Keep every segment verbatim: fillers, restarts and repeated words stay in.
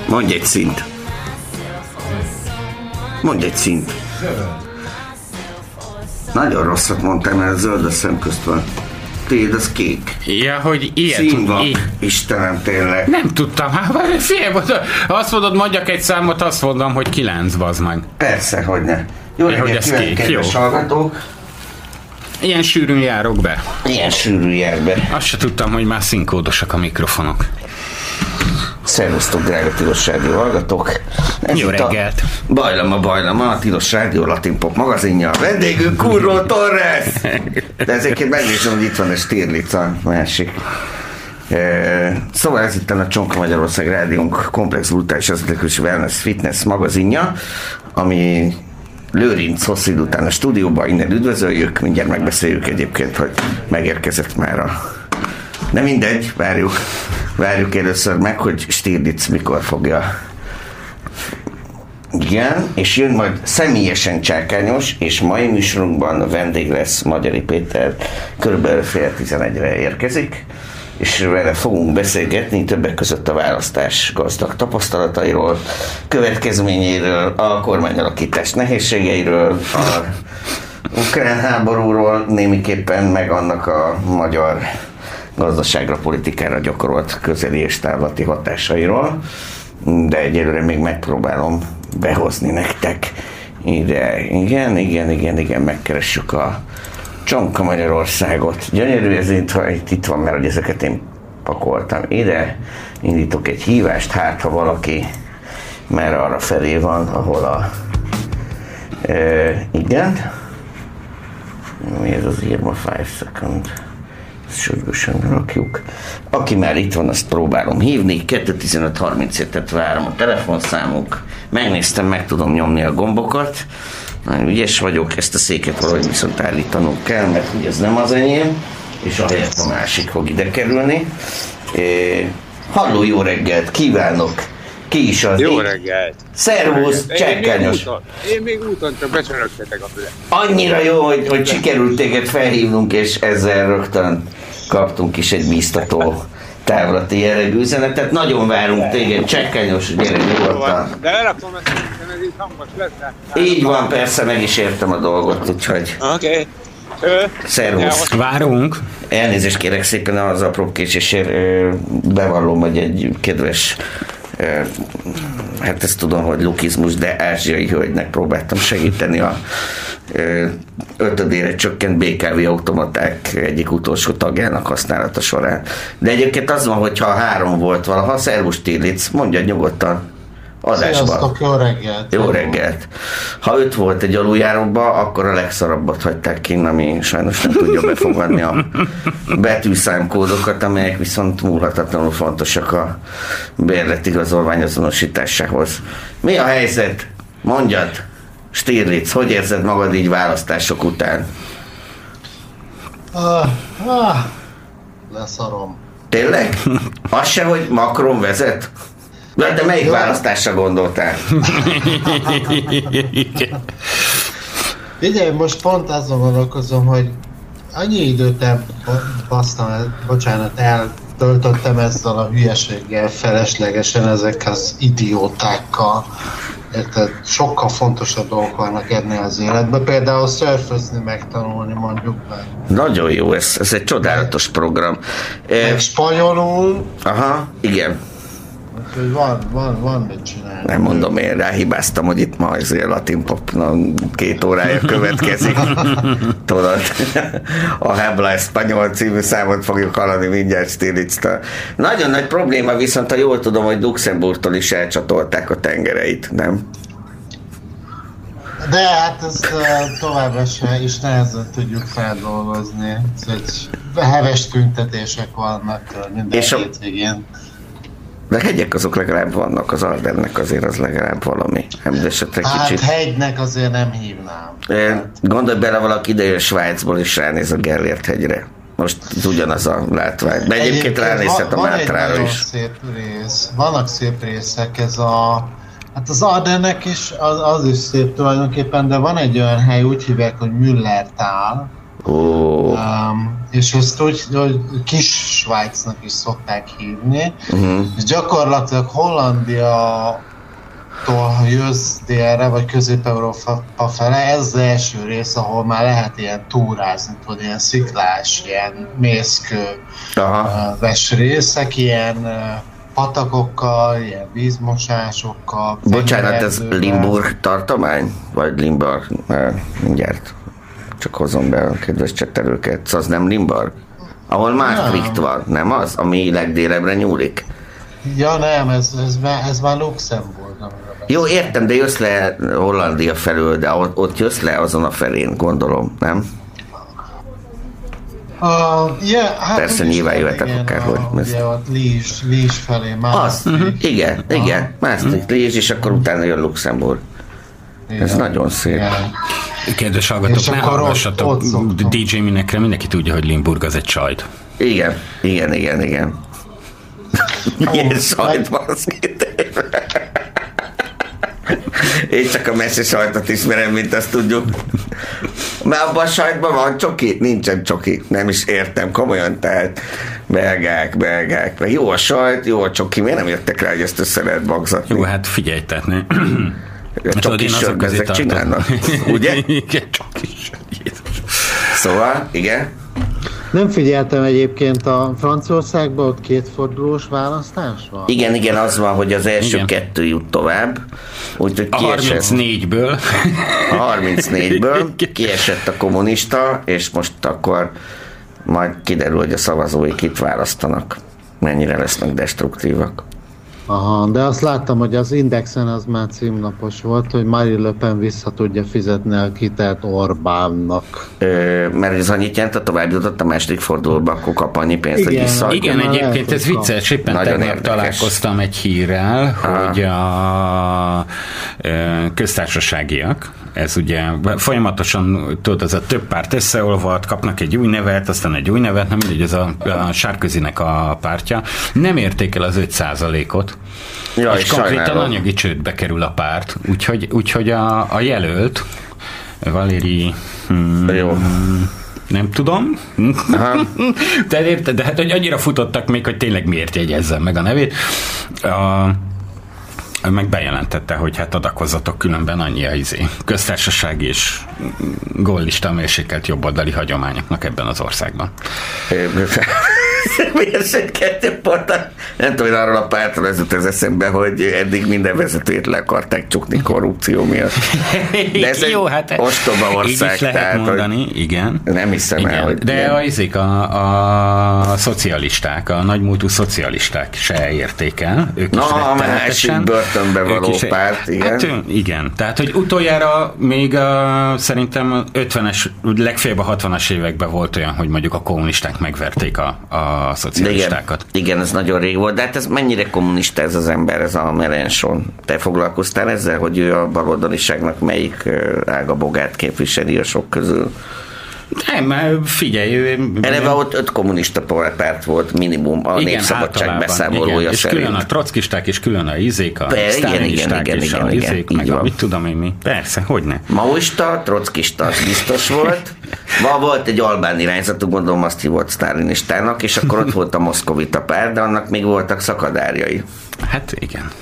Mondj egy színt. Mondj egy színt. Nagyon rosszat mondtál, mert a zöld a szemközt van. Tiéd az kék. Ja, hogy ilyet. Szín van. I- Istenem, tényleg. Nem tudtam. Hát, fél, azt mondod, mondjak egy számot, azt mondom, hogy kilenc, bazd meg. Persze, hogy ne. Jó Ja, hogy reggelt ez kívánok, kék, kedves jó. hallgatók. Ilyen sűrűn járok be. Ilyen sűrű jár be. Azt se tudtam, hogy már színkódosak a mikrofonok. Szervusztok, drága Tilos Rádió hallgatók. Ez Jó itt reggelt. A Bajlama, Bajlama, a Tilos Rádió Latin Pop magazinja. Vendégünk Curro Torres! De ezeket megnézem, hogy itt van a Stirlitz, a másik. E, szóval ez itt a Csonka Magyarország Rádiónk komplex brutális vezetős wellness fitness magazinja, ami Lőrinc hosszú idő után a stúdióban, innen üdvözöljük, mindjárt megbeszéljük egyébként, hogy megérkezett már a... De mindegy, várjuk, várjuk először meg, hogy Stirlitz mikor fogja. Igen, és jön majd személyesen Csákányos, és mai műsorunkban vendég lesz Magyari Péter, körülbelül fél tizenegyre érkezik, és vele fogunk beszélgetni többek között a választás gazdag tapasztalatairól, következményéről, a kormányalakítás nehézségeiről, a ukrán háborúról, némiképpen meg annak a magyar gazdaságra, politikára gyakorolt közeli és távlati hatásairól, de egyelőre még megpróbálom behozni nektek ide. Igen, igen, igen, igen, megkeressük a Csonka Magyarországot. Gyönyörű ez itt, ha itt van, mert hogy ezeket én pakoltam ide. Indítok egy hívást, hát ha valaki már arra felé van, ahol a e, igen. Mi ez az írma? five second. Sürgősen rakjuk. Aki már itt van, azt próbálom hívni. kettő tizenöt harmincötöt várom a telefonszámunk. Megnéztem, meg tudom nyomni a gombokat. Nagyon ügyes vagyok, ezt a széket valahogy viszont állítanunk kell, mert ugye ez nem az enyém, és ahelyett a másik fog ide kerülni. É, halló, jó reggelt, kívánok! Ki is az? Jó reggelt! Szervusz, Csákányos! Én még úton, csak becsörögtetek a fület. Annyira jó, hogy, hogy sikerült téged felhívnunk, és ezzel rögtön kaptunk is egy bíztató távlati jellegű üzenetet. Nagyon várunk téged, Csákányos, gyere nyugodtan. De elrakom ezt, hiszen ez így hangos lesz. Így van, persze, meg is értem a dolgot, úgyhogy... Oké. Okay. Szervusz. Várunk. Elnézést kérek szépen az apróbb késésért, bevallom, hogy egy kedves, hát ezt tudom, hogy lukizmus, de ázsiai hölgynek próbáltam segíteni a ötödére csökkent bé ká vé automaták egyik utolsó tagjának használata során. De egyébként az van, hogyha három volt valaha, szervusz Stirlitz, mondja nyugodtan. Adásban. Sziasztok, jó reggelt! Jó reggelt! Ha öt volt egy aluljáróba, akkor a legszarabbat hagyták ki, ami sajnos nem tudja befogadni a betűszámkódokat, amelyek viszont múlhatatlanul fontosak a bérletigazolvány azonosításához. Mi a helyzet? Mondjad, Stirlitz, hogy érzed magad így választások után? Ah, ah, leszarom. Tényleg? Az se, hogy Macron vezet? De, de melyik választásra gondoltál? Ugye, most pont azon gondolkozom, hogy annyi időt el, basztam, bocsánat, eltöltöttem ezzel a hülyeséggel feleslegesen, ezek az idiótákkal. Érted? Sokkal fontosabb dolgok vannak ennél az életben, például szörfözni megtanulni, mondjuk meg. Nagyon jó, ez, ez egy csodálatos program. Meg spanyolul. Aha, igen. Úgyhogy van, van, van mit csinálni. Nem mondom, én ráhibáztam, hogy itt ma azért Latin Pop két órája következik. Tudod, a Habla Español című számot fogjuk hallani mindjárt Stirlitztől. Nagyon nagy probléma viszont, ha jól tudom, hogy Luxemburgtól is elcsatolták a tengereit, nem? De hát ezt továbbra se is nehezen tudjuk feldolgozni. Szóval heves tüntetések vannak minden hétvégén. De hegyek azok legalább vannak, az Ardennek azért az legalább valami. Esetre hát kicsit. hegynek azért nem hívnám. Gondolj bele, valaki ide jön Svájcból és ránéz a Gellért hegyre. Most ugyanaz a látvány. De egyébként, egyébként ránézhet a Mátrára is. Szép rész. Vannak szép részek, ez a... Hát az Ardennek is, az, az is szép tulajdonképpen, de van egy olyan hely, úgy hívják, hogy Müllertál, Oh. Um, és ezt úgy, hogy kis Svájcnak is szokták hívni, uh-huh. és gyakorlatilag Hollandia ha jössz délre, vagy Közép-Európa fele, ez az első rész, ahol már lehet ilyen túrázni, tudod, ilyen sziklás, ilyen mészkő ves részek, ilyen patakokkal, ilyen vízmosásokkal. Bocsánat, ez Limburg tartomány? Vagy Limburg? Mindjárt csak hozom be a kedves csettelőket. Szóval az nem Limburg? Ahol Maastricht van, nem az? Ami legdélebbre nyúlik? Ja nem, ez, ez, már, ez már Luxemburg. Jó, értem, de jössz le Hollandia felől, de ott, ott jössz le azon a felén, gondolom, nem? Uh, yeah, hát persze nyilván jöhetek akárhogy. Ugye ott Liège, Liège felé, Maastricht. Az, uh-huh. igen, uh-huh. igen, Maastricht, Liège, és akkor utána jön Luxemburg. Igen. Ez nagyon szép. Igen. Kedves hallgatók, ne hallgassatok dé dzsé Minekre, mindenki tudja, hogy Limburg az egy sajt. Igen, igen, igen, igen. Milyen sajt van az Én csak a messzi sajtot ismerem, mint azt tudjuk. Mert abban a sajtban van csoki? Nincsen csoki. Nem is értem, komolyan, tehát belgák, belgák. Jó a sajt, jó a csoki. Miért nem jöttek rá, hogy ezt össze lehet magzatni? Jó, hát figyelj, tehát ne. A csokisok ezek csinálnak. Ugye? Igen, csokis. Jézus. Szóval, igen. Nem figyeltem egyébként, a Franciaországban ott kétfordulós választás van? Igen, igen, az van, hogy az első igen. kettő jut tovább. Úgyhogy a harmincnégyből. A harmincnégyből kiesett a kommunista, és most akkor majd kiderül, hogy a szavazói kit választanak. Mennyire lesznek destruktívak. Aha, de azt láttam, hogy az Indexen az már címlapos volt, hogy Marine Le Pen vissza tudja fizetni a hitelt Orbánnak. Ö, mert ez annyit jelent, ha tovább jutott a második fordulóba, akkor kap annyi pénzt, hogy vissza. Igen, egyébként ez vicces, éppen tegnap találkoztam egy hírrel, Aha. hogy a köztársaságiak, ez ugye folyamatosan, tudod, az a több párt összeolvad, kapnak egy új nevet, aztán egy új nevet, nem mindegy, ez a, a Sárközinek a pártja, nem érték el az öt százalékot, ja, és, és konkrétan anyagi csődbe kerül a párt, úgyhogy, úgyhogy a, a jelölt, Valéry, hmm, Jó. nem tudom, de érted, de hát hogy annyira futottak még, hogy tényleg miért jegyezzem meg a nevét, a meg bejelentette, hogy hát adakozzatok, különben annyi a izé. Köztársaság és góllista mérsékelt jobboldali hagyományoknak ebben az országban. Mérsékelt portál. Nem tudom, hogy arról a pártról ez jut az eszembe, hogy eddig minden vezetőt le akarták csukni korrupció miatt. De ez jó, hát ostoba ország. Így is lehet tehát, mondani, igen. Nem hiszem igen. el, hogy... De ilyen. a, izék, a, a szocialisták, a nagymúltú szocialisták se érték el. Ők Na, a másik börtönbe való is, párt, igen. Hát, igen. Tehát, hogy utoljára még a, szerintem ötvenes, legfeljebb a hatvanas években volt olyan, hogy mondjuk a kommunisták megverték a, a a szocialistákat. Igen, igen, ez nagyon rég volt, de hát ez mennyire kommunista ez az ember, ez a Mélenchon. Te foglalkoztál ezzel, hogy ő a baloldaliságnak melyik ágabogát képviseli a sok közül? Nem, már figyelj. Ő, Eleve ott öt kommunista párt volt minimum a igen, Népszabadság beszámolója igen, és szerint. Külön a trockisták, és külön a izék, a sztálinisták és igen, a izék, igen, meg a mit tudom én mi. Persze, hogyne. Maoista, trockista, az biztos volt. Ma volt egy albán irányzatú, gondolom azt hívott sztálinistának, és akkor ott volt a moszkovita párt, de annak még voltak szakadárjai. Hát igen.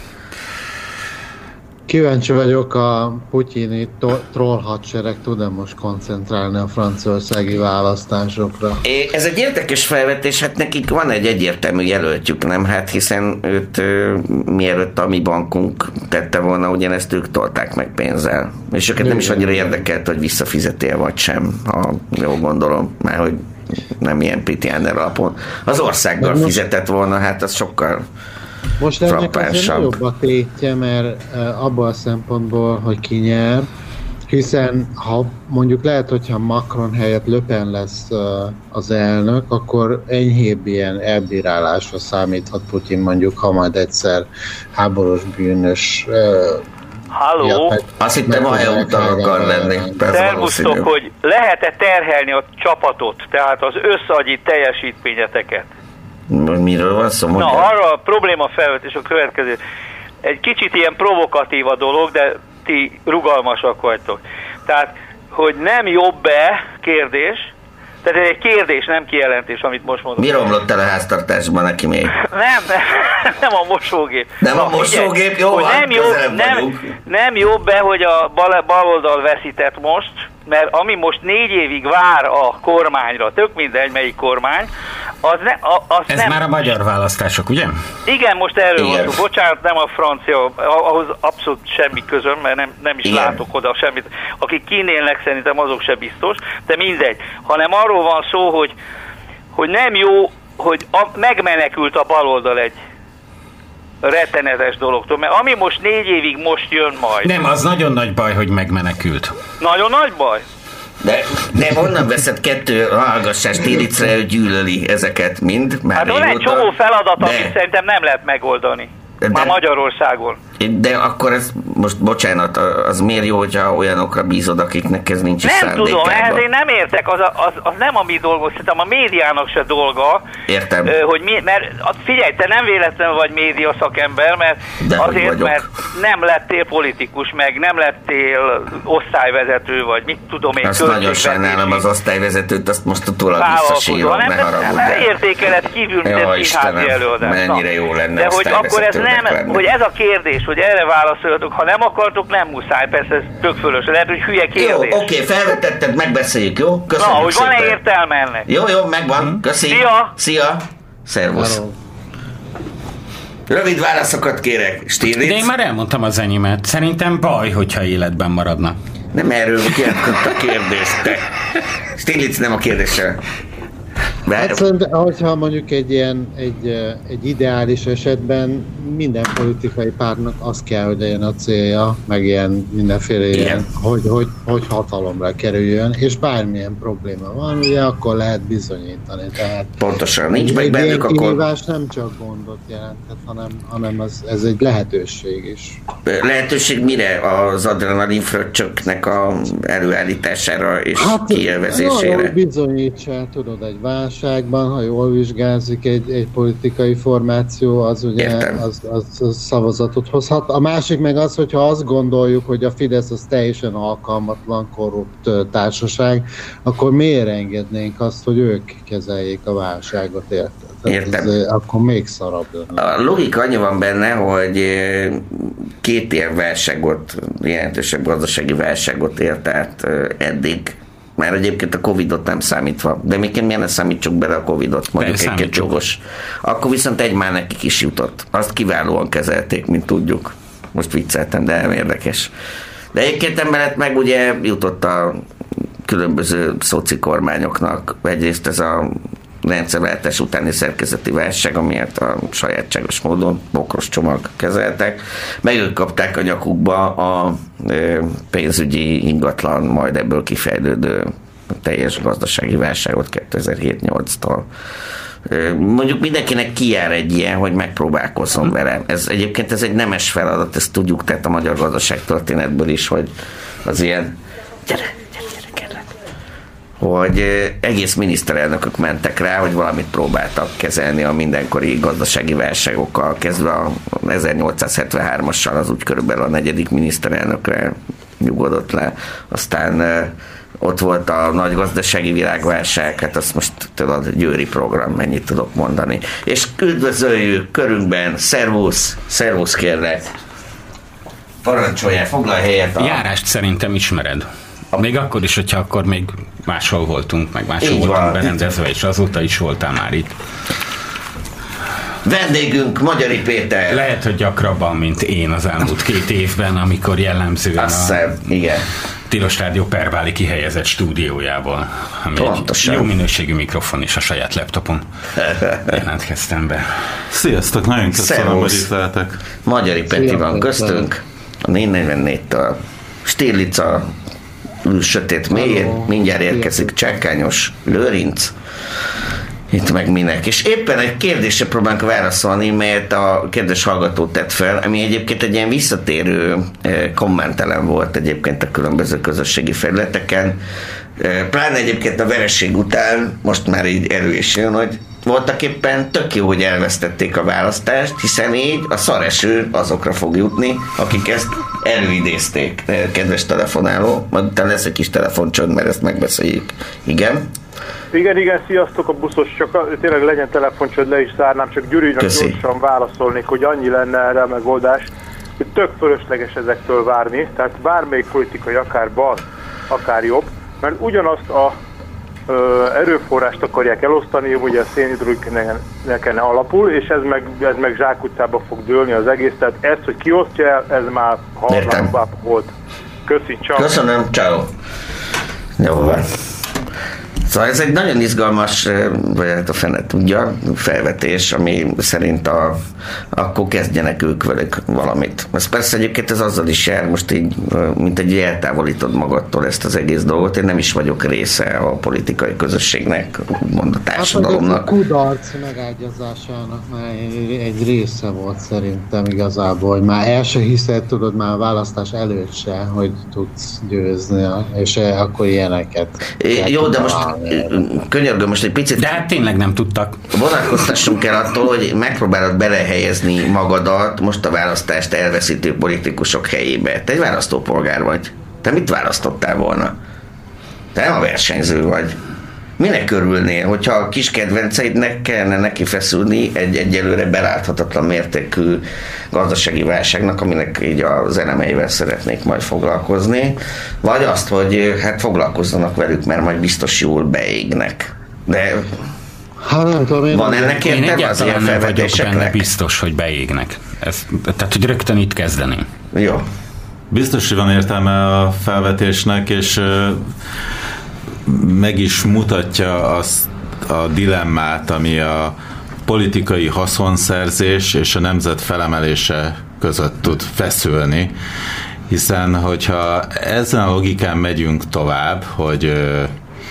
Kíváncsi vagyok, a putyini troll hadsereg tud-e most koncentrálni a franciaországi választásokra? É, ez egy érdekes felvetés, hát nekik van egy egyértelmű jelöltjük, nem? Hát hiszen őt mielőtt a mi bankunk tette volna, ugyanezt ők tolták meg pénzzel. És őket nem is annyira érdekelt, hogy visszafizeti-e vagy sem, ha jól gondolom, mert hogy nem ilyen Pitjáner alapon. Az országgal most... fizetett volna, hát az sokkal most ennek azért nagyobb a tétje, mert uh, abban a szempontból, hogy ki nyer, hiszen ha mondjuk lehet, hogyha Macron helyett Le Pen lesz uh, az elnök, akkor enyhébb ilyen elbírálásra számíthat Putyin, mondjuk, ha majd egyszer háborús bűnös uh, Halló? Ja, azt hittem, ha elúttal akar lenni. Szervusztok, hogy lehet-e terhelni a csapatot, tehát az összagyi teljesítményeteket? Miről van szó? Na, arra a probléma felvetés a következő. Egy kicsit ilyen provokatív a dolog, de ti rugalmasak vagytok. Tehát, hogy nem jobb-e kérdés, Tehát ez egy kérdés, nem kijelentés, amit most mondok. Mi romlott el a háztartásban neki még? Nem, nem, nem a mosógép. Nem Na, a mosógép, figyelj, jó van, nem jobb, nem, nem jobb be, hogy a bal, baloldal veszített most, mert ami most négy évig vár a kormányra, tök mindegy melyik kormány, az, ne, az Ez nem... már a magyar választások, ugye? Igen, most erről Igen. van szó. Bocsánat, nem a francia, ahhoz abszolút semmi közöm, mert nem, nem is Igen. látok oda semmit. Akik kinélnek, szerintem azok se biztos, de mindegy. Hanem arról van szó, hogy, hogy nem jó, hogy a, megmenekült a baloldal egy rettenetes dologtól, mert ami most négy évig most jön majd. Nem, az nagyon nagy baj, hogy megmenekült. Nagyon nagy baj. De nem, onnan veszed kettő hallgassás Stieglitzre, hogy gyűlöli ezeket mind. Már Hát van egy régóta. csomó feladat, De- amit szerintem nem lehet megoldani. De- Már Magyarországon. De akkor ez, most bocsánat, az miért jó, hogyha olyanokra bízod, akiknek ez nincs is Nem tudom, ehhez szándékában? én nem értek, az, a, az, az nem a mi dolgunk, szerintem a médiának se dolga. Értem. Ö, hogy mi, mert figyelj, te nem véletlenül vagy média szakember, mert Dehogy azért, vagyok. mert nem lettél politikus, meg nem lettél osztályvezető, vagy mit tudom én, Azt nagyon költségvetési sajnálom az osztályvezetőt, azt most utólag vállalkozó, visszasírom, hanem ne de- haragudjál. de értékelet kívül, mint Jó, egy színházi Istenem, előadás. mennyire jó lenne de hogy akkor ez osztályvezetőnek nem, lenni. hogy ez a kérdés, hogy erre válaszoljatok, ha nem akartok, nem muszáj, persze ez tök fölös, lehet, hogy hülye Jó, kérdés. oké, felvetetted, megbeszéljük, jó? Na, Köszönjük hogy van-e szépen. értelme ennek? Jó, jó, megvan, köszi. Szia! Szia! Szervusz. Hello. Rövid válaszokat kérek, Stieglitz. De én már elmondtam az enyémet. Szerintem baj, hogyha életben maradna. Nem erről kérdezett a kérdést, te. Stieglitz nem a kérdéssel. Hát szerintem, hogyha mondjuk egy ilyen, egy, eh, egy ideális esetben minden politikai pártnak az kell, hogy legyen a célja, meg ilyen mindenféle ilyen, hogy, hogy, hogy hatalomra kerüljön, és bármilyen probléma van, ugye akkor lehet bizonyítani. Tehát Pontosan, nincs egy meg ilyen bennük, akkor kihívás nem csak gondot jelenthet, hanem, hanem az, ez egy lehetőség is. lehetőség mire az adrenalin fröccsöknek a előállítására és Hát, kielvezésére? arra, hogy bizonyítsál, tudod, egy válságban, ha jól vizsgázik egy, egy politikai formáció, az ugye az, az, az szavazatot hozhat. A másik meg az, hogyha azt gondoljuk, hogy a Fidesz az teljesen alkalmatlan, korrupt ö, társaság, akkor miért engednénk azt, hogy ők kezeljék a válságot, érted? Tehát Értem. Ez, ö, akkor még szarabb lenne. A logika annyi van benne, hogy eh, két ilyen válságot, jelentősebb gazdasági válságot ért át eh, eddig, már egyébként a Covidot nem számítva, de még miért ne számítsuk bele a Covidot, mondjuk egy számítsuk. jogos. Akkor viszont egy már nekik is jutott. Azt kiválóan kezelték, mint tudjuk. Most vicceltem, de nem érdekes. De egyébként emellett meg ugye jutott a különböző szoci kormányoknak. Egyrészt ez a rendszerváltás utáni szerkezeti válság, amiért a sajátságos módon bokros csomag kezeltek, meg ők kapták a nyakukba a ö, pénzügyi ingatlan, majd ebből kifejlődő teljes gazdasági válságot kétezer-hét-nyolctól. Ö, Mondjuk mindenkinek kijár egy ilyen, hogy megpróbálkozzon vele. Ez egyébként ez egy nemes feladat, ezt tudjuk, tehát a magyar gazdaság történetből is, hogy az ilyen gyere, gyere, gyere, kérlek, hogy egész miniszterelnökök mentek rá, hogy valamit próbáltak kezelni a mindenkori gazdasági válságokkal, kezdve a ezernyolcszázhetvenhármassal, az úgy körülbelül a negyedik miniszterelnökre nyugodott le. Aztán ott volt a nagy gazdasági világválság, hát azt most tudod, győri program, mennyit tudok mondani. És üdvözöljük körünkben, szervusz, szervusz kérlek, parancsoljál, foglalj helyet a... Járást szerintem ismered. Még akkor is, hogyha akkor még máshol voltunk, meg máshol Így voltunk van. berendezve, és azóta is voltál már itt. Vendégünk Magyari Péter. Lehet, hogy gyakrabban, mint én az elmúlt két évben, amikor jellemzően Azt a hiszem, igen. Tilos Rádió Perváli kihelyezett stúdiójából, ami Pontosan. egy jó minőségű mikrofon és a saját laptopon jelentkeztem be. Sziasztok, nagyon köszönöm, hogy Szervusz. itt lehetek. Magyari Peti Szia, van köztünk, a négy negyvennégytől. Stieglitz a ül sötét mélyén, Hello. mindjárt érkezik Csákányos Lőrinc. Itt meg minek. És éppen egy kérdésre próbálunk válaszolni, melyet a kedves hallgató tett fel, ami egyébként egy ilyen visszatérő eh, kommentelem volt egyébként a különböző közösségi felületeken. Eh, Pláne egyébként a vereség után most már így elő is jön, hogy voltak éppen tök jó, hogy elvesztették a választást, hiszen így a szareső azokra fog jutni, akik ezt előidézték, kedves telefonáló. Majd utána lesz egy kis telefoncsönd, mert ezt megbeszéljük. Igen? Igen, igen, sziasztok, a buszos, csak tényleg legyen telefoncsönd, le is zárnám, csak Gyurinak gyorsan válaszolnék, hogy annyi lenne erre a megoldás, hogy tök fölösleges ezektől várni, tehát bármelyik politikai, akár bal, akár jobb, mert ugyanazt a ö, erőforrást akarják elosztani, ugye a szénhidrogéneken alapul, és ez meg, ez meg zsákutcába fog dőlni az egész, tehát ezt, hogy kiosztja el, ez már halálbáb volt. Köszi, ciao. Köszönöm, ciao. Jó van. Szóval ez egy nagyon izgalmas, vagy hát a fene tudja, felvetés, ami szerint a, akkor kezdjenek ők velük valamit. Ez persze egyébként ez azzal is jár, most így, mint egy eltávolítod magadtól ezt az egész dolgot. Én nem is vagyok része a politikai közösségnek, úgymond a társadalomnak. Hát a kudarc megágyazásának már egy része volt szerintem igazából, hogy már el se hiszed, tudod, már a választás előtt se, hogy tudsz győzni, és akkor ilyeneket. É, jó, de most könyörgöm, most egy picit... De hát tényleg nem tudtak. Vonatkoztassunk el attól, hogy megpróbálod belehelyezni magadat most a választást elveszítő politikusok helyébe. Te egy választópolgár vagy. Te mit választottál volna? Te nem a versenyző vagy. Minek örülnél, hogyha a kis kedvenceidnek kellene neki feszülni egy egyelőre beláthatatlan mértékű gazdasági válságnak, aminek így az elemeivel szeretnék majd foglalkozni, vagy azt, hogy hát foglalkozzanak velük, mert majd biztos jól beégnek. De hát, nem tudom, én van ennek értelme az ilyen felvetéseknek? Benne biztos, hogy beégnek. Ez, tehát, hogy rögtön itt kezdeném. Jó. Biztos, hogy van értelme a felvetésnek, és meg is mutatja azt a dilemmát, ami a politikai haszonszerzés és a nemzet felemelése között tud feszülni, hiszen hogyha ezen a logikán megyünk tovább, hogy ö,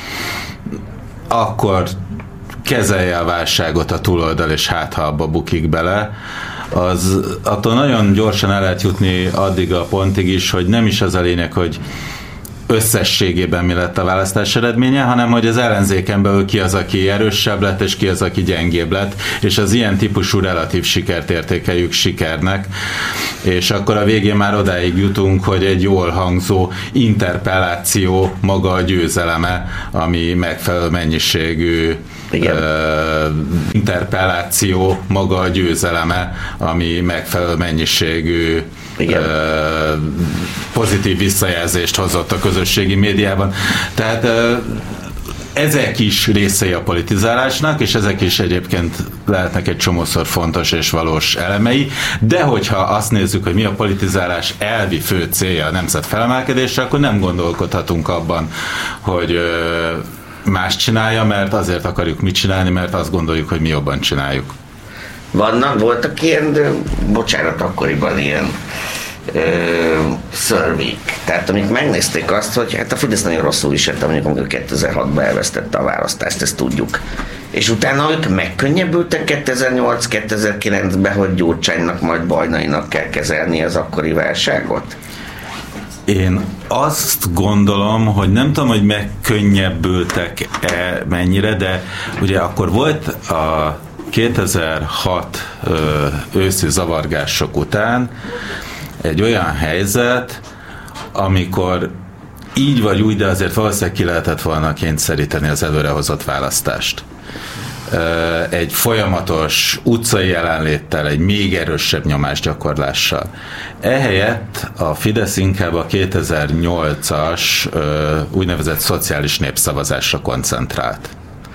akkor kezelje a válságot a túloldal, és hát ha abba bukik bele, az attól nagyon gyorsan el lehet jutni addig a pontig is, hogy nem is az a lényeg, hogy összességében mi lett a választás eredménye, hanem hogy az ellenzéken belül ki az, aki erősebb lett, és ki az, aki gyengébb lett, és az ilyen típusú relatív sikert értékeljük sikernek, és akkor a végén már odáig jutunk, hogy egy jól hangzó interpelláció maga a győzeleme, ami megfelelő mennyiségű uh, interpelláció maga a győzeleme, ami megfelelő mennyiségű Igen. pozitív visszajelzést hozott a közösségi médiában. Tehát ezek is részei a politizálásnak, és ezek is egyébként lehetnek egy csomószor fontos és valós elemei, de hogyha azt nézzük, hogy mi a politizálás elvi fő célja a nemzet felemelkedése, akkor nem gondolkodhatunk abban, hogy más csinálja, mert azért akarjuk mit csinálni, mert azt gondoljuk, hogy mi jobban csináljuk. Vannak, voltak ilyen, de, bocsánat, akkoriban ilyen ö, szörvék. Tehát amik megnézték azt, hogy hát a Fidesz nagyon rosszul viselte, mondjuk amikor kétezer-hatban elvesztette a választást, ezt tudjuk. És utána ők megkönnyebbültek kétezer-nyolc kétezer-kilencben, hogy Gyurcsánynak majd Bajnainak kell kezelni az akkori válságot? Én azt gondolom, hogy nem tudom, hogy megkönnyebbültek-e mennyire, de ugye akkor volt a kétezer-hat ö, őszi zavargások után egy olyan helyzet, amikor így vagy úgy, de azért valószínűleg ki lehetett volna kényszeríteni az előrehozott választást. Ö, egy folyamatos utcai jelenléttel, egy még erősebb nyomásgyakorlással. Ehelyett a Fidesz inkább a kétezer-nyolcas ö, úgynevezett szociális népszavazásra koncentrált.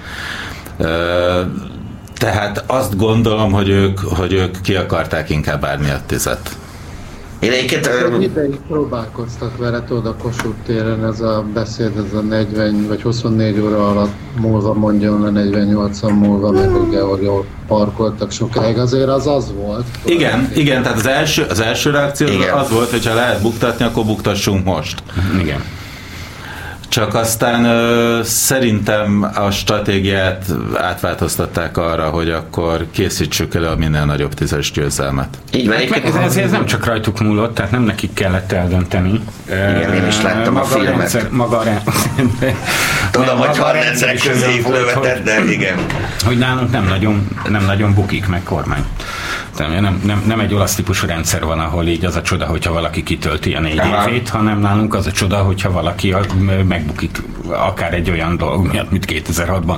Ö, Tehát azt gondolom, hogy ők, hogy ők ki akarták inkább árni a tizet. Én egyébként... Egy ideig próbálkoztak vele, tudod, a Kossuth téren ez a beszéd, ez a negyven vagy huszonnégy óra alatt múlva mondjon le negyvennyolcan múlva, meg ugye, hogy jól parkoltak sokáig, azért az az volt. Igen, igen, tehát az első, az első reakció igen. az volt, hogy ha lehet buktatni, akkor buktassunk most. Igen. Csak aztán ö, szerintem a stratégiát átváltoztatták arra, hogy akkor készítsük elő a minél nagyobb tízes győzelmet. Így van, hát ez, ez, ez nem csak rajtuk múlott, tehát nem nekik kellett eldönteni. Igen, én is láttam maga a filmet. Rendszer, maga a rendszer. Tudom, hogy van rendszerek közé lövetett, de igen. Hogy nálunk nem nagyon, nem nagyon bukik meg kormány. Nem, nem, nem egy olasz típusú rendszer van, ahol így az a csoda, hogyha valaki kitölti a négy Aha. évét, hanem nálunk az a csoda, hogyha valaki megbukik akár egy olyan dolog miatt, mint kétezer-hatban.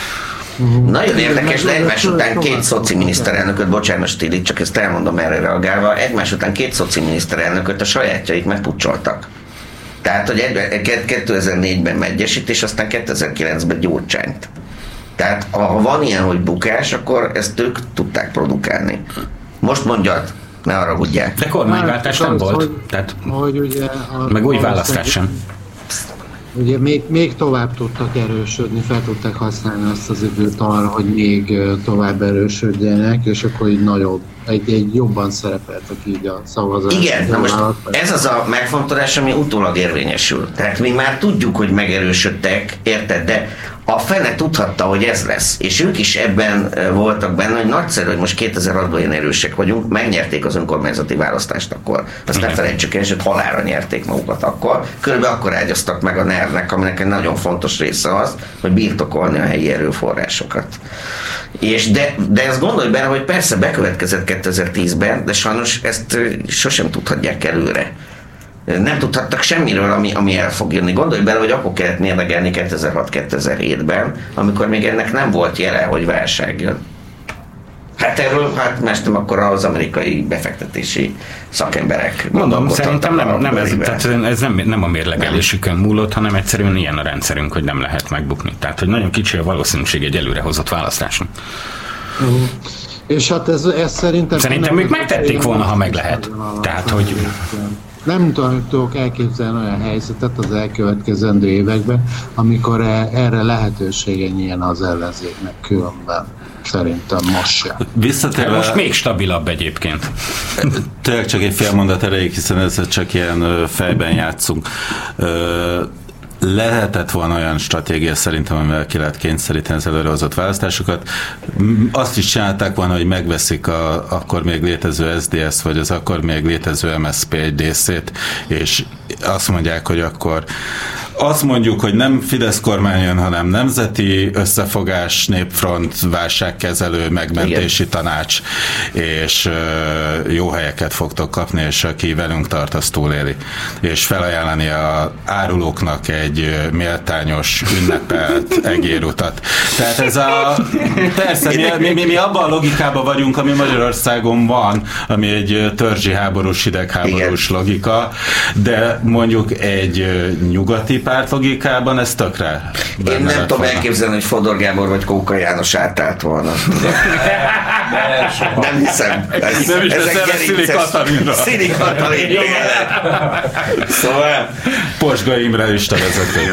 Nagyon érdekes, de egymás után két szoci miniszterelnököt, bocsánat Stili, csak ezt elmondom erre reagálva, egymás után két szoci miniszterelnököt a sajátjaik megpucsoltak. Tehát, hogy kétezer-négyben Medgyesit, és aztán kétezer-kilencben Gyurcsányt. Tehát, ha van ilyen, hogy bukás, akkor ezt ők tudták produkálni. Most mondjad, ne haragudják. De kormányváltás nem volt. Hogy, tehát, hogy ugye a, meg új választás sem. Ugye még, még tovább tudtak erősödni, fel tudták használni azt az időt arra, hogy még tovább erősödjenek, és akkor így nagyobb, egy, egy jobban szerepeltek így a szavazás. Igen, na most ez az a megfontolás, ami utólag érvényesül. Tehát mi már tudjuk, hogy megerősödtek, érted, de a fene tudhatta, hogy ez lesz. És ők is ebben voltak benne, hogy nagyszerű, hogy most kétezer-hatban ilyen erősek vagyunk, megnyerték az önkormányzati választást akkor. Azt ne felejtsük el, és halálra nyerték magukat akkor. Körülbelül akkor ágyaztak meg a nervnek, aminek egy nagyon fontos része az, hogy birtokolni a helyi erőforrásokat. És de, de ezt gondolj bele, hogy persze bekövetkezett kétezer-tízben, de sajnos ezt sosem tudhatják előre. Nem tudhattak semmiről, ami, ami el fog jönni. Gondolj bele, hogy akkor kellett mérlegelni kétezer-hat-kétezer-hétben, amikor még ennek nem volt jele, hogy válság jön. Hát erről, hát mestem akkor az amerikai befektetési szakemberek. Mondom, szerintem nem, nem, ez, tehát ez nem, nem a mérlegelésükön múlott, hanem egyszerűen ilyen a rendszerünk, hogy nem lehet megbukni. Tehát, hogy nagyon kicsi a valószínűség egy előrehozott választáson. Uh-huh. És hát ez, ez szerintem... Szerintem még megtették volna, ha meg lehet. Tehát, hogy... Nem tudok elképzelni olyan helyzetet az elkövetkezendő években, amikor erre lehetősége nyílna az ellenzéknek különben. Szerintem most sem. Visszatérve... Most még stabilabb egyébként. Tényleg csak egy fél mondat erejéig, hiszen ezzel csak ilyen fejben játszunk. Lehetett volna olyan stratégia szerintem, amivel ki lehet kényszeríteni az előrehozott választásokat. Azt is csinálták volna, hogy megveszik a akkor még létező es zé dé es vagy az akkor még létező em es zé pé egy részét, és azt mondják, hogy akkor azt mondjuk, hogy nem Fidesz kormány jön, hanem Nemzeti Összefogás, Népfront, Válságkezelő, Megmentési Igen. Tanács, és uh, jó helyeket fogtok kapni, és aki velünk tart, az túléli. És felajánlani a árulóknak egy uh, méltányos, ünnepelt egérutat. Tehát ez a... Persze, mi, mi, mi abban a logikában vagyunk, ami Magyarországon van, ami egy törzsi háborús, hidegháborús Igen. logika, de mondjuk egy uh, nyugati párt logikában ez tökre. Én nem tudom volna. elképzelni, hogy Fodor Gábor vagy Kóka János átállt volna. Nem hiszem. Ez, nem is ez Szili Katalin. Szili Katalin. Szóval... Posga Imre is te vezető.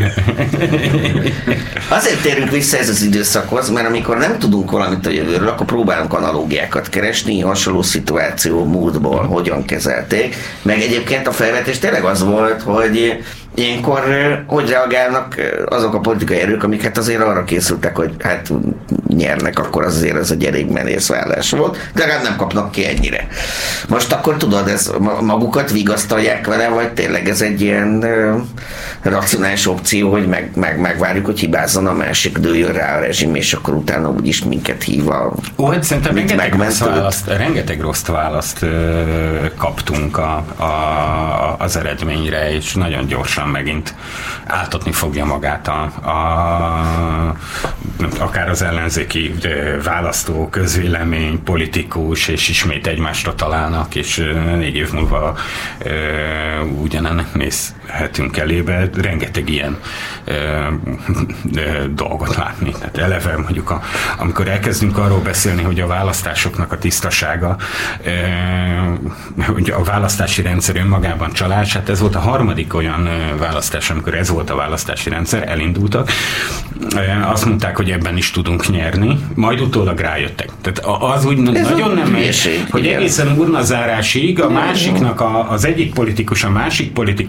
Azért térünk vissza ez az időszakhoz, mert amikor nem tudunk valamit a jövőről, akkor próbálunk analógiákat keresni, hasonló szituáció múltból, hogyan kezelték. Meg egyébként a felvetés tényleg az volt, hogy ilyenkor hogy reagálnak azok a politikai erők, amik hát azért arra készültek, hogy hát nyernek, akkor az azért ez egy elég merészvállás volt, de legalább nem kapnak ki ennyire. Most akkor tudod, ez magukat vigasztalják vele, vagy tényleg ez egy ilyen uh, racionális opció, hogy meg, meg, megvárjuk, hogy hibázzon a másik, dőljön rá a rezsim, és akkor utána úgyis minket hív a... Ó, hát szerintem rengeteg rossz, választ, rengeteg rossz választ uh, kaptunk a, a, az eredményre, és nagyon gyorsan megint áltatni fogja magát a, a, akár az ellenzéki választó, közvélemény, politikus, és ismét egymásra találnak, és négy év múlva e, ugyanennek nézhetünk elébe. Rengeteg ilyen e, e, dolgot látni. Tehát eleve mondjuk, a, amikor elkezdünk arról beszélni, hogy a választásoknak a tisztasága, e, hogy a választási rendszer önmagában csalás, hát ez volt a harmadik olyan választás, amikor ez volt a választási rendszer, elindultak. Azt mondták, hogy ebben is tudunk nyerni, majd utólag rájöttek. Tehát az úgy ez nagyon nem megy, hogy egészen urnazárásig a másiknak, a, az egyik politikus a másik politikus posztját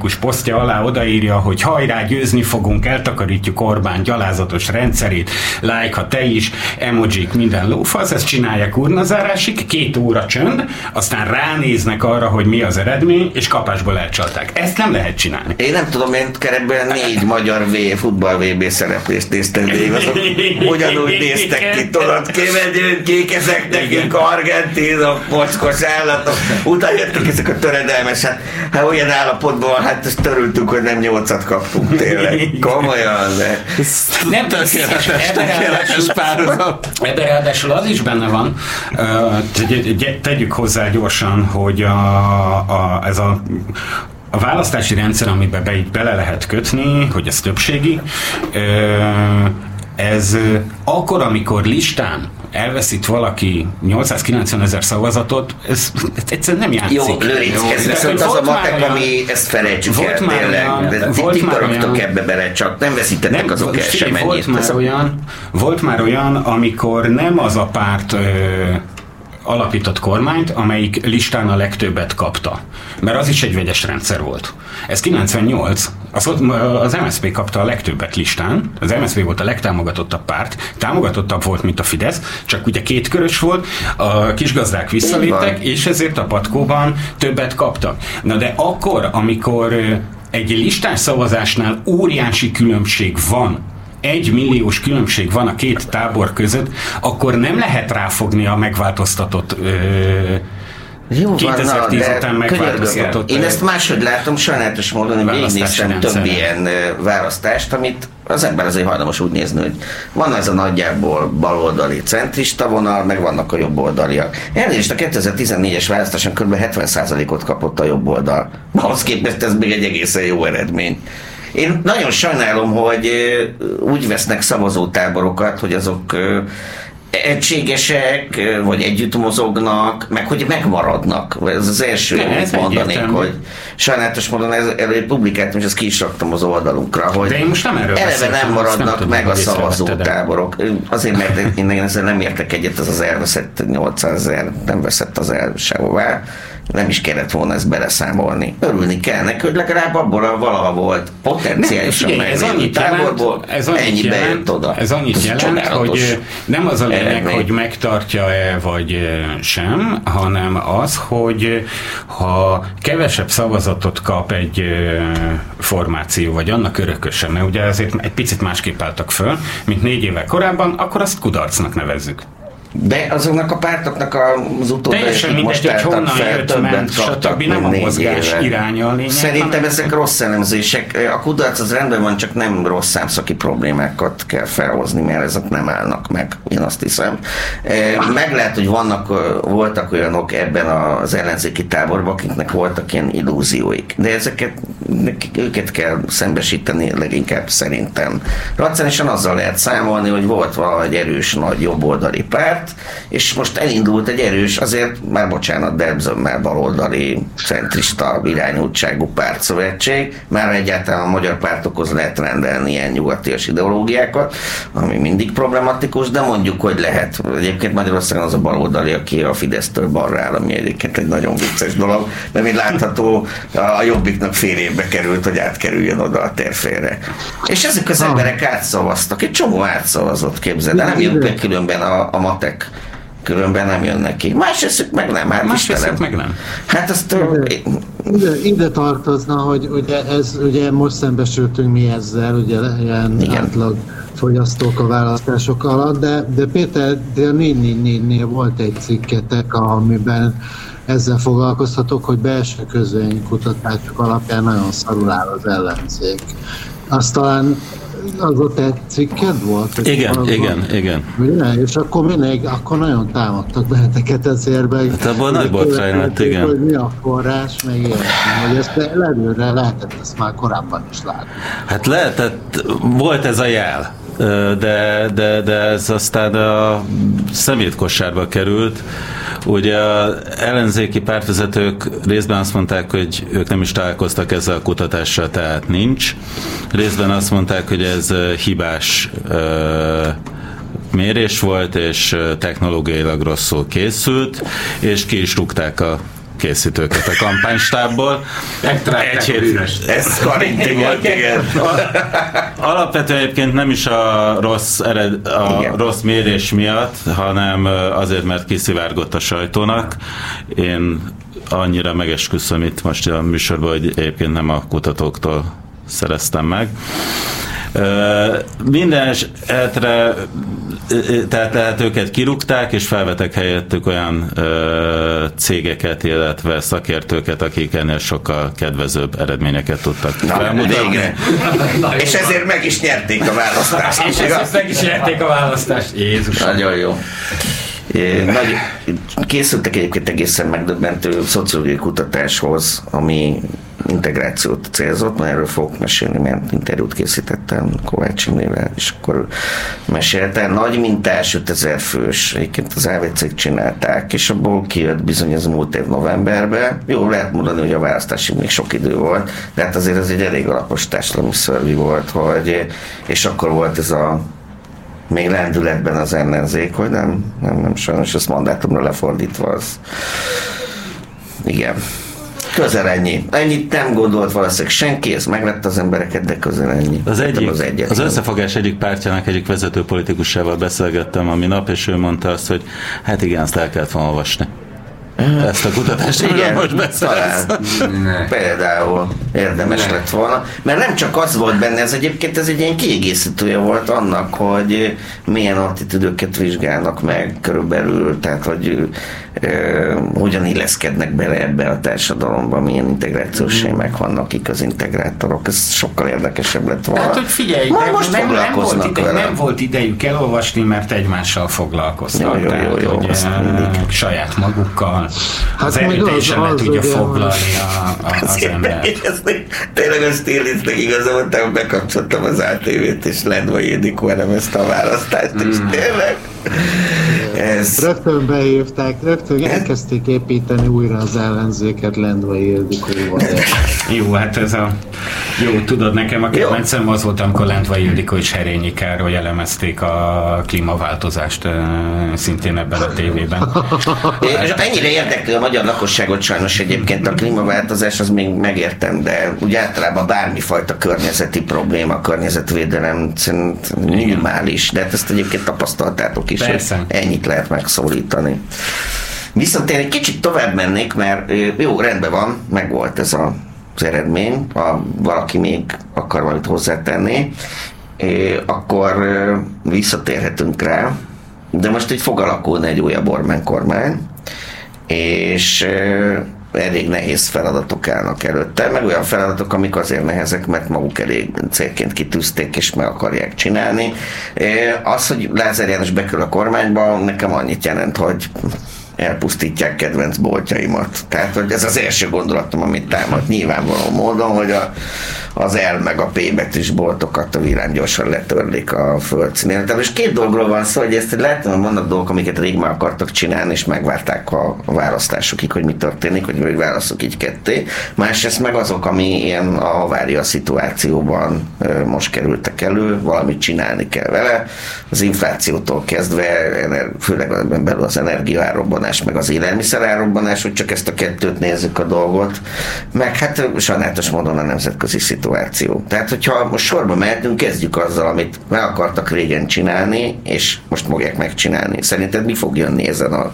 posztja alá odaírja, hogy hajrá, győzni fogunk, eltakarítjuk Orbán gyalázatos rendszerét, like, ha te is, emojik, minden lófasz, ezt csinálják urnazárásig, két óra csönd, aztán ránéznek arra, hogy mi az eredmény, és kapásból elcsalták. Ezt nem lehet csinálni. Én nem tudom, én keretben négy magyar v, futball vé bé szereplést néztem végig, azok ugyanúgy néztek ki, tudod, kémegyünk, kékezek nekünk, argentinok, mockos állatok, utána jöttünk ezek a töredelmes, hát, hát olyan állapotban van, hát ezt törültünk, hogy nem nyolcat kaptunk tényleg. Komolyan, de... Nem tökéletes, tökéletes párhuzam. Ebben ráadásul az is benne van, tegyük hozzá gyorsan, hogy a, a, ez a A választási rendszer, amiben be, bele lehet kötni, hogy ez többségi, ez akkor, amikor listán elveszít valaki nyolcszázkilencven ezer szavazatot, ez, ez egyszerűen nem játszik. Jó, Lőrinc, ez viszont az a matek, ami ezt felejtsük el tényleg. Ti tarogtok ebbe bele, csak nem veszítettek nem, azok el sem volt ennyit. Már olyan, volt már olyan, amikor nem az a párt ö, alapított kormányt, amelyik listán a legtöbbet kapta. Mert az is egy vegyes rendszer volt. Ez kilencvennyolc, az, az em es zé pé kapta a legtöbbet listán, az em es zé pé volt a legtámogatottabb párt, támogatottabb volt, mint a Fidesz, csak ugye kétkörös volt, a kisgazdák visszaléptek, és ezért a patkóban többet kaptak. Na de akkor, amikor egy listás szavazásnál óriási különbség van, egy milliós különbség van a két tábor között, akkor nem lehet ráfogni a megváltoztatott ö, jó, kétezer-tíz van, na, után megváltoztatott. Én ezt máshogy látom, sajnálatos módon, hogy végignéztem több ilyen választást, amit az ember azért hajlamos úgy nézni, hogy van ez a nagyjából baloldali centrista vonal, meg vannak a jobboldaliak. Elnézést, a kétezer-tizennégyes választáson kb. hetven százalékot kapott a jobb oldal. Ahhoz képest ez még egy egészen jó eredmény. Én nagyon sajnálom, hogy úgy vesznek szavazótáborokat, hogy azok egységesek, vagy együtt mozognak, meg hogy megmaradnak. Ez az első, ne, amit mondanék, egyértelmű. Hogy sajnálatos módon előbb publikáltam, és ezt ki is raktam az oldalunkra, hogy de én most nem erről eleve nem maradnak nem meg a szavazótáborok. Azért, mert én ezzel nem értek egyet, az az elveszett nyolcszázezer, nem veszett az el sehová. Nem is kellett volna ezt beleszámolni. Örülni kell neki, hogy legalább abból a valaha volt potenciálisan meglévő táborból, ez annyit jelent, oda. Ez annyit ez jelent, hogy nem az a lényeg, eredmény. Hogy megtartja-e vagy sem, hanem az, hogy ha kevesebb szavazatot kap egy formáció, vagy annak örököse, mert ugye azért egy picit másképp álltak föl, mint négy évvel korábban, akkor azt kudarcnak nevezzük. De azoknak a pártoknak az utódai, teljesen mindegy, hogy honnan jött, ment, stb. Nem a mozgás iránya a lényeg. Szerintem ezek rossz elemzések. A kudarc az rendben van, csak nem rossz számszaki problémákat kell felhozni, mert ezek nem állnak meg, én azt hiszem. Meg lehet, hogy vannak, voltak olyanok ebben az ellenzéki táborban, akiknek voltak ilyen illúzióik. De ezeket, őket kell szembesíteni leginkább szerintem. Racionálisan azzal lehet számolni, hogy volt valahogy erős nagy jobboldali párt, és most elindult egy erős, azért már bocsánat, de zömmel baloldali, centrista irányultságú pártszövetség, már egyáltalán a magyar pártokhoz lehet rendelni ilyen nyugatias ideológiákat, ami mindig problematikus, de mondjuk, hogy lehet. Egyébként Magyarországon az a baloldali, aki a Fidesztől balra áll, ami egyébként egy nagyon vicces dolog, de mint látható, a Jobbiknak fél évbe került, hogy átkerüljön oda a térfélre. És ezek az emberek átszavaztak, egy csomó átszavazott, képzeld, de nem jött be különben a, a matek különben nem jönnek ki. Másrészt meg nem, hát Másrészt meg nem. Hát azt... Ide, ide tartozna, hogy ugye, ez, ugye most szembesültünk mi ezzel, ugye ilyen igen. átlag fogyasztók a választások alatt, de, de Péter, de négy négy négynél volt egy cikketek, amiben ezzel foglalkoztatok, hogy belső közvéleménykutatások alapján nagyon szarul áll az ellenzék. Azt talán az ott egy cikked volt? Igen, igen, van. igen. Ugye? És akkor mindig, akkor nagyon támadtak benneteket ezért, meg... Hát abban nagy botrány lett, igen. Hogy mi a forrás, meg ilyesmi, hogy ezt előre lehetett ezt már korábban is látni. Hát lehetett, volt ez a jel, de, de, de ez aztán a szemétkosárba került. Ugye az ellenzéki pártvezetők részben azt mondták, hogy ők nem is találkoztak ezzel a kutatással, tehát nincs. Részben azt mondták, hogy ez hibás mérés volt, és technológiailag rosszul készült, és ki is rúgták a készítőket a kampánystábból. Egy hét. Ez karinti volt, igen. Alapvetően egyébként nem is a rossz, ered, a rossz mérés miatt, hanem azért, mert kiszivárgott a sajtónak. Én annyira megesküszöm itt most a műsorban, hogy egyébként nem a kutatóktól szereztem meg. Minden esetre tehát lehet őket kirúgták, és felvetek helyettük olyan ö, cégeket, illetve szakértőket, akik ennél sokkal kedvezőbb eredményeket tudtak felmutatni. És ezért meg is nyerték a választást. És ezért meg is nyerték a választást. Jézus. Nagyon jó. Nagy, készültek egyébként egészen megdöbbentő szociológiai kutatáshoz, ami integrációt célzott, mert erről fogok mesélni, mert interjút készítettem Kovács Imrével, és akkor mesélte. Nagy mintás, ötezer fős, egyébként az á vé cé-k csinálták, és abból kijött bizony az múlt év novemberben. Jó, lehet mondani, hogy a választásig még sok idő volt, de hát azért ez egy elég alapos társadalmi szörvi volt, hogy, és akkor volt ez a még lendületben az ellenzék, hogy nem, nem, nem sajnos, ezt mandátumra lefordítva az. Igen. Közel ennyi. Ennyit nem gondolt valószínűleg senki, ez meglepte az embereket, de közel ennyi. Az, egyik, az, az Összefogás egyik pártjának egyik vezető politikusával beszélgettem a minap, és ő mondta azt, hogy hát igen, azt el kellett volna olvasni. Ezt a kutatást, amiről most beszélsz. Például érdemes ne. lett volna. Mert nem csak az volt benne, ez egyébként ez egy ilyen kiegészítője volt annak, hogy milyen attitűdöket vizsgálnak meg körülbelül, tehát hogy e, hogyan illeszkednek bele ebbe a társadalomba, milyen integrációs sémák vannak, kik az integrátorok. Ez sokkal érdekesebb lett volna. Hát, hogy figyelj, Ma, most nem, nem, volt ide, vele. nem volt idejük elolvasni, mert egymással foglalkoztak. Jó, jó, jó, jó, jó, tehát, hogy, saját magukkal. Hát az erőteljesen le tudja foglalni a, a, az ember. Tényleg a stílistnek igazoltam, bekapcsoltam az á té vét, és Lendvai Ildikó elemezte a választást, és tényleg ez... Rögtön behívták, rögtön elkezdték építeni újra az ellenzéket Lendvai Ildikóval. Jó, hát ez a... Jó, tudod, nekem a kedvencem az volt, amikor Lendvai Ildikó és Herényi Károly elemezték a klímaváltozást szintén ebben a tévében. És ennyire érdekli a magyar lakosságot sajnos egyébként a klímaváltozás, az még megértem, de ugye általában bármifajta környezeti probléma, környezetvédelem minimális, de hát ezt egyébként tapasztaltátok is, persze, hogy ennyit lehet megszólítani. Viszont én egy kicsit tovább mennék, mert jó, rendben van, meg volt ez a az eredmény, ha valaki még akar valamit hozzátenni, akkor visszatérhetünk rá, de most így fog alakulni egy újabb Orbán kormány, és elég nehéz feladatok állnak előtte, meg olyan feladatok, amik azért nehezek, mert maguk elég célként kitűzték, és meg akarják csinálni. Az, hogy Lázár János bekerül a kormányba, nekem annyit jelent, hogy elpusztítják kedvenc boltjaimat. Tehát, hogy ez az első gondolatom, amit támad nyilvánvaló módon, hogy a, az L meg a P betűs boltokat a villám gyorsan letörlik a földszínél. Tehát most két dologról van szó, hogy ezt látom, hogy vannak dolgok, amiket rég már akartak csinálni, és megvárták a, a választásokig, hogy mi történik, hogy mi válaszok így ketté. Másrészt meg azok, ami ilyen a havária szituációban ö, most kerültek elő, valamit csinálni kell vele. Az inflációtól kezdve, főleg belül az energiaárokban, meg az élelmiszerárobbanás, hogy csak ezt a kettőt nézzük a dolgot, meg hát sajnálatos módon a nemzetközi szituáció. Tehát, hogyha most sorba mehetünk, kezdjük azzal, amit meg akartak régen csinálni, és most fogják megcsinálni. Szerinted mi fog jönni ezen a...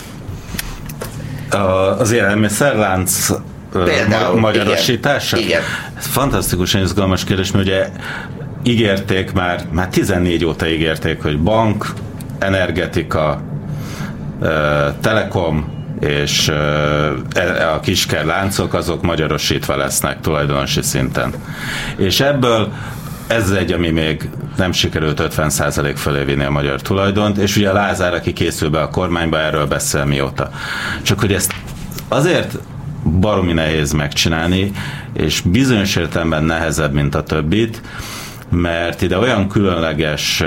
a az élelmiszerlánc Például, magyarosítása? Igen. igen. Ez fantasztikusan izgalmas kérdés, mert ugye ígérték már, már tizennégy óta ígérték, hogy bank, energetika, Telekom és a kisker láncok azok magyarosítva lesznek tulajdonosi szinten. És ebből ez egy, ami még nem sikerült ötven százalék fölé vinni a magyar tulajdont, és ugye a Lázár, aki készül be a kormányba, erről beszél mióta. Csak hogy ezt azért baromi nehéz megcsinálni, és bizonyos értelemben nehezebb, mint a többit, mert ide olyan különleges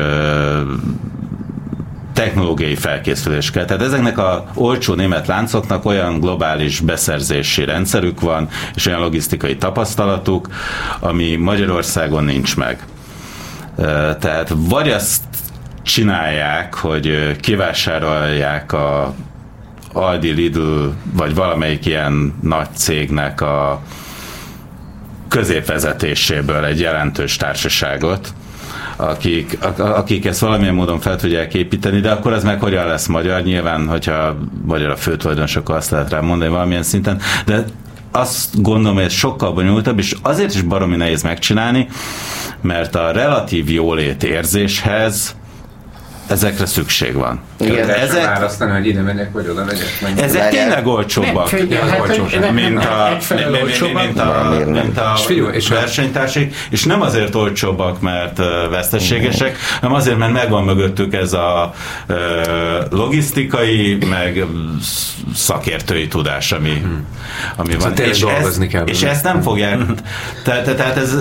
technológiai felkészülés kell. Tehát ezeknek az olcsó német láncoknak olyan globális beszerzési rendszerük van, és olyan logisztikai tapasztalatuk, ami Magyarországon nincs meg. Tehát vagy azt csinálják, hogy kivásárolják a Aldi, Lidl, vagy valamelyik ilyen nagy cégnek a középvezetéséből egy jelentős társaságot, akik, akik ezt valamilyen módon fel tudják építeni, de akkor ez meg hogyan lesz magyar? Nyilván, hogyha magyar a főtulajdonos, akkor azt lehet rá mondani valamilyen szinten, de azt gondolom, hogy ez sokkal bonyolultabb, és azért is baromi nehéz megcsinálni, mert a relatív jólét érzéshez ezekre szükség van. Igen, ezek választani, hogy ide megyek, vagy oda megyek. Ezek tényleg olcsóbbak, mint a, mint a, mint a versenytársaik, és nem azért olcsóbbak, mert veszteségesek, hanem azért, mert megvan mögöttük ez a logisztikai, meg szakértői tudás, ami, ami van. És, ezt, és ezt nem fogják, tehát, tehát ez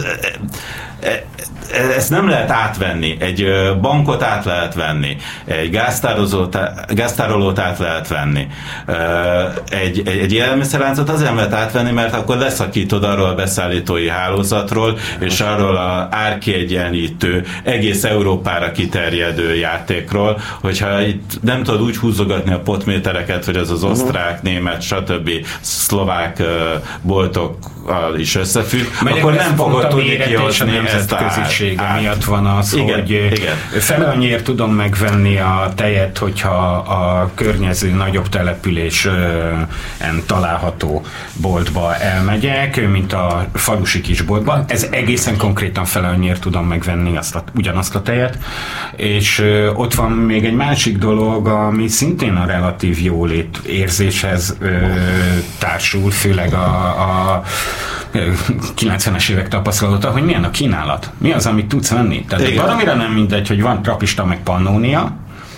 ezt nem lehet átvenni. Egy bankot át lehet venni, egy gáztárolót át lehet venni, egy, egy, egy élelmiszerláncot azért lehet átvenni, mert akkor leszakítod arról a beszállítói hálózatról, és arról az árkiegyenlítő, egész Európára kiterjedő játékról, hogyha itt nem tudod úgy húzogatni a potmétereket, hogy az az osztrák, német, stb. Szlovák boltokkal is összefügg, Megyek akkor nem fogod tudni kihozni ezt a miatt van az, igen, hogy igen. Fel annyiért tudom megvenni a tejet, hogyha a környező nagyobb településen található boltba elmegyek, mint a falusi kisboltba. Ez egészen konkrétan fel annyiért tudom megvenni azt a, ugyanazt a tejet. És ott van még egy másik dolog, ami szintén a relatív jólét érzéshez társul, főleg a, a kilencvenes évek tapasztalata, hogy milyen a kínálat. Mi az, amit tudsz venni? Tehát valamire nem mindegy, hogy van trapista meg pannónia,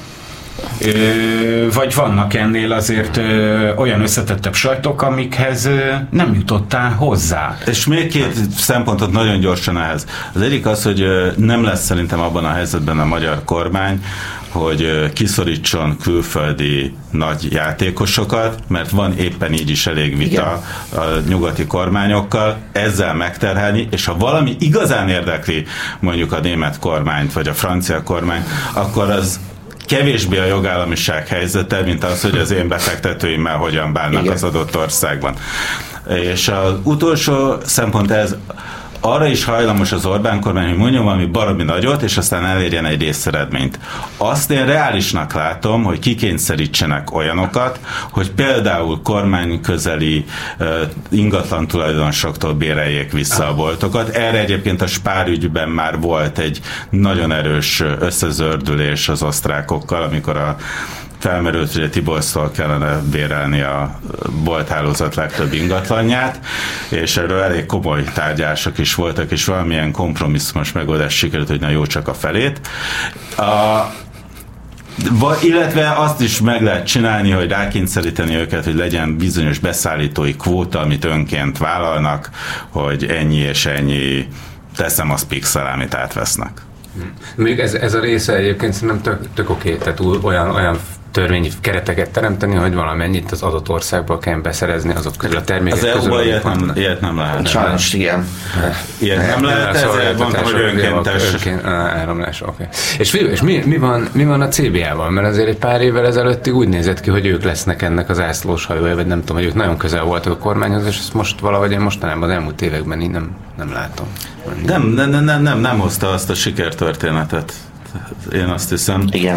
Ö, vagy vannak ennél azért ö, olyan összetettebb sajtok, amikhez ö, nem jutottál hozzá. És még két szempontot nagyon gyorsan ehhez. Az egyik az, hogy ö, nem lesz szerintem abban a helyzetben a magyar kormány, hogy ö, kiszorítson külföldi nagy játékosokat, mert van éppen így is elég vita Igen. a nyugati kormányokkal, ezzel megterhelni, és ha valami igazán érdekli mondjuk a német kormányt, vagy a francia kormányt, akkor az kevésbé a jogállamiság helyzete, mint az, hogy az én befektetőimmel hogyan bánnak Igen. az adott országban. És az utolsó szempont ez, arra is hajlamos az Orbán kormány, hogy mondjon valami baromi nagyot, és aztán elérjen egy részeredményt. Azt én reálisnak látom, hogy kikényszerítsenek olyanokat, hogy például kormányközeli uh, ingatlan tulajdonosoktól béreljék vissza a boltokat. Erre egyébként a Spár ügyben már volt egy nagyon erős összezördülés az osztrákokkal, amikor a felmerült, hogy a Tibolsztól kellene bérelni a bolthálózat legtöbb ingatlanját, és erről elég komoly tárgyások is voltak, és valamilyen kompromisszumos megoldás sikerült, hogy na jó, csak a felét. A, illetve azt is meg lehet csinálni, hogy rákényszeríteni őket, hogy legyen bizonyos beszállítói kvóta, amit önként vállalnak, hogy ennyi és ennyi, teszem az pixel, amit átvesznek. Még ez, ez a része egyébként szerintem tök, tök oké, tehát olyan, olyan törvényi kereteket teremteni, hogy valamennyit az adott országból kell beszerezni azok közül a termékek az közül. Az ilyet nem, ilyet nem lehet. Sajnos, igen. Ilyet nem, nem lehet, ezért mondtam, hogy önkéntes. Önként, áramlás, oké. Okay. És, és mi, mi, van, mi van a cé bé á-val? Mert azért egy pár évvel ezelőttig úgy nézett ki, hogy ők lesznek ennek az ászlós hajója, vagy nem tudom, hogy ők nagyon közel voltak a kormányhoz, és ezt most valahogy én mostanában az elmúlt években így nem, nem látom. Nem, nem, nem, nem, nem, nem hozta azt a sikertörténetet. Én azt hiszem. Igen.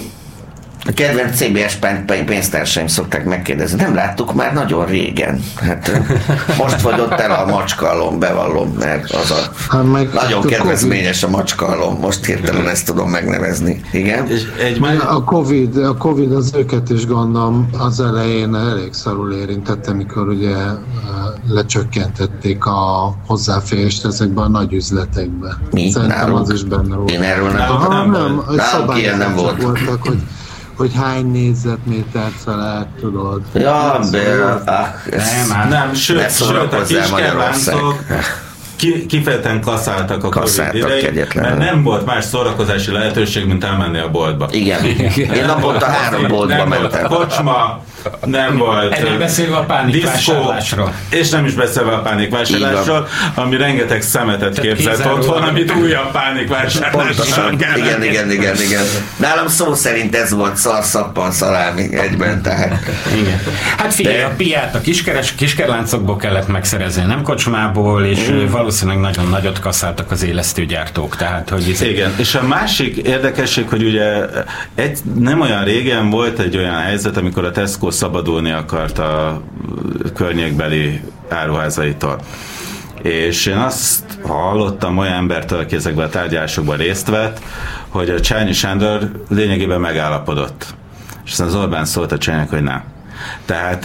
A kedvenc cé bé es pénztársaim szokták megkérdezni, nem láttuk már nagyon régen. Hát most vagy ott el a macskaalom, bevallom, mert az a hát nagyon kedvezményes a macskaalom, most hirtelen ezt tudom megnevezni. Igen? És egy meg... a, COVID, a Covid az őket is gondolom az elején elég szarul érintette, mikor ugye lecsökkentették a hozzáférést ezekben a nagy üzletekben. Mi? Szerintem nálunk? Az is benne volt. Én erről nem tudom. Nem, nem, nálunk ilyen nem volt. Voltak, hogy hogy hány négyzetmétert felelt, tudod. Ja, de... Nem, nem, sőt, sőt a kiskerláncok kifejezetten kasszáltak a Covid idején, mert nem volt más szórakozási lehetőség, mint elmenni a boltba. Igen. Én naponta három boltba mentem. Kocsma, Nem volt. Nem beszélve a pánikvásárlásról. És nem is beszélve a pánikvásárlásról, ami rengeteg szemetet képzett otthon, amit újabb pánikvásárlásról kell. Igen, igen, igen, igen. Nálam szó szerint ez volt szar, szappan, szalámi egyben, tehát. Igen. Hát figyelj, de... a piát a kiskeres, kiskerláncokból kellett megszerezni, nem kocsmából, és mm. valószínűleg nagyon nagyot kasszáltak az élesztőgyártók. Tehát, hogy ez igen, és a másik érdekesség, hogy ugye egy, nem olyan régen volt egy olyan helyzet, amikor a Tesco szabadulni akart a környékbeli áruházaitól. És én azt hallottam olyan embertől, aki ezekben a tárgyalásokban részt vett, hogy a Csányi Sándor lényegében megállapodott. És aztán az Orbán szólt a Csánynak, hogy nem. Tehát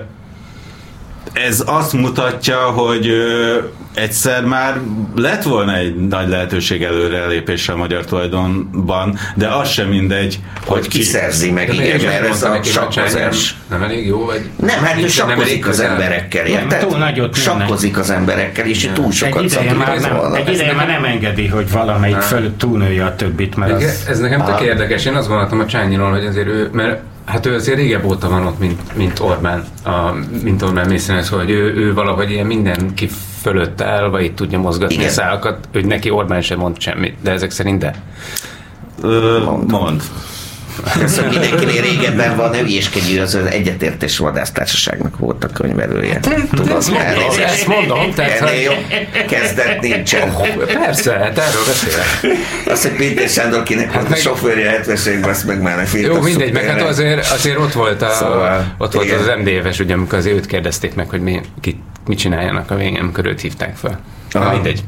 ez azt mutatja, hogy egyszer már lett volna egy nagy lehetőség előrelépésre a magyar tulajdonban, de az sem mindegy, hogy, hogy kiszerzi meg, igen, mert ez a sakkozás. Nem elég jó, vagy? Nem, hát ő sakkozik az emberekkel, érted? Sakkozik az emberekkel, és túl sokat szakít. Egy ideje már nem engedi, hogy valamelyik fölött túlnője a többit, mert az... Ez nekem tök érdekes, én azt gondoltam a Csányiról, hogy azért ő, mert hát ő azért régebb óta van ott, mint, mint Orbán, a, mint Orbán Mészáros, hogy ő, ő valahogy ilyen mindenki fölött áll, vagy itt tudja mozgatni igen. a szálakat, hogy neki Orbán sem mond semmit, de ezek szerint de? Ö, mond. Köszönöm, mindenkinél régebben van, hülyéskedjű, az Egyetértés Vadásztársaságnak volt a könyvelője. Tudod, ezt mondom, tehát... Ennél jobb kezdet nincsen. Persze, hát erről beszélek. Azt, hogy Pintér Sándor kinek hát volt a sofőrje hetvenes évben, azt meg már ne félt. Jó, mindegy, meg hát azért, azért ott volt, a, szóval, ott volt az em dé ef-es, ugye, amikor azért őt kérdezték meg, hogy mi, ki, mit csináljanak a végén, amikor őt hívták fel. Na, mindegy.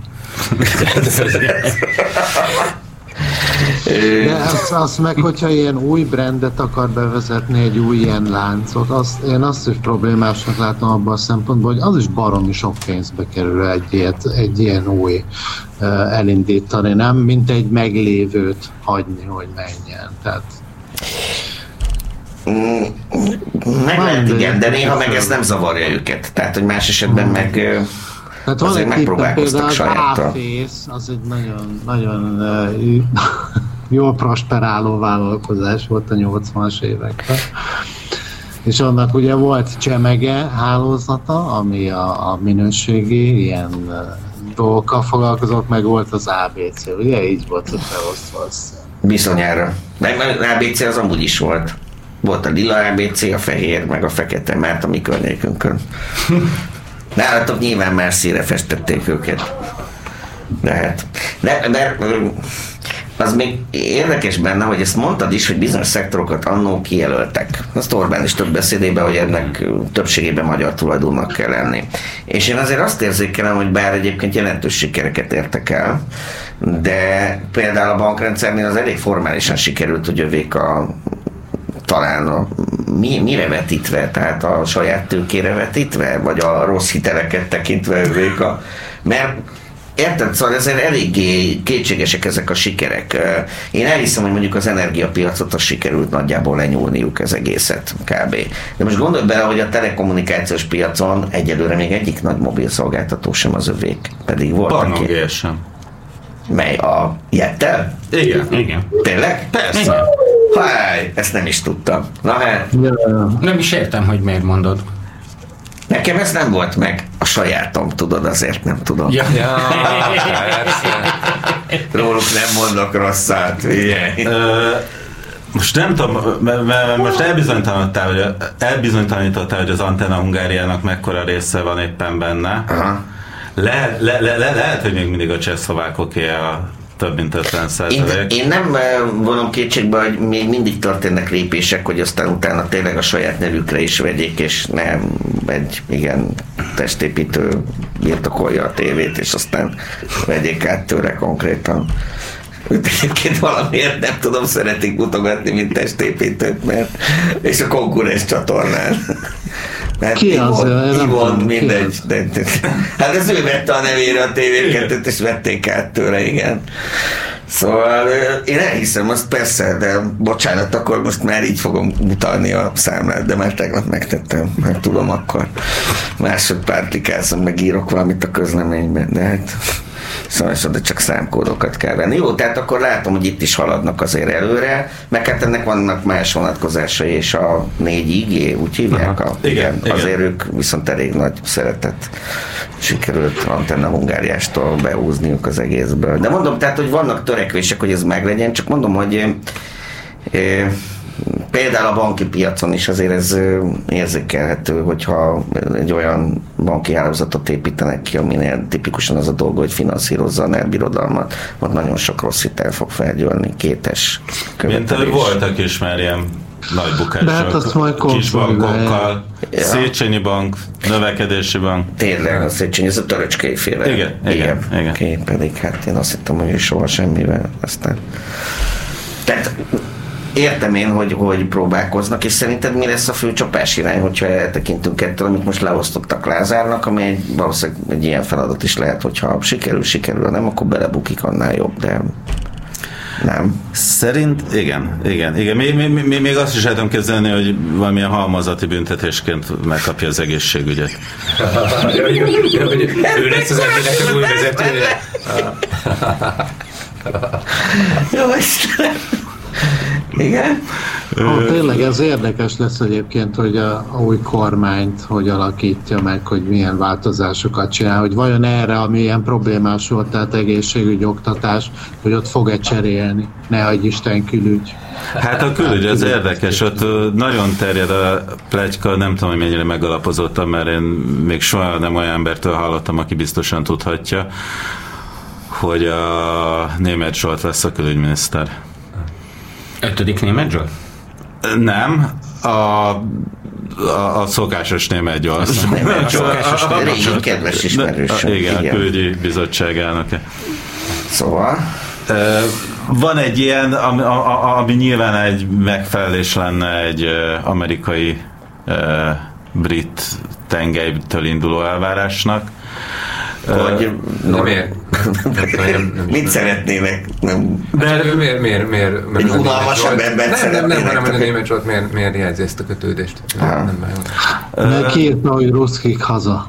De azt, azt meg, hogyha ilyen új brandet akar bevezetni, egy új ilyen láncot, azt, én azt is problémásnak látom abban a szempontból, hogy az is baromi sok pénzbe kerül egy, ilyet, egy ilyen új uh, elindítani, nem? Mint egy meglévőt hagyni, hogy menjen. Tehát... Mm, meg lehet, igen, de néha meg ez nem zavarja őket. Tehát, hogy más esetben meg... Tehát van egy tippem, például az A-Face, az egy nagyon, nagyon uh, jól prosperáló vállalkozás volt a nyolcvanas években. És annak ugye volt csemege hálózata, ami a, a minőségi ilyen uh, dolgokkal foglalkozott, meg volt az á bé cé, ugye így volt a felosztva. Bizonyára. Meg az á bé cé az amúgy is volt. Volt a lila á bé cé, a fehér, meg a fekete, mert a mi környékünkön. Nálatok nyilván már színre festették őket. De hát, de, de az még érdekes benne, hogy ezt mondtad is, hogy bizonyos szektorokat annó kijelöltek. Azt Orbán is több beszédében, hogy ennek többségében magyar tulajdonnak kell lenni. És én azért azt érzékelem, hogy bár egyébként jelentős sikereket értek el, de például a bankrendszernél az elég formálisan sikerült, hogy övék a talán a, mi, mire vetítve, tehát a saját tőkére vetítve, vagy a rossz hiteleket tekintve övék a... Mert érted, szóval ezért eléggé kétségesek ezek a sikerek. Én elhiszem, hogy mondjuk az energiapiacot az sikerült nagyjából lenyúlniuk ez egészet kb. De most gondolj bele, hogy a telekommunikációs piacon egyelőre még egyik nagy mobil szolgáltató sem az övék. Pedig volt. Barnogél sem. Mely? A Jettel? Igen. Igen. Tényleg? Persze. Háj, ezt nem is tudtam. Na hát. Nem is értem, hogy miért mondod. Nekem ez nem volt meg a sajátom, tudod, azért nem tudom. Ja. Ja, róluk nem mondok rosszat. Most nem tudom, mert most elbizonytalanítottál, hogy, elbizonytalanítottál, hogy az Antenna Hungáriának mekkora része van éppen benne. Aha. Le, le, le, le, lehet, hogy még mindig a csehszlovákoké a több mint ötven százalék. Én, én nem vonom kétségbe, hogy még mindig történnek lépések, hogy aztán utána tényleg a saját nevükre is vegyék, és nem egy igen testépítő birtokolja a tévét, és aztán vegyék át tőle konkrétan. Egyébként valamiért nem tudom, szeretik mutogatni, mint testépítőt, mert és a konkurens csatornán. Mert ki az? Ivon, mindegy. De, de, hát ez ő vette a nevére a té vé kettőt, és vették át tőle, igen. Szóval én elhiszem azt persze, de bocsánat, akkor most már így fogom mutatni a számlát, de már tegnap megtettem, mert tudom, akkor másodpártikázom, meg írok valamit a közleményben, de hát Szóval de csak számkódokat kell venni. Jó, tehát akkor látom, hogy itt is haladnak azért előre, meg hát ennek vannak más vonatkozásai, és a négy I G, úgy hívják? A, igen, igen, azért ők viszont elég nagy szeretet sikerült Antenna Hungáriástól behúzniuk az egészből. De mondom, tehát, hogy vannak törekvések, hogy ez meglegyen, csak mondom, hogy e, például a banki piacon is azért ez érzékelhető, hogyha egy olyan banki hálózatot építenek ki, aminél tipikusan az a dolga, hogy finanszírozza a nerbirodalmat, ott nagyon sok rossz hitel fog felgyűlni, kétes követelés. Mint voltak is már ilyen nagy bukások, hát kis bankokkal, ja. Széchenyi Bank, Növekedési Bank. Tényleg, a Széchenyi, ez a Töröcskei féle. Igen, igen, igen. Ké, pedig hát én azt hittem, hogy soha semmivel. Aztán... Tehát értem én, hogy, hogy próbálkoznak, és szerinted mi lesz a fő csapás irány, hogyha eltekintünk ettől, amit most leosztottak Lázárnak, ami egy, valószínűleg egy ilyen feladat is lehet, hogyha sikerül, sikerül, nem, akkor belebukik, annál jobb, de nem. Szerint igen, igen, igen. Még, még, még azt is el tudom kezdeni, hogy valamilyen halmazati büntetésként megkapja az egészségügyet. Ő lesz az embernek az új vezetője. Jó, Istenem! Igen? Ha tényleg ez érdekes lesz egyébként, hogy a, a új kormányt hogy alakítja meg, hogy milyen változásokat csinál, hogy vajon erre, ami ilyen problémás volt, tehát egészségügy, oktatás, hogy ott fog-e cserélni, ne adj Isten külügy. Hát a külügy, ez érdekes, ott nagyon terjed a pletyka, nem tudom, hogy mennyire megalapozottam, mert én még soha nem olyan embertől hallottam, aki biztosan tudhatja, hogy a Németh Zsolt lesz a külügyminiszter. Ötödik Németh Zsolt? Nem, a, a, a szokásos Németh Zsolt. A szokásos Németh Zsolt. Kedves ismerősöm. Igen, a külügyi bizottság elnöke. Szóval? Van egy ilyen, ami, ami nyilván egy megfelelés lenne egy amerikai brit tengelytől induló elvárásnak. Vagy no, miért? Mit szeretnének? Nem. De ő miért, miért, miért? Egy unalmasabb embert szeretnének. Nem, nem, nem, hanem a Németh Zsolt miért, miért jelzi ezt a kötődést? Nem bájon. Neki írta, hogy ruszkik haza.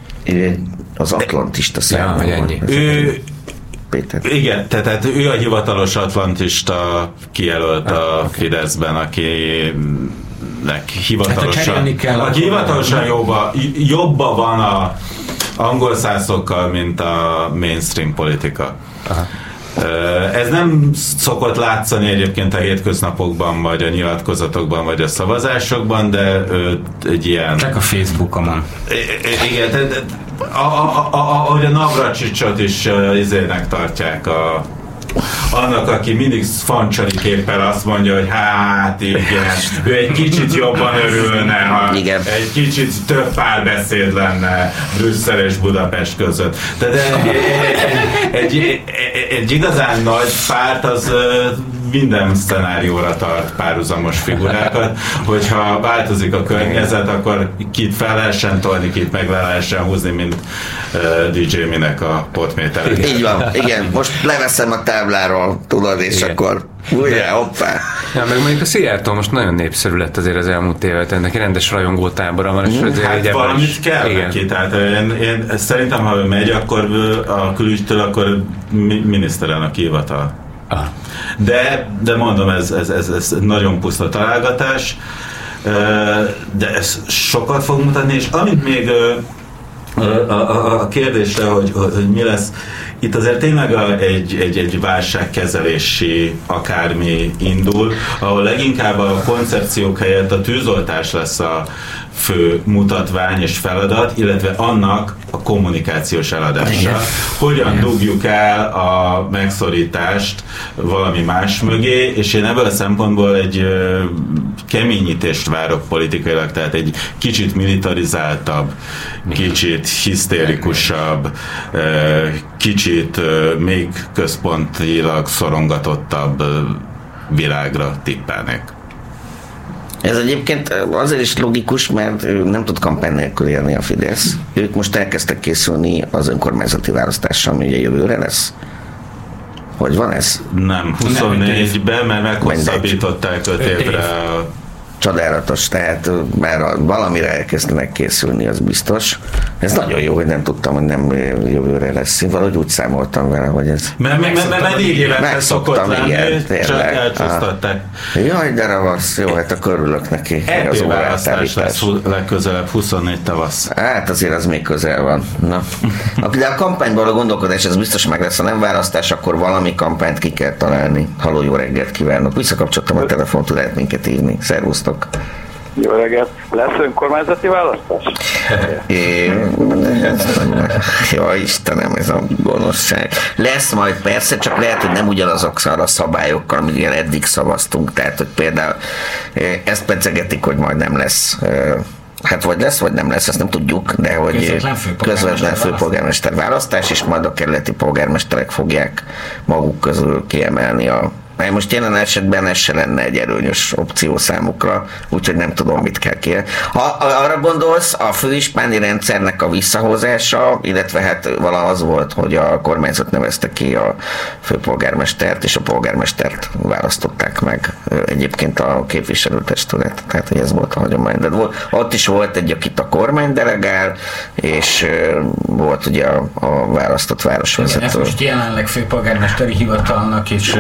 Az atlantista számban. Ja, ennyi. Ő, Péter. Igen, tehát, tehát ő a hivatalos atlantista kijelölt ah, a okay. Fideszben, akinek hivatalosan, hát aki hivatalosan jobba, jobba van a angol szászokkal, mint a mainstream politika. Aha. Ez nem szokott látszani egyébként a hétköznapokban, vagy a nyilatkozatokban, vagy a szavazásokban, de egy ilyen... Csak a Facebookon. Igen, de, de, ahogy a Navracsicsot is izének tartják a annak, aki mindig fancsaliképpen azt mondja, hogy hát igen, ő egy kicsit jobban örülne, ha igen. egy kicsit több párbeszéd lenne Brüsszel és Budapest között. De, de egy, egy, egy, egy igazán nagy párt az minden szenárióra tart párhuzamos figurákat, hogyha változik a környezet, akkor kit fel lehessen tolni, kit meg le lehessen húzni, mint uh, dé dzsé Minek a potmétereket. Így van, igen, most leveszem a tábláról, tudod, és igen. akkor újra, hoppá. Ja, meg mondjuk a Szijjártó most nagyon népszerű lett azért az elmúlt évet, ennek rendes rajongó tábora van. És mm, hát valamit is kell igen. neki, tehát én, én szerintem, ha ő megy, akkor a külügytől, akkor miniszterelnök hivatal. Ah. De, de mondom, ez, ez, ez, ez nagyon puszta találgatás, de ez sokat fog mutatni, és amit még a, a, a kérdésre, hogy, hogy mi lesz, itt azért tényleg a, egy, egy, egy válságkezelési akármi indul, ahol leginkább a koncepciók helyett a tűzoltás lesz a fő mutatvány és feladat, illetve annak a kommunikációs eladása. Igen. Hogyan Igen. dugjuk el a megszorítást valami más mögé, és én ebből a szempontból egy ö, keményítést várok politikailag, tehát egy kicsit militarizáltabb, kicsit hisztérikusabb, ö, kicsit ö, még központilag szorongatottabb ö, világra tippelnék. Ez egyébként azért is logikus, mert nem tud kampány nélkül élni a Fidesz. Ők most elkezdtek készülni az önkormányzati választással, ami ugye jövőre lesz. Hogy van ez? Nem, huszonnégyben, mert meghosszabbították öt évre a Csodálatos, tehát már valamire elkezdenek készülni, az biztos. Ez nagyon jó, hogy nem tudtam, hogy nem jövőre lesz. Én valahogy úgy számoltam vele, hogy ez... Mert mert négy évente szokott lenni, csak elcsúsztatták. Jaj, de ravasz, jó, hát akkor örülök neki. é pé választás lesz legközelebb, huszonnégy tavasz. Hát azért az még közel van. Na. De a kampányban a gondolkodás, ez biztos meg lesz, ha nem választás, akkor valami kampányt ki kell találni. Halló, jó reggelt kívánok. Visszakapcsoltam a telefont, lehet minket írni. Szervusztok. Jó reggelt. Lesz önkormányzati választás? É, ja, Istenem, ez a gonoszság. Lesz majd persze, csak lehet, hogy nem ugyanazokkal a szabályokkal, amit eddig szavaztunk. Tehát, hogy például ezt pedzegetik, hogy majd nem lesz. Hát vagy lesz, vagy nem lesz, ezt nem tudjuk, de hogy közvetlen főpolgármester, közvetlen főpolgármester választás, és majd a kerületi polgármesterek fogják maguk közül kiemelni a... Most jelen esetben ez se lenne egy erőnyös opció számukra, úgyhogy nem tudom, mit kell kérni. Ha arra gondolsz, a főispáni rendszernek a visszahozása, illetve hát vala az volt, hogy a kormányzat nevezte ki a főpolgármestert, és a polgármestert választották meg egyébként a képviselőtestület. Tehát, hogy ez volt a hagyomány. De volt, ott is volt egy, akit a kormány delegál, és volt ugye a, a választott városvezető. Ez most jelenleg főpolgármesteri hivatalnak és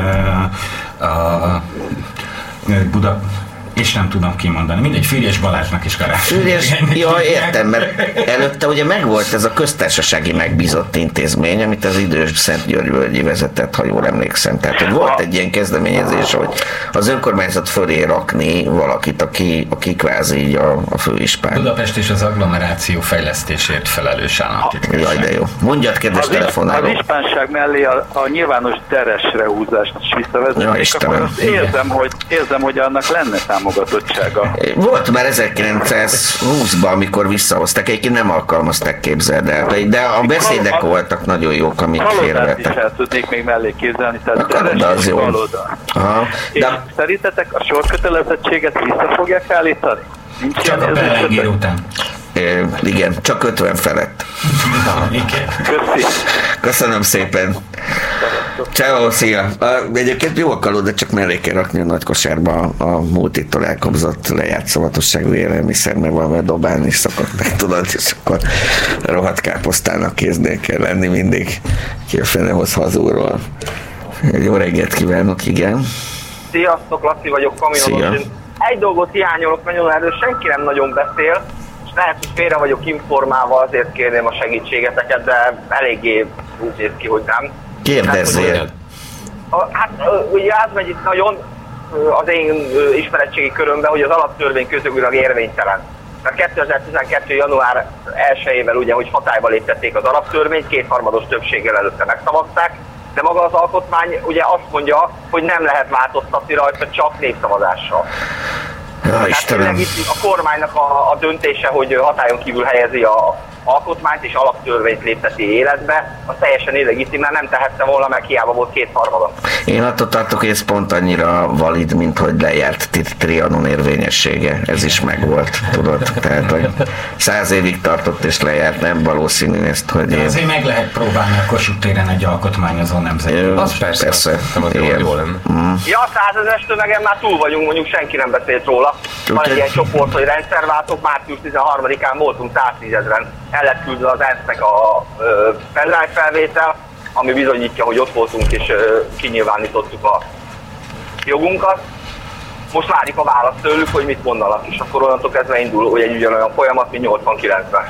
a, a Buda, és nem tudom kimondani, mindegy, Füriyes Balázsnak is Karácsony. Füriyes, ja, értem, mert előtte ugye megvolt ez a köztársasági megbízott intézmény, amit az idős Szent György völgyi vezetett, ha jól emlékszem. Tehát, hogy volt egy ilyen kezdeményezés, hogy az önkormányzat fölé rakni valakit, aki, aki kvázi így a, a főispán. Budapest és az agglomeráció fejlesztésért felelős államtitkárság. Jaj, de jó. Mondjad, kedves telefonáló. Az ispánság mellé a, a nyilvános teresre húzást is visszavezetnék, ja, akkor azt érzem, hogy, érzem, hogy annak lenne támogatottsága. Volt már ezerkilencszázhúszban, amikor visszahozták, egyébként nem alkalmazták, képzeld el, de a beszédek voltak nagyon jók, amik félrevettek. Kalodát is el tudnék még mellé képzelni, tehát Kaloda az jó. Aha. És de... szerintetek a sorkötelezettséget vissza fogják állítani? Nincs csak a Pellegér után. É, igen, csak ötven felett. Köszi. Köszönöm szépen. Ciao, szia. Egyébként jó a kalóda, csak mellé kell rakni a nagy kosárba a, a multitól elkobzott lejátszavatosságú élelmiszer, mert valami dobálni is szokott meg, tudod, és akkor rohadt káposztának kéznél kell lenni mindig, ki a fene hoz hazúról. Jó reggelt kívánok, igen. Sziasztok, Laci vagyok, kamionos. Egy dolgot hiányolok nagyon erről, senki nem nagyon beszél, és lehet, hogy félre vagyok informálva, azért kérném a segítségeteket, de eléggé úgy néz ki, hogy nem. Kérdezzél! Hát, hát ugye az megy itt nagyon az én ismeretségi körömben, hogy az alaptörvény közögileg érvénytelen. Mert kétezer-tizenkettő. január elsejével ugye, hogy hatályba léptették az alaptörvényt, kétharmados többséggel előtte megszavazták, de maga az alkotmány ugye azt mondja, hogy nem lehet változtatni rajta, csak népszavazással. Ja, tehát Istenem. itt a kormánynak a, a döntése, hogy hatályon kívül helyezi a alkotmányt és alaptörvényt lépteti életbe, az teljesen illegitim, mert nem tehette volna meg, hiába volt kétharmada. Én attól tartok, hogy ez pont annyira valid, mint hogy lejárt Trianon érvényessége. Ez is megvolt, tudod. Tehát, hogy száz évig tartott és lejárt, nem valószínű ezt, hogy... De azért meg lehet próbálni a Kossuth téren egy alkotmányozó nemzeti. Az persze, persze. Az jól, jól lenne. Mm. Ja, a százezres tömegen már túl vagyunk, mondjuk senki nem beszélt róla. Van egy ilyen csoport, hogy rendszerváltók, március tizenharmadikán voltunk száztízezren. El lett küldve az é en es-nek a pendrive felvétel, ami bizonyítja, hogy ott voltunk és ö, kinyilvánítottuk a jogunkat. Most várjuk a választ tőlük, hogy mit mondanak, és akkor onnantól kezdve indul hogy egy ugyanolyan folyamat, mint nyolcvankilencben.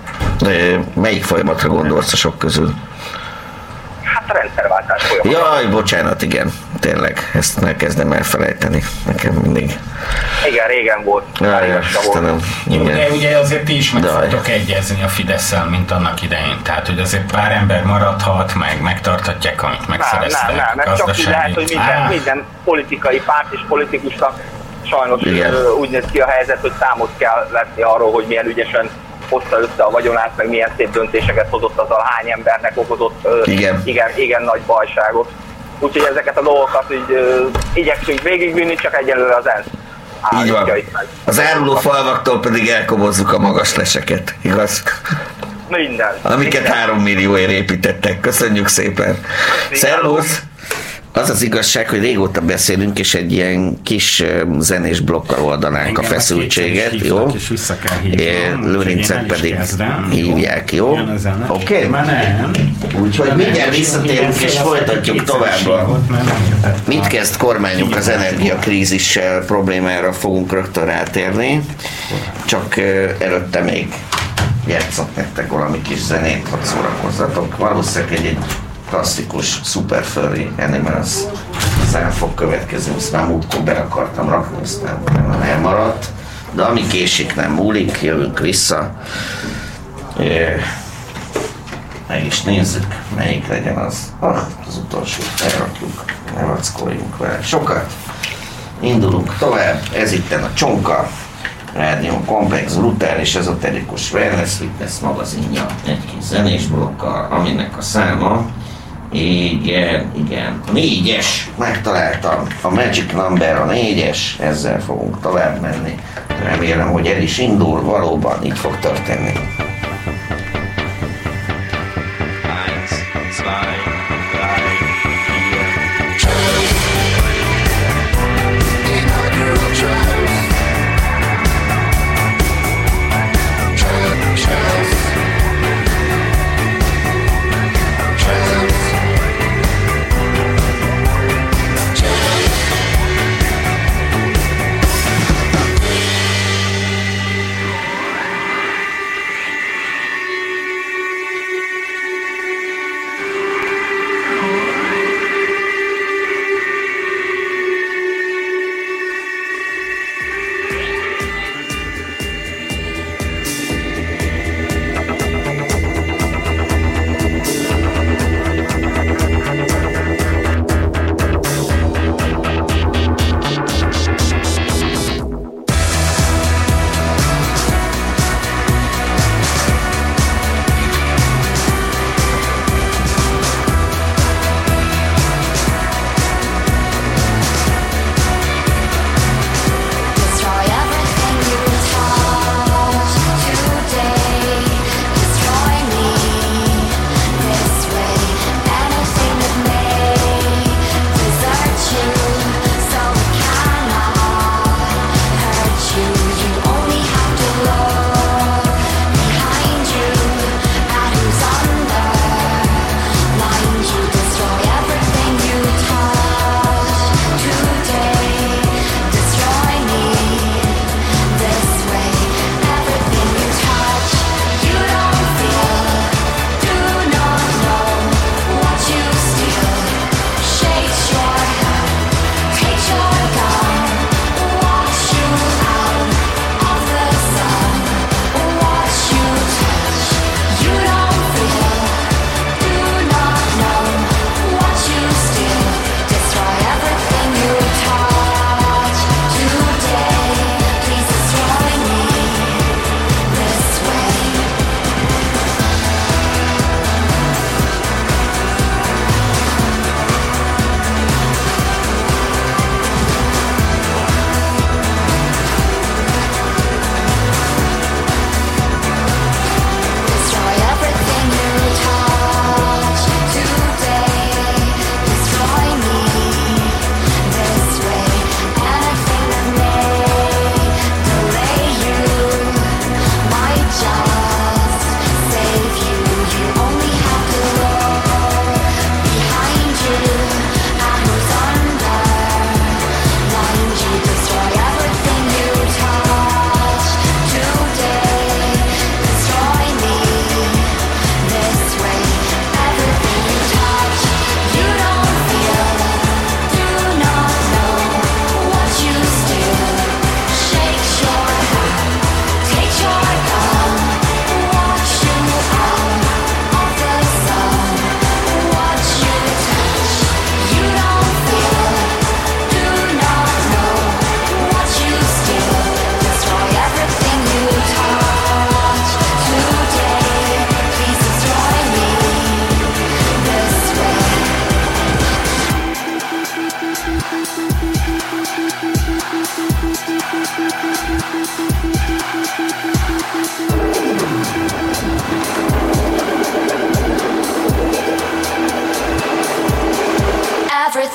Melyik folyamatra gondolsz a sok közül? Hát a rendszerváltás folyamat. Jaj, bocsánat, igen, tényleg, ezt megkezdem elfelejteni, nekem mindig. Igen, régen volt. Jaj, Istenem, igen. De ugye azért ti is meg fogtok egyezni a Fidesszel, mint annak idején. Tehát, hogy azért pár ember maradhat, meg megtartatják, amit megszereztek. Nem, nem, nem, ez csak úgy lehet, hogy minden, minden politikai párt és politikusnak sajnos igen. úgy néz ki a helyzet, hogy számot kell vetni arról, hogy milyen ügyesen hozta össze a vagyonát, meg milyen szép döntéseket hozott azzal, hány embernek okozott igen. Igen, igen nagy bajságot. Úgyhogy ezeket a dolgokat így uh, igyekszünk végigvinni, csak egyelőre az é en es. Így van. Az áruló falvaktól pedig elkobozzuk a magas leseket, igaz? Minden. Amiket három millióért építettek. Köszönjük szépen. Szervusz! Az az igazság, hogy régóta beszélünk, és egy ilyen kis zenés blokkal oldanánk a feszültséget, jó? És vissza kell hívnom. Lőrincet pedig hívják, jó? Oké? Okay? Már nem. Úgyhogy mindjárt visszatérünk, és folytatjuk tovább. Mit kezd kormányunk az energiakrízissel problémára fogunk rögtön rátérni. Csak előtte még játszok nektek valami kis zenét, hogy szórakozzatok. Valószínűleg egy, egy klasszikus Super Furry Animals szám fog következni, azt már múltkor be akartam rakni, aztán nem elmaradt. De ami késik, nem múlik, jövünk vissza. Meg is nézzük, melyik legyen az. Ah, az utolsó, elrakjuk, ne vackoljunk vele sokat. Indulunk tovább, ez itten a Csonka Rádió Komplex brutális ezoterikus wellness fitness magazinja egy kis zenés blokkal, aminek a száma igen, igen, négyes, megtaláltam a Magic Number, a négyes, ezzel fogunk tovább menni. Remélem, hogy el is indul, valóban így fog történni.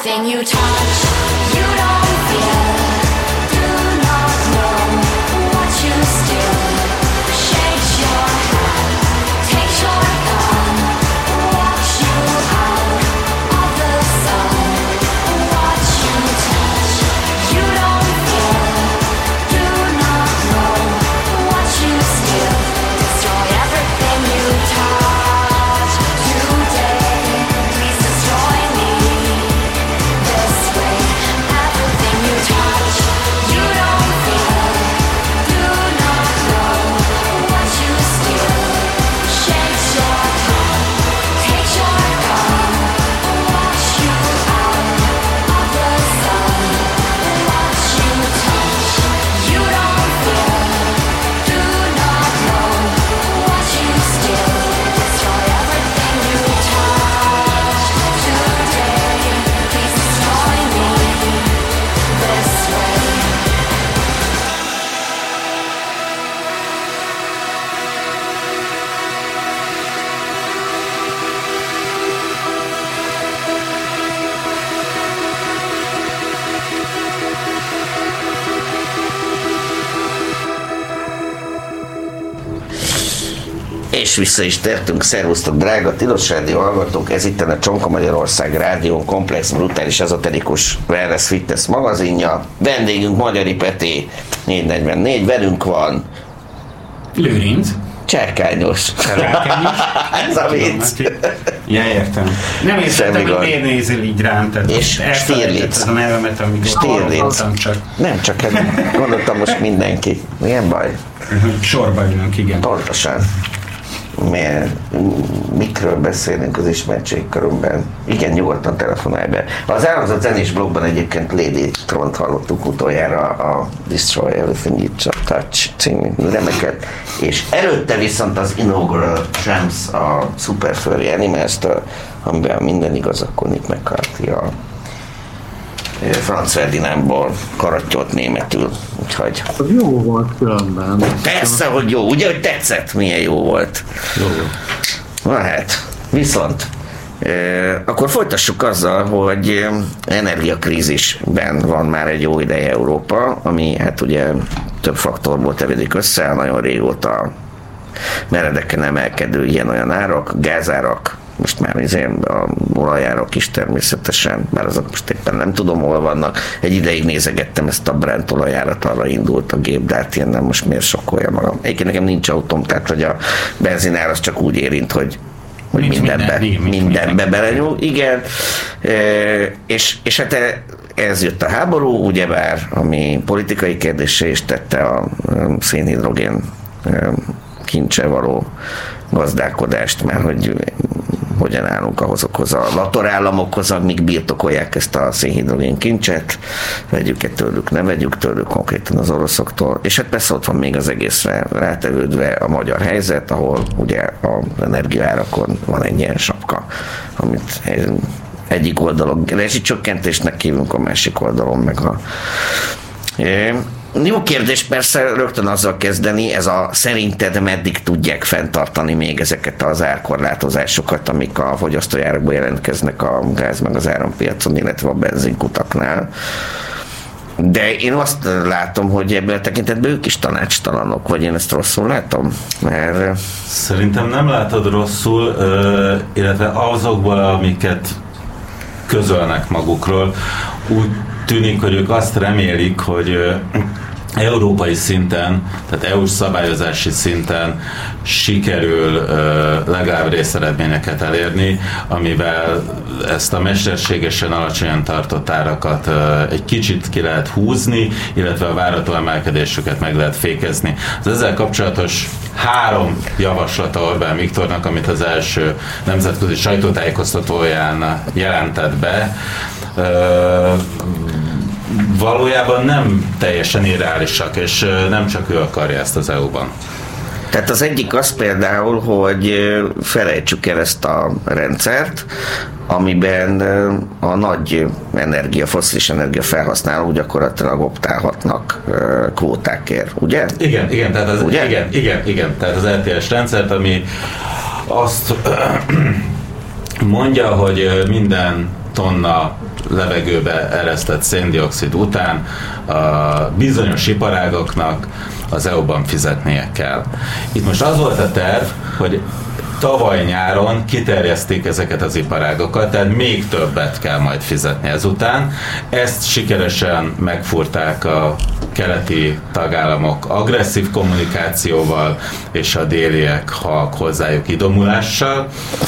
Everything you touch, you don't feel. Do not know what you steal. Shakes your hand, takes your gun, walks you out of the sun. What you touch, you don't feel. Do not know what you steal. Destroy everything you touch today. Please destroy me. This way, everything you touch, you don't feel. Do not know what you steal. Shakes your hand, takes your gun, walks you out of the sun. What you touch, you don't feel. Do not know what you steal. Destroy everything you touch today. Please destroy me this way. És vissza is tértünk, szervusztok drága Tilos Rádió hallgatók, ez itten a Csonka Magyarország Rádión komplex, brutális, ezoterikus wellness fitness magazinja. Vendégünk Magyari Peti, négy negyvennégy, velünk van Lőrinc. Cserkányos. Cserkányos. Ez a vicc. Ja, értem. Nem értettem, hogy miért nézel így rám, tehát és Stirlitz. Ez a nevemet, amikor hallottam csak. Nem csak, gondoltam most mindenki. Milyen baj? Sorba ülünk, igen. Pontosan. Miért, mikről beszélünk az ismertségkörünkben? Igen, nyugodtan telefonálj be. Az elhangzott zenés blogban egyébként Lady Tront hallottuk utoljára a Destroy Everything You Touch című remeket, és előtte viszont az Inaugural Tramps a Super Furry Animals-től, amiben minden igaz, akkor Nick McCarthy a Franz Ferdinandból karattyót németül, úgyhogy... Az jó volt különben. Persze, hogy jó, ugye, hogy tetszett, milyen jó volt. Jó. Na hát, viszont e, akkor folytassuk azzal, hogy energiakrízisben van már egy jó ideje Európa, ami hát ugye több faktorból tevődik össze, nagyon régóta meredeken emelkedő ilyen-olyan árak, gázárak, most már a olajárak is természetesen, bár azok most éppen nem tudom, hol vannak. Egy ideig nézegettem ezt a Brent olajárat, arra indult a gép, de hát ilyen nem, most miért sokkolja magam. Egyébként nekem nincs autóm, tehát hogy a benzinár az csak úgy érint, hogy, hogy mindenbe, minden, mindenbe belenyúl. Igen, e, és, és hát ez jött a háború, ugyebár, ami politikai kérdése is tette a szénhidrogén kincse való gazdálkodást, mert hogy hogyan állunk ahhozokhoz a latorállamokhoz, amik birtokolják ezt a szénhidrogén kincset, vegyük-e tőlük, ne vegyük tőlük, konkrétan az oroszoktól. És hát persze ott van még az egészre rátevődve a magyar helyzet, ahol ugye az energiaárakon van egy ilyen sapka, amit egyik oldalon rezsicsökkentésnek hívunk, a másik oldalon meg a... Jó kérdés persze rögtön azzal kezdeni, ez a szerinted meddig tudják fenntartani még ezeket az árkorlátozásokat, amik a fogyasztójárakban jelentkeznek a gáz meg az árampiacon, illetve a benzinkutaknál. De én azt látom, hogy ebből a tekintetben ők is tanácstalanok, vagy én ezt rosszul látom? Mert... Szerintem nem látod rosszul, illetve azokból, amiket közölnek magukról, úgy tűnik, hogy ők azt remélik, hogy európai szinten, tehát é u-s szabályozási szinten sikerül legalább részeredményeket elérni, amivel ezt a mesterségesen alacsonyan tartott árakat egy kicsit ki lehet húzni, illetve a várható emelkedésüket meg lehet fékezni. Az ezzel kapcsolatos három javaslata Orbán Viktornak, amit az első nemzetközi sajtótájékoztatóján jelentett be, valójában nem teljesen irreálisak, és nem csak ő akarja ezt az é u-ban. Tehát az egyik az például, hogy felejtsük el ezt a rendszert, amiben a nagy energia, fosszilis energia felhasználók gyakorlatilag optálhatnak kvótákért, ugye? Igen, igen, tehát az, ugye? igen, igen, igen, tehát az er té es rendszert, ami azt mondja, hogy minden tonna levegőbe eresztett széndioxid után a bizonyos iparágoknak az é u-ban fizetnie kell. Itt most az volt a terv, hogy tavaly nyáron kiterjeszték ezeket az iparágokat, tehát még többet kell majd fizetni ezután. Ezt sikeresen megfúrták a keleti tagállamok agresszív kommunikációval, és a déliek halk hozzájuk idomulással.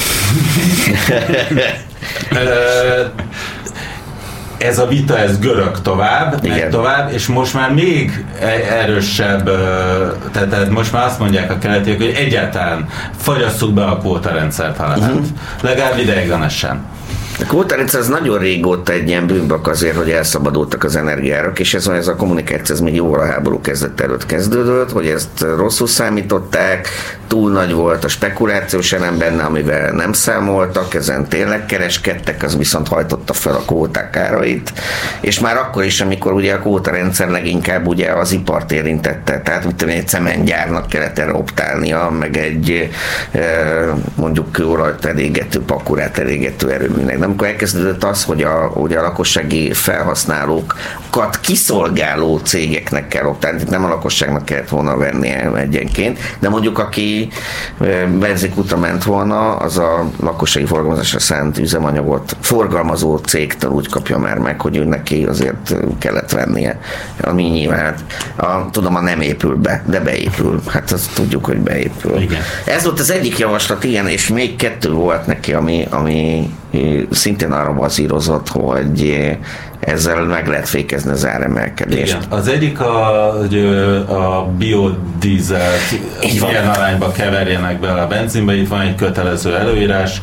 Ez a vita, ez görög tovább, meg tovább, és most már még erősebb, tehát, tehát most már azt mondják a keletiek, hogy egyáltalán fagyasszuk be a kvótarendszert, ha lehet. Uh-huh. Legalább ideiglenesen. A kvótarendszer az nagyon régóta egy ilyen bűnbak azért, hogy elszabadultak az energiárak, és ez, ez a kommunikáció ez még jóval a háború kezdet előtt kezdődött, hogy ezt rosszul számították, túl nagy volt a spekulációs elem benne, amivel nem számoltak, ezen tényleg kereskedtek, az viszont hajtotta fel a kvóták árait, és már akkor is, amikor ugye a kvótarendszer leginkább ugye az ipart érintette, tehát mit tudom, egy cementgyárnak kellett erre optálnia, meg egy mondjuk kőolajt elégető, pakurát elégető erőműnek. De amikor elkezdődött az, hogy a, ugye a lakossági felhasználókat kiszolgáló cégeknek kell optálni, nem a lakosságnak kellett volna vennie egyenként, de mondjuk aki benzinkútra ment volna, az a lakossági forgalmazásra szánt üzemanyagot forgalmazó cégtől úgy kapja már meg, hogy ő neki azért kellett vennie. Ami nyilván, a, tudom, a nem épül be, de beépül. Hát azt tudjuk, hogy beépül. Igen. Ez volt az egyik javaslat, igen, és még kettő volt neki, ami, ami szintén arra bazírozott, hogy ezzel meg lehet fékezni az áremelkedést. Igen. Az egyik a, a biodízelt ilyen arányba keverjenek bele a benzinbe, itt van egy kötelező előírás.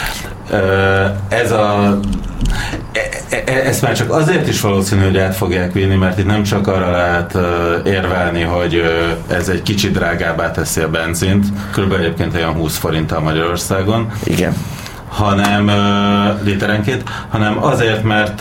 Ez a ezt már csak azért is valószínű, hogy át fogják vinni, mert itt nem csak arra lehet érvelni, hogy ez egy kicsit drágábbá teszi a benzint, körülbelül egyébként olyan húsz forinttal Magyarországon. Igen. hanem literenként, hanem azért, mert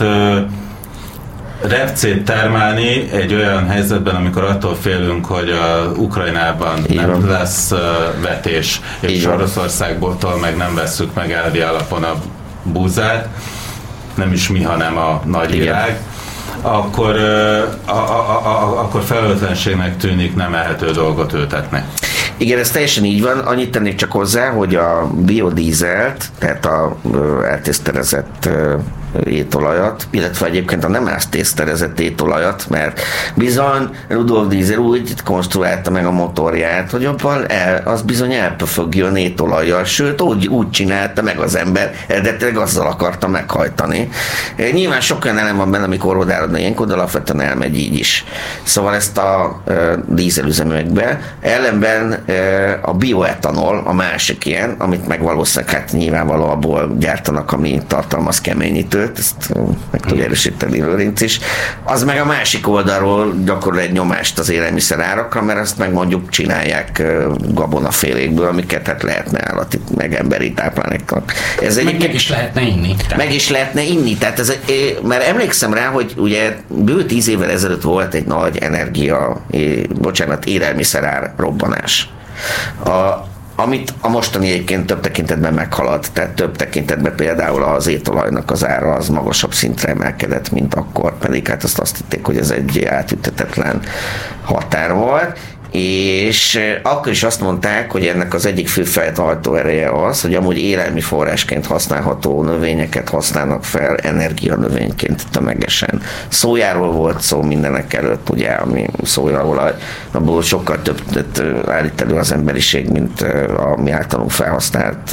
repcét termelni egy olyan helyzetben, amikor attól félünk, hogy a Ukrajnában így nem van. lesz vetés, és Oroszországból meg nem vesszük meg elvi alapon a búzát, nem is mi, hanem a nagyvilág, akkor, a, a, a, akkor felelőtlenségnek tűnik nem ehető dolgot ültetni. Igen, ez teljesen így van. Annyit tennék csak hozzá, hogy a biodízelt, tehát a eltészterezett étolajat, illetve egyébként a nem eltészterezett étolajat, mert bizony Rudolf Diesel úgy konstruálta meg a motorját, hogy abban el, az bizony elpöfögjön étolajjal, sőt úgy, úgy csinálta meg az ember, eredetileg azzal akarta meghajtani. Nyilván sok olyan elem van benne, amikor odáradna ilyenkor, de alapvetően elmegy így is. Szóval ezt a e, dízelüzeműekbe ellenben e, a bioetanol a másik ilyen, amit meg valószínűleg hát nyilvánvaló abból gyártanak, ami tartalmaz keményítőt, ezt meg tudja erősíteni Lőrinc is. Az meg a másik oldalról gyakorol egy nyomást az élelmiszer árakra, mert azt meg mondjuk csinálják gabonafélékből, amiket hát lehetne állati, meg emberi tápláléknak. Ez meg, meg is lehetne inni. Tehát. Meg is lehetne inni, tehát ez, mert emlékszem rá, hogy ugye bő tíz évvel ezelőtt volt egy nagy energia, bocsánat, élelmiszerár robbanás. A amit a mostani egyébként több tekintetben meghalad, tehát több tekintetben például az étolajnak az ára az magasabb szintre emelkedett, mint akkor, pedig hát azt azt hitték, hogy ez egy átütetetlen határ volt, és akkor is azt mondták, hogy ennek az egyik fő felhajtó ereje az, hogy amúgy élelmi forrásként használható növényeket használnak fel energianövényként tömegesen. Szójáról volt szó mindenek előtt, ugye, ami szójaolaj, abból sokkal többet állít elő az emberiség, mint a mi általunk felhasznált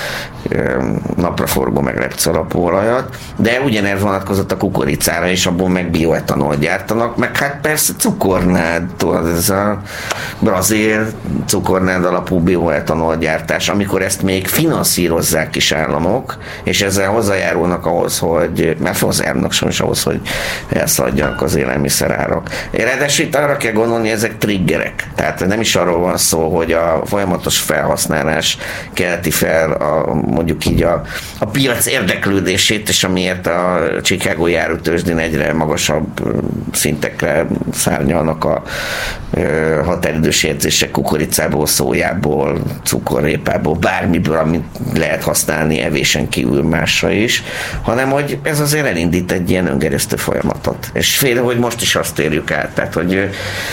napraforgó meg repcealapú olajat, de ugyanez vonatkozott a kukoricára, és abból meg bioetanol gyártanak, meg hát persze cukornád, tudod, ez a brazil cukornád alapú bioetanol gyártás, amikor ezt még finanszírozzák is államok, és ezzel hozzájárulnak ahhoz, hogy, mert hozzájárulnak sajnos ahhoz, hogy elszaladjanak az élelmiszerárak. Ráadásul itt arra kell gondolni, ezek triggerek. Tehát nem is arról van szó, hogy a folyamatos felhasználás kelti fel a, mondjuk így a, a piac érdeklődését, és amiért a Chicagói árutőzsdén egyre magasabb szintekre szárnyalnak a határidős jegyzések kukoricából, szójából, cukorrépából, bármiből, amit lehet használni evésen kívül másra is, hanem hogy ez azért elindít egy ilyen öngeresztő folyamatot. És félre, hogy most is azt érjük át. Tehát, hogy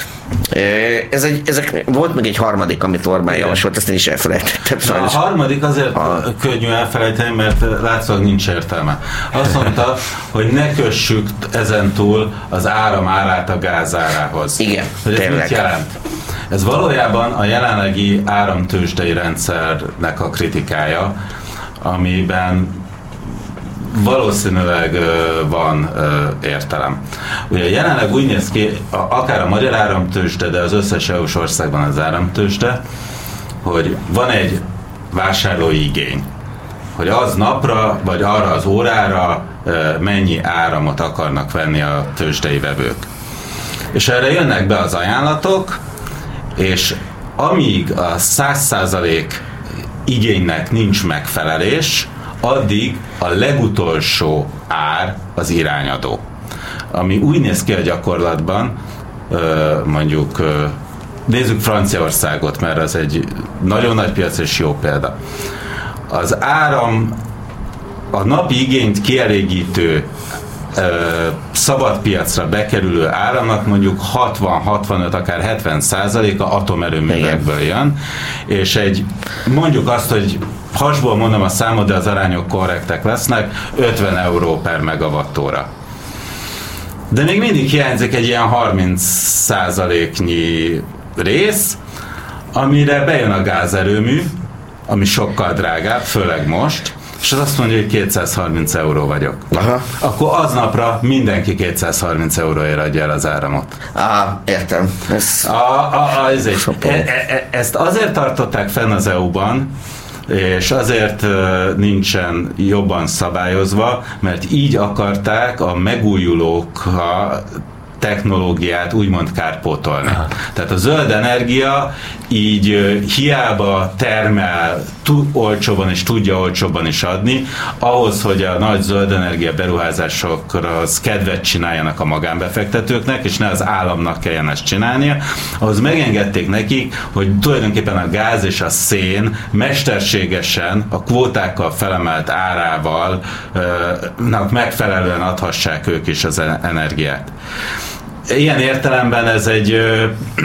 ez egy, ezek, volt még egy harmadik, amit Orbán javasolt, ezt én is elfelejtettem. A harmadik azért a... könnyű elfelejteni, mert látszólag nincs értelme. Azt mondta, hogy ne kössük ezentúl az áram árát a gáz árához. Igen, hogy ez mit jelent? Ez valójában a jelenlegi áramtőzsdei rendszernek a kritikája, amiben valószínűleg uh, van uh, értelem. Ugye jelenleg úgy néz ki, a, akár a magyar áramtőzsde, de az összes é u-s országban az áramtőzsde, hogy van egy vásárlói igény, hogy az napra, vagy arra az órára uh, mennyi áramot akarnak venni a tőzsdei vevők. És erre jönnek be az ajánlatok, és amíg a száz százalék igénynek nincs megfelelés, addig a legutolsó ár az irányadó. Ami úgy néz ki a gyakorlatban, mondjuk nézzük Franciaországot, mert az egy nagyon nagy piac és jó példa. Az áram, a napi igényt kielégítő szabad piacra bekerülő áramnak mondjuk hatvan-hatvanöt, akár hetven százaléka atomerőművekből jön, és egy, mondjuk azt, hogy hasból mondom a számot, de az arányok korrektek lesznek, ötven euró per megawattóra. De még mindig hiányzik egy ilyen harminc százaléknyi rész, amire bejön a gázerőmű, ami sokkal drágább, főleg most, és az azt mondja, hogy kétszázharminc euró vagyok. Aha. Akkor aznapra mindenki kétszázharminc euróért adja el az áramot. Á, értem. Ez, a, a, a, ez egy, e, e, ezt azért tartották fenn az é u-ban, és azért uh, nincsen jobban szabályozva, mert így akarták a megújulók a technológiát úgymond kárpótolni. Aha. Tehát a zöld energia így uh, hiába termel t- olcsóban és tudja olcsóban is adni, ahhoz, hogy a nagy zöld energia beruházásokra az kedvet csináljanak a magánbefektetőknek, és ne az államnak kelljen ezt csinálnia, ahhoz megengedték nekik, hogy tulajdonképpen a gáz és a szén mesterségesen a kvótákkal felemelt árával uh, megfelelően adhassák ők is az energiát. Ilyen értelemben ez egy ö,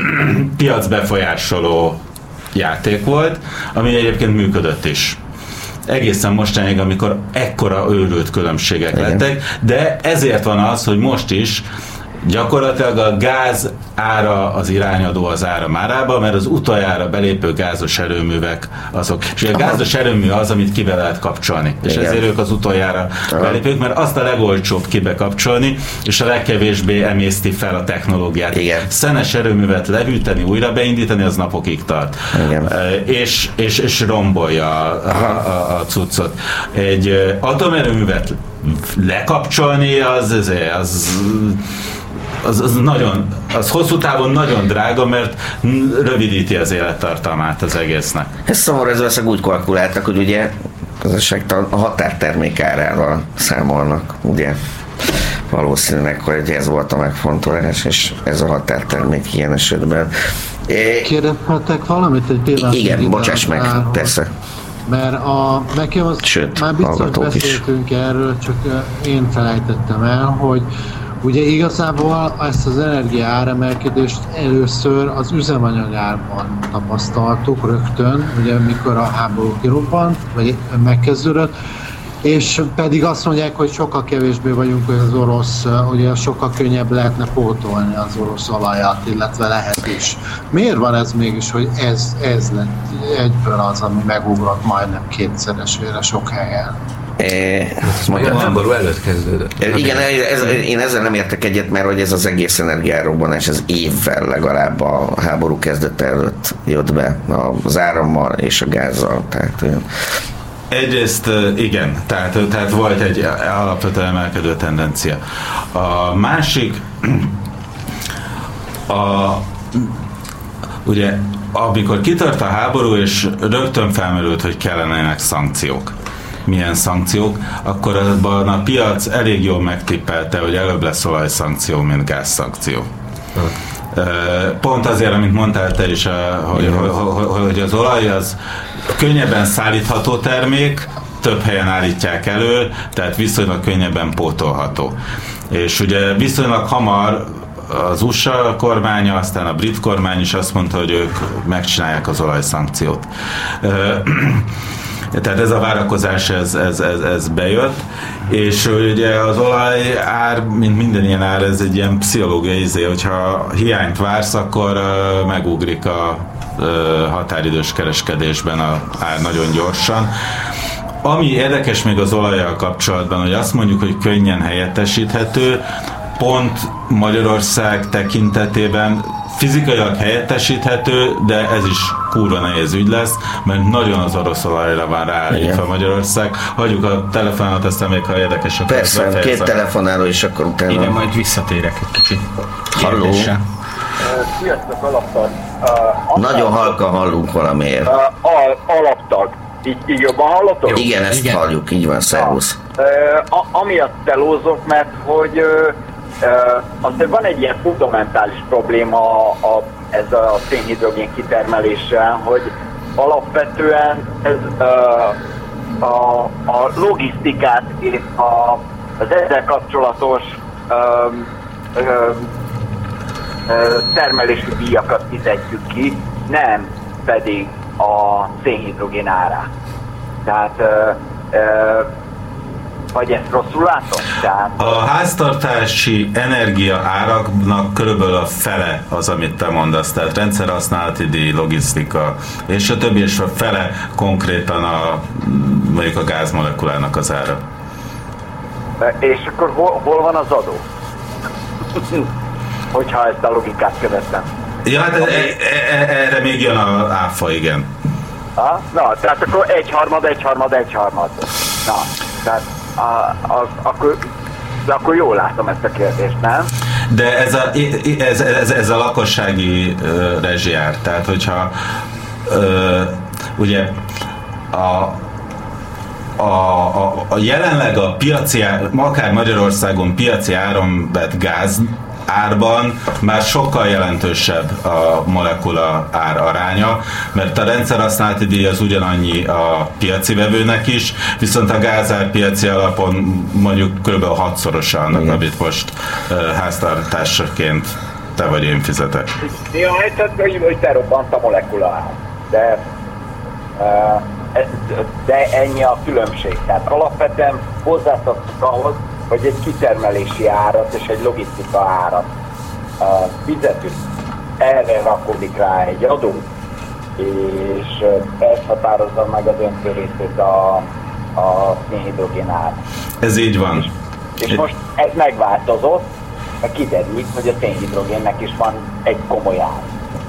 piacbefolyásoló játék volt, ami egyébként működött is. Egészen mostanig, amikor ekkora őrült különbségek Igen. lettek, de ezért van az, hogy most is gyakorlatilag a gáz ára az irányadó az áram árába, mert az utoljára belépő gázos erőművek azok. És a gázos erőmű az, amit kibe lehet kapcsolni. És Igen. ezért ők az utoljára Aha. belépők, mert azt a legolcsóbb kibe kapcsolni, és a legkevésbé emészti fel a technológiát. Igen. Szenes erőművet lehűteni, újra beindítani, az napokig tart. És, és, és rombolja a, a, a, a cuccot. Egy atomerőművet lekapcsolni, az, az, az Az, az, nagyon, az hosszú távon nagyon drága, mert rövidíti az élettartalmát az egésznek. Ez szomorú, ez veszek úgy kalkuláltak, hogy ugye a határtermék árával számolnak, ugye? Valószínűleg, hogy ez volt a megfontolás, és ez a határtermék ilyen esetben. Kérdezhetek valamit egy pillanat? Igen, bocsáss meg, persze. Mert a, nekem az, Sőt, már biztos beszéltünk is. erről, csak én felejtettem el, hogy ugye igazából ezt az energia áremelkedést először az üzemanyagárban tapasztaltuk rögtön, ugye mikor a háború kirobbant, vagy megkezdődött, és pedig azt mondják, hogy sokkal kevésbé vagyunk, hogy az orosz, ugye sokkal könnyebb lehetne pótolni az orosz olajat, illetve lehet is. Miért van ez mégis, hogy ez, ez lett egyből az, ami megugrott majdnem kétszeresére sok helyen? Ez majd a háború előtt kezdődött. Igen, ez, én ezzel nem értek egyet, mert hogy ez az egész energiárobbanás az évvel legalább a háború kezdete előtt jött be az árammal és a gázzal. Tehát, egyrészt igen, tehát, tehát volt egy alapvetően emelkedő tendencia. A másik, a, ugye amikor kitört a háború, és rögtön felmerült, hogy kellenének szankciók. Milyen szankciók, akkor abban a piac elég jól megtippelte, hogy előbb lesz olajszankció, mint gázszankció. Pont azért, amit mondtál te is, hogy, hogy az olaj az könnyebben szállítható termék, több helyen állítják elő, tehát viszonylag könnyebben pótolható. És ugye viszonylag hamar az u es á kormánya, aztán a brit kormány is azt mondta, hogy ők megcsinálják az olajszankciót. Tehát ez a várakozás, ez, ez, ez, ez bejött, és ugye az olaj ár, mint minden ilyen ár, ez egy ilyen pszichológiai izé, hogyha hiányt vársz, akkor uh, megugrik a uh, határidős kereskedésben a ár nagyon gyorsan. Ami érdekes még az olajjal kapcsolatban, hogy azt mondjuk, hogy könnyen helyettesíthető, pont Magyarország tekintetében fizikailag helyettesíthető, de ez is kurva nehéz ügy lesz, mert nagyon az orosz olajra van ráállítva Magyarország. Hagyjuk a telefonálat, aztán még ha érdekes, akkor persze, két telefonáló is akkor utána. Igen, majd visszatérek egy kicsit. Halló. Uh, sziasztok, alaptag. Uh, Nagyon halkan hallunk valamiért. Uh, al, alaptag. Így, így jobban hallatok? Igen, ezt Igen. halljuk, így van, szervusz. Uh, uh, amiatt telózok, mert hogy uh, Uh, azért van egy ilyen fundamentális probléma a, a, ez a szénhidrogén kitermeléssel, hogy alapvetően ez uh, a, a logisztikát és a, az ezzel kapcsolatos uh, uh, uh, termelési díjakat fizetjük ki, nem pedig a szénhidrogén árát. Tehát uh, uh, vagy ezt rosszul látom? Tehát... A háztartási energia áraknak körülbelül a fele az, amit te mondasz, tehát rendszerhasználati díj, logisztika, és a többi, és a fele konkrétan a, mondjuk a gázmolekulának az ára. És akkor hol, hol van az adó? Hogyha ezt a logikát követem. Ja, hát e, e, erre még jön a áfa, igen. Ha? Na, tehát akkor egyharmad, egyharmad, egyharmad. Na, tehát A, az, akkor, de akkor jól látom ezt a kérdést, nem? De ez a, ez, ez, ez a lakossági uh, rezsiár, tehát hogyha uh, ugye a, a, a, a jelenleg a piaci, akár Magyarországon piaci áron vett gáz árban már sokkal jelentősebb a molekula ár aránya, mert a rendszerhasználati díj az ugyanannyi a piaci vevőnek is, viszont a gázár piaci alapon mondjuk kb. hatszorosa annak, igen, amit most uh, háztartásként te vagy én fizetek. Ja, hát hogy te robbant a molekula ár, de, uh, de ennyi a különbség. Tehát alapvetően hozzászoktuk ahhoz, hogy egy kitermelési árat és egy logisztika árat uh, fizetünk. Erre rakódik rá egy adó, és uh, ezt határozza meg az öntő részét a, a szénhidrogén ár. Ez így van. És, és most ez megváltozott, mert kiderült, hogy a szénhidrogénnek is van egy komoly ár.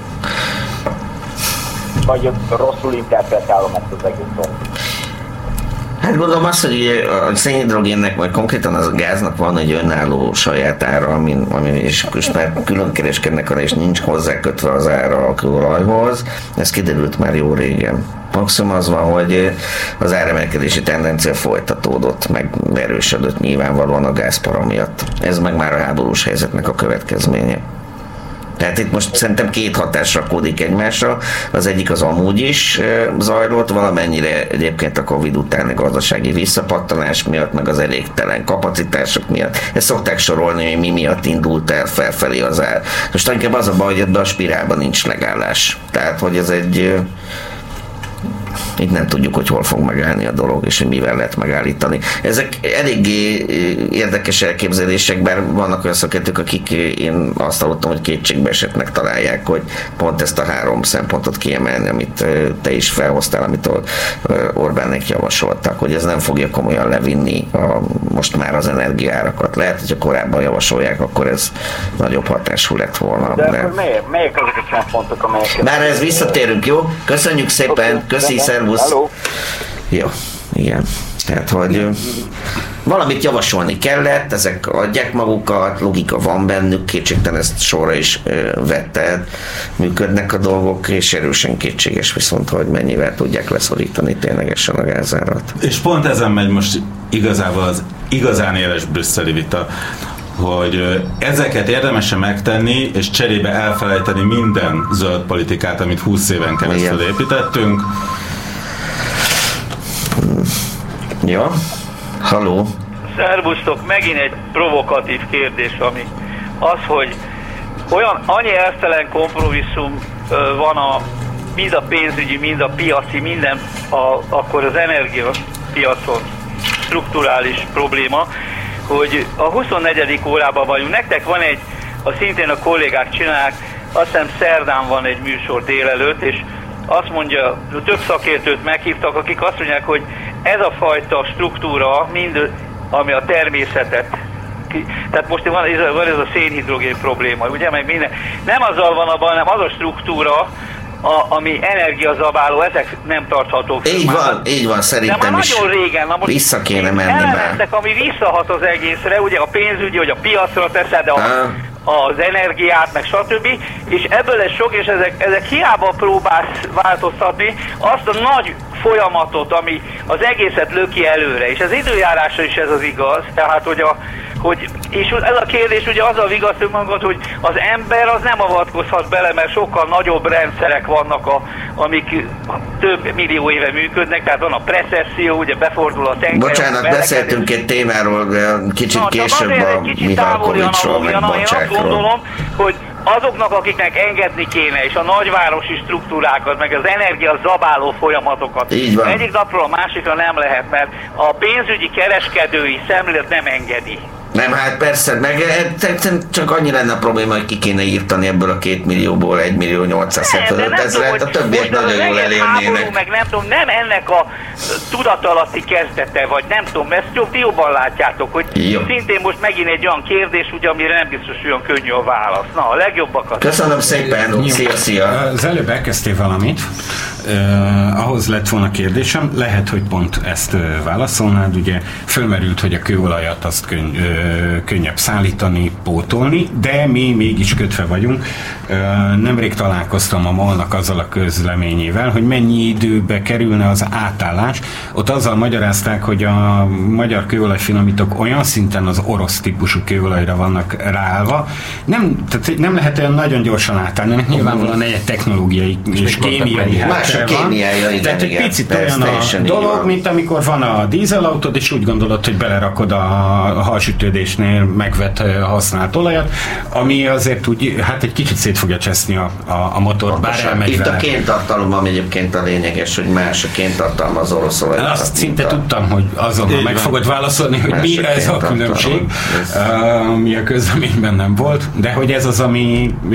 Vagy rosszul interpretálom ezt az egész dolgot. Hát gondolom azt, hogy a szénhidrogénnek, vagy konkrétan az a gáznak van egy önálló saját ára, ami, ami és már külön kereskednek arra, és nincs hozzá kötve az ára a kőolajhoz. Ez kiderült már jó régen. Maximum az van, hogy az áremelkedési tendencia folytatódott, meg erősödött nyilvánvalóan a gázpara miatt. Ez meg már a háborús helyzetnek a következménye. Tehát itt most szerintem két hatás rakódik egymásra. Az egyik az amúgy is zajlott, valamennyire egyébként a Covid utáni gazdasági visszapattanás miatt, meg az elégtelen kapacitások miatt. Ezt szokták sorolni, hogy mi miatt indult el felfelé az ár. Most inkább az a baj, hogy ebben a spirálban nincs legállás. Tehát, hogy ez egy... Itt nem tudjuk, hogy hol fog megállni a dolog, és hogy mivel lehet megállítani. Ezek eléggé érdekes elképzelések, bár vannak olyan szakértők, akik én azt hallottam, hogy kétségbe esettnek találják, hogy pont ezt a három szempontot kiemelni, amit te is felhoztál, amit Orbánnek javasoltak, hogy ez nem fogja komolyan levinni a, most már az energiaárakat. Lehet, hogyha korábban javasolják, akkor ez nagyobb hatású lett volna. De, de... akkor melyek, melyek azok a szempontok, amelyek... Bár ez visszatérünk, jó? Köszönjük szépen, okay, köszi, szervusz! Hello. Jó, igen. Tehát, hogy valamit javasolni kellett, ezek adják magukat, logika van bennük, kétségtelen ezt sorra is vetted, működnek a dolgok, és erősen kétséges viszont, hogy mennyivel tudják leszorítani ténylegesen a gázárat. És pont ezen megy most igazából az igazán éles brüsszeli vita. hogy ezeket érdemesen megtenni, és cserébe elfelejteni minden zöld politikát, amit húsz éven keresztül építettünk. Ja, halló. Szervusztok, megint egy provokatív kérdés, ami az, hogy olyan annyi elsztelen kompromisszum ö, van a mind a pénzügyi, mind a piaci, minden a, akkor az energiapiacon strukturális probléma, hogy a huszonnegyedik órában vagyunk. Nektek van egy, a szintén a kollégák csinálják, azt hiszem szerdán van egy műsor délelőtt, és azt mondja, több szakértőt meghívtak, akik azt mondják, hogy ez a fajta struktúra, mind, ami a természetet, tehát most van ez, van ez a szénhidrogén probléma, ugye, meg minden. Nem azzal van a baj, hanem az a struktúra, A, ami energiazabáló, ezek nem tarthatók. Így már. van, így van, szerintem de már is. nagyon régen, na most vissza kéne menni már. Ami visszahat az egészre, ugye a pénzügyi, hogy a piacra teszed a, az energiát, meg stb. És ebből lesz sok, és ezek, ezek hiába próbálsz változtatni azt a nagy folyamatot, ami az egészet löki előre. És az időjárásra is ez az igaz, tehát hogy a hogy, és ez a kérdés ugye azzal vigasztjuk magad, hogy az ember az nem avatkozhat bele, mert sokkal nagyobb rendszerek vannak, a, amik több millió éve működnek, tehát van a precesszió, ugye befordul a tenger. Bocsánat, beszéltünk egy témáról kicsit na, később a Mihalkovicsról, meg Bocsákról. Én azt gondolom, hogy azoknak, akiknek engedni kéne, és a nagyvárosi struktúrákat, meg az energia zabáló folyamatokat egyik napról a másikra nem lehet, mert a pénzügyi kereskedői szemlélet nem engedi. Nem, hát persze, meg csak annyi lenne a probléma, hogy ki kéne írtani ebből a két millióból egy millió nyolcszázhetvenöt ezeret, a többiek nagyon jól elérnének. Meg nem tudom, nem ennek a tudatalatti kezdete, vagy nem tudom, ezt jobb, jobban látjátok, hogy jó. Szintén most megint egy olyan kérdés, ugye, amire nem biztos olyan könnyű a válasz. Na, a legjobbakat. Köszönöm szépen, szia, szia. Az előbb elkezdtél valamit, uh, ahhoz lett volna kérdésem, lehet, hogy pont ezt uh, válaszolnád, ugye fölmerült, hogy a kőolajat azt könny, uh, könnyebb szállítani, pótolni, de mi mégis kötve vagyunk. Nemrég találkoztam a MOL-nak azzal a közleményével, hogy mennyi időbe kerülne az átállás. Ott azzal magyarázták, hogy a magyar kőolajfinomítók olyan szinten az orosz típusú kőolajra vannak ráállva, nem, tehát nem lehet olyan nagyon gyorsan átállni, nyilvánvalóan egy technológiai és kémiai háttere van. Tehát egy picit olyan a dolog, mint amikor van a dízelautód, és úgy gondolod, hogy belerakod a halsütődésnél megvett használt olajat, ami azért úgy, hát egy kicsit szét fogja cseszni a, a, a motor, bár elmegy itt vele. A kéntartalom, ami egyébként a lényeges, hogy más a kéntartalma az orosz olajat. Azt szinte tudtam, hogy azonnal meg fogod válaszolni, hogy más mi ez a különbség, uh, mi a közleményben nem volt, de hogy ez az, ami uh,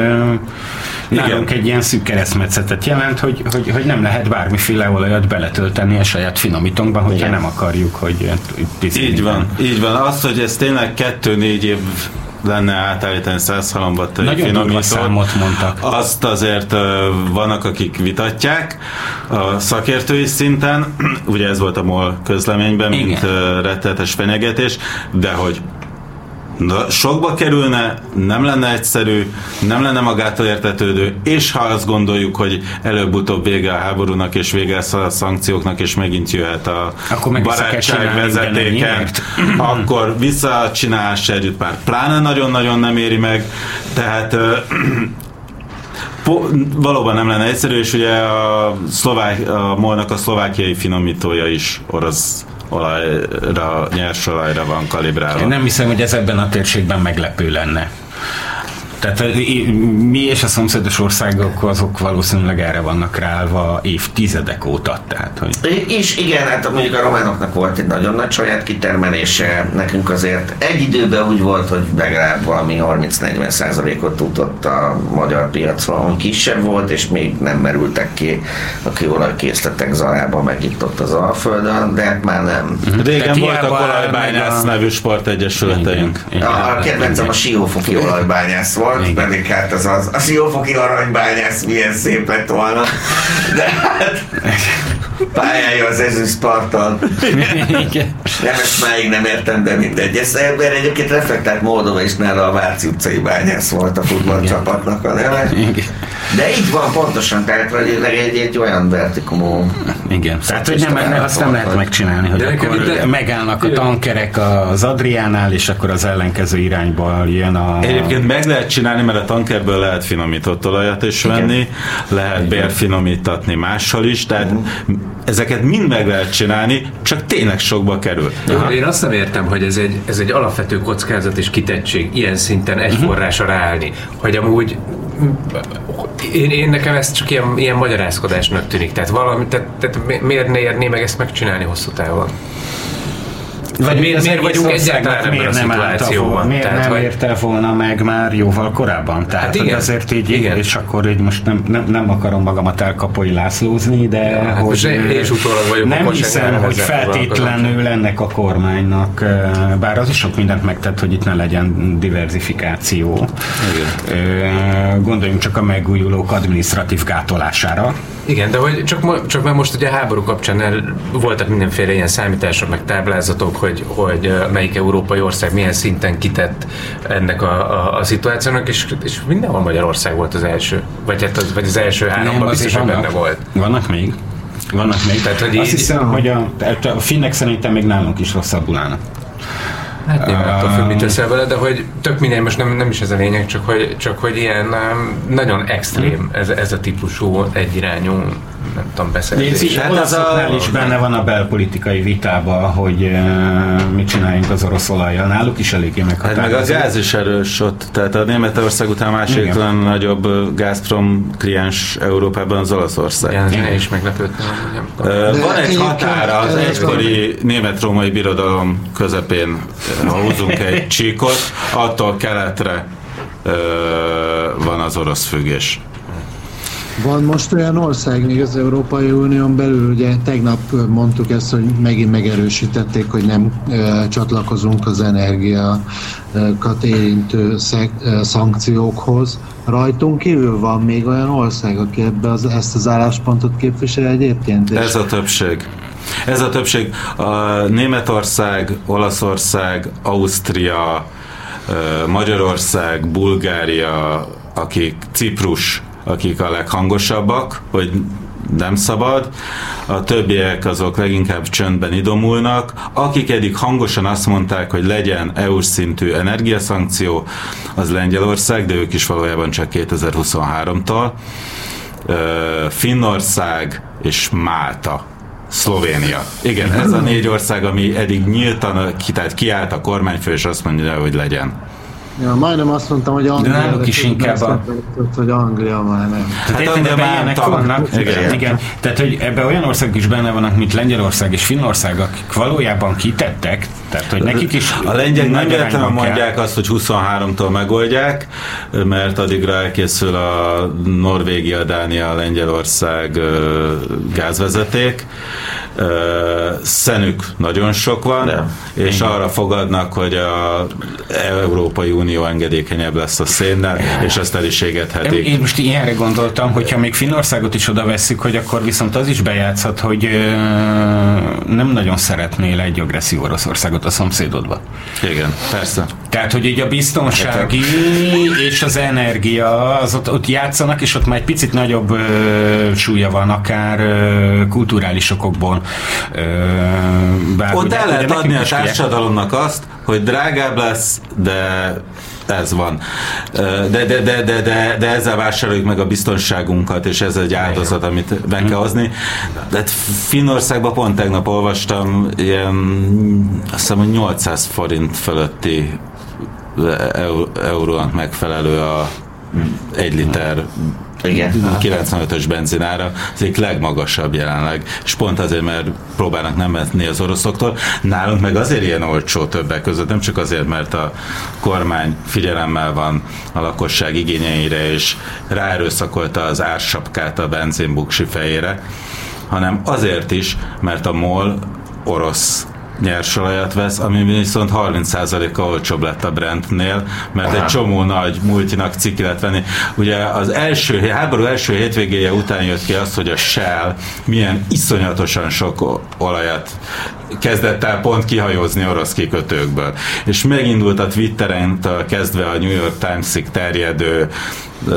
nálunk egy ilyen szűk keresztmetszetet jelent, hogy, hogy, hogy nem lehet bármiféle olajat beletölteni a saját finomítónkban, hogyha igen. nem akarjuk, hogy így van, így van. Az, hogy ez tényleg kettő-négy év lenne átállítani száz halombattai finomítót. Számot mondtak. Azt azért uh, vannak, akik vitatják a szakértői szinten. Ugye ez volt a MOL közleményben, igen. mint uh, rettenetes fenyegetés, de hogy Na, sokba kerülne, nem lenne egyszerű, nem lenne magától értetődő, és ha azt gondoljuk, hogy előbb-utóbb vége a háborúnak, és vége a szankcióknak, és megint jöhet a barátság vezetéken, akkor visszacsinálás együtt már pláne nagyon-nagyon nem éri meg, tehát po, valóban nem lenne egyszerű, és ugye a, szlovák, a MOL-nak a szlovákiai finomítója is orosz olajra, nyersolajra van kalibrálva. Én nem hiszem, hogy ez ebben a térségben meglepő lenne. Tehát mi és a szomszédos országok azok valószínűleg erre vannak ráállva évtizedek óta. Tehát, hogy... És igen, hát mondjuk a románoknak volt egy nagyon nagy saját kitermelése, nekünk azért egy időben úgy volt, hogy legalább valami harminc-negyven százalékot tudott a magyar piacon, hogy kisebb volt, és még nem merültek ki a kőolajkészletek Zarába, meg itt ott az Alföldön, de már nem. Régen voltak olajbányász nevű sportegyesületeink. A, a kedvencem a Siófoki olajbányász volt, pedig hát az az, a Siófoki aranybányász milyen szép lett volna, de hát pályája az ezüstparton. Nem, ezt máig nem értem, de mindegy. Ez ember egyébként reflektált Moldova is, nála a Váci utcai bányász volt a futballcsapatnak a neve. De így van pontosan, tehát hogy egy, egy olyan vertikumó. Igen, tehát hogy nem, nem, azt nem lehet megcsinálni, hogy akkor de megállnak a tankerek az Adriánál, és akkor az ellenkező irányból jön a... Egyébként meg lehet csinálni, mert a tankerből lehet finomított olajat is venni, igen. lehet bérfinomítatni mással is, tehát uh-huh. ezeket mind meg lehet csinálni, csak tényleg sokba kerül. Jó, én azt nem értem, hogy ez egy, ez egy alapvető kockázat és kitettség ilyen szinten egy uh-huh. forrásra ráállni, hogy amúgy Én, én nekem ez csak ilyen, ilyen magyarázkodásnak tűnik. Tehát, valami, tehát, tehát miért ne érné meg ezt megcsinálni hosszú távon? Vagy miért, miért vagyunk egyáltalán ebben a szituációban? Miért tehát, nem vagy... érte volna meg már jóval korábban? Tehát hát igen, azért így, igen. és akkor így most nem, nem, nem akarom magamat elkapoi lászlózni, de ja, hát hogy és vagyok nem hiszem, hogy feltétlenül ennek a kormánynak, bár az is sok mindent megtett, hogy itt ne legyen diverzifikáció. Igen. Gondoljunk csak a megújulók adminisztratív gátolására. Igen, de hogy csak, csak mert most ugye a háború kapcsán voltak mindenféle ilyen számítások, meg táblázatok, hogy, hogy melyik európai ország milyen szinten kitett ennek a, a, a szituációnak, és, és mindenhol Magyarország volt az első. Vagy, hát az, vagy az első háromban biztos, hogy benne volt. Vannak még. Vannak még. Tehát, hogy azt így, hiszem, aha. hogy a, a finnek szerintem még nálunk is rosszabbul állnak. Hát nem attól függ, mit teszel vele, de hogy tök minden, most nem, nem is ez a lényeg, csak hogy, csak hogy ilyen um, nagyon extrém ez, ez a típusú egyirányú, nem tudom, beszélgetés. Hát olaszoknál is benne van a belpolitikai vitában, hogy uh, mit csináljunk az orosz olajjal. Náluk is eléggé meghatározó. Hát meg a gáz is erős ott, tehát a Németország után másik nagyobb Gazprom kliens Európában az Olaszország. Igen, én is meglepődtem. Uh, van egy határa az egykori német-római birodalom közepén, ha húzunk egy csíkot, attól keletre uh, van az orosz függés. Van most olyan ország még az Európai Unión belül, ugye tegnap mondtuk ezt, hogy megint megerősítették, hogy nem e, csatlakozunk az energiakat érintő szek, e, szankciókhoz. Rajtunk kívül van még olyan ország, aki ebbe az, ezt az álláspontot képvisel egyébként? Ez a többség. Ez a többség. A Németország, Olaszország, Ausztria, Magyarország, Bulgária, akik Ciprus, akik a leghangosabbak, hogy nem szabad, a többiek azok leginkább csöndben idomulnak, akik eddig hangosan azt mondták, hogy legyen é u-s szintű energiaszankció, az Lengyelország, de ők is valójában csak kétezer-huszonháromtól, Finnország és Málta. Szlovénia. Igen, ez a négy ország, ami eddig nyíltan tehát kiállt a kormányfő, és azt mondja, hogy legyen. Ja, majdnem azt mondtam, hogy Anglia, de náluk is inkább a... hogy Anglia már nem. Tehát hát ebben ilyenek vannak. Igen. Igen. Tehát, hogy ebben olyan országok is benne vannak, mint Lengyelország és Finnország, akik valójában kitettek, tehát, hogy nekik is... A lengyelek nem véletlenül mondják azt, hogy huszonháromtól megoldják, mert addigra elkészül a Norvégia, Dánia, Lengyelország gázvezeték. Szenük nagyon sok van, de, és igen. arra fogadnak, hogy a Európai Unió engedékenyebb lesz a szénnel, és ezt el is égethetik. Én most ilyenre gondoltam, hogyha még Finnországot is oda vesszük, hogy akkor viszont az is bejátszhat, hogy ö, nem nagyon szeretnél egy agresszív Oroszországot a szomszédodba. Igen, persze. Tehát, hogy így a biztonsági és az energia, az ott, ott játszanak, és ott már egy picit nagyobb ö, súlya van, akár ö, kulturális okokból. Ö, bár, ott ugye, el lehet adni a társadalomnak ilyen. azt, hogy drágább lesz, de ez van. De, de, de, de, de, de ezzel vásároljuk meg a biztonságunkat, és ez egy áldozat, amit meg kell hozni. De Finnországban pont tegnap olvastam, ilyen, azt hiszem, hogy nyolcszáz forint fölötti eurónak megfelelő a egy liter igen. kilencvenötös benzinára, az egyik legmagasabb jelenleg, és pont azért, mert próbálnak nem menni az oroszoktól. Nálunk meg azért ilyen olcsó többek között, nem csak azért, mert a kormány figyelemmel van a lakosság igényeire, és ráerőszakolta az ársapkát a benzinbuksi fejére, hanem azért is, mert a MOL orosz nyersolajat vesz, ami viszont harminc százalékkal olcsóbb lett a Brentnél, mert egy csomó nagy multinak ciki lett venni. Ugye az első, háború első hétvégéje után jött ki az, hogy a Shell milyen iszonyatosan sok olajat kezdett el pont kihajózni orosz kikötőkből. És megindult a Twitteren kezdve a New York Times-ig terjedő uh,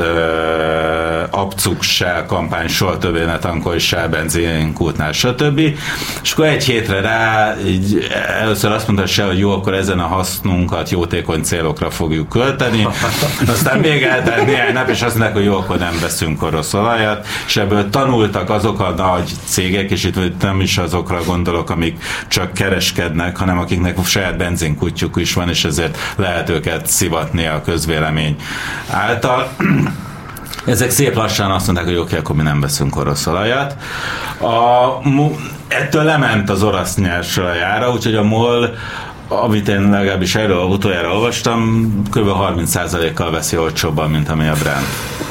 abcuk Shell kampány, soha többé ne tankolj Shell benzinkútnál, stb. És akkor egy hétre rá így először azt mondta Shell, hogy jó, akkor ezen a hasznunkat jótékony célokra fogjuk költeni. Aztán még eltelt néhány nap, és azt mondták, hogy jó, akkor nem veszünk orosz olajat, és ebből tanultak azok a nagy cégek, és itt nem is azokra gondolok, amik csak kereskednek, hanem akiknek saját benzinkutyjuk is van, és ezért lehet őket szivatni a közvélemény által. Ezek szép lassan azt mondták, hogy oké, okay, akkor mi nem veszünk orosz olajat. A, ettől lement az orosz nyersolaj, úgyhogy a MOL, amit én legalábbis erről utoljára olvastam, kb. harminc százalékkal veszi olcsóbban, mint ami a Brent.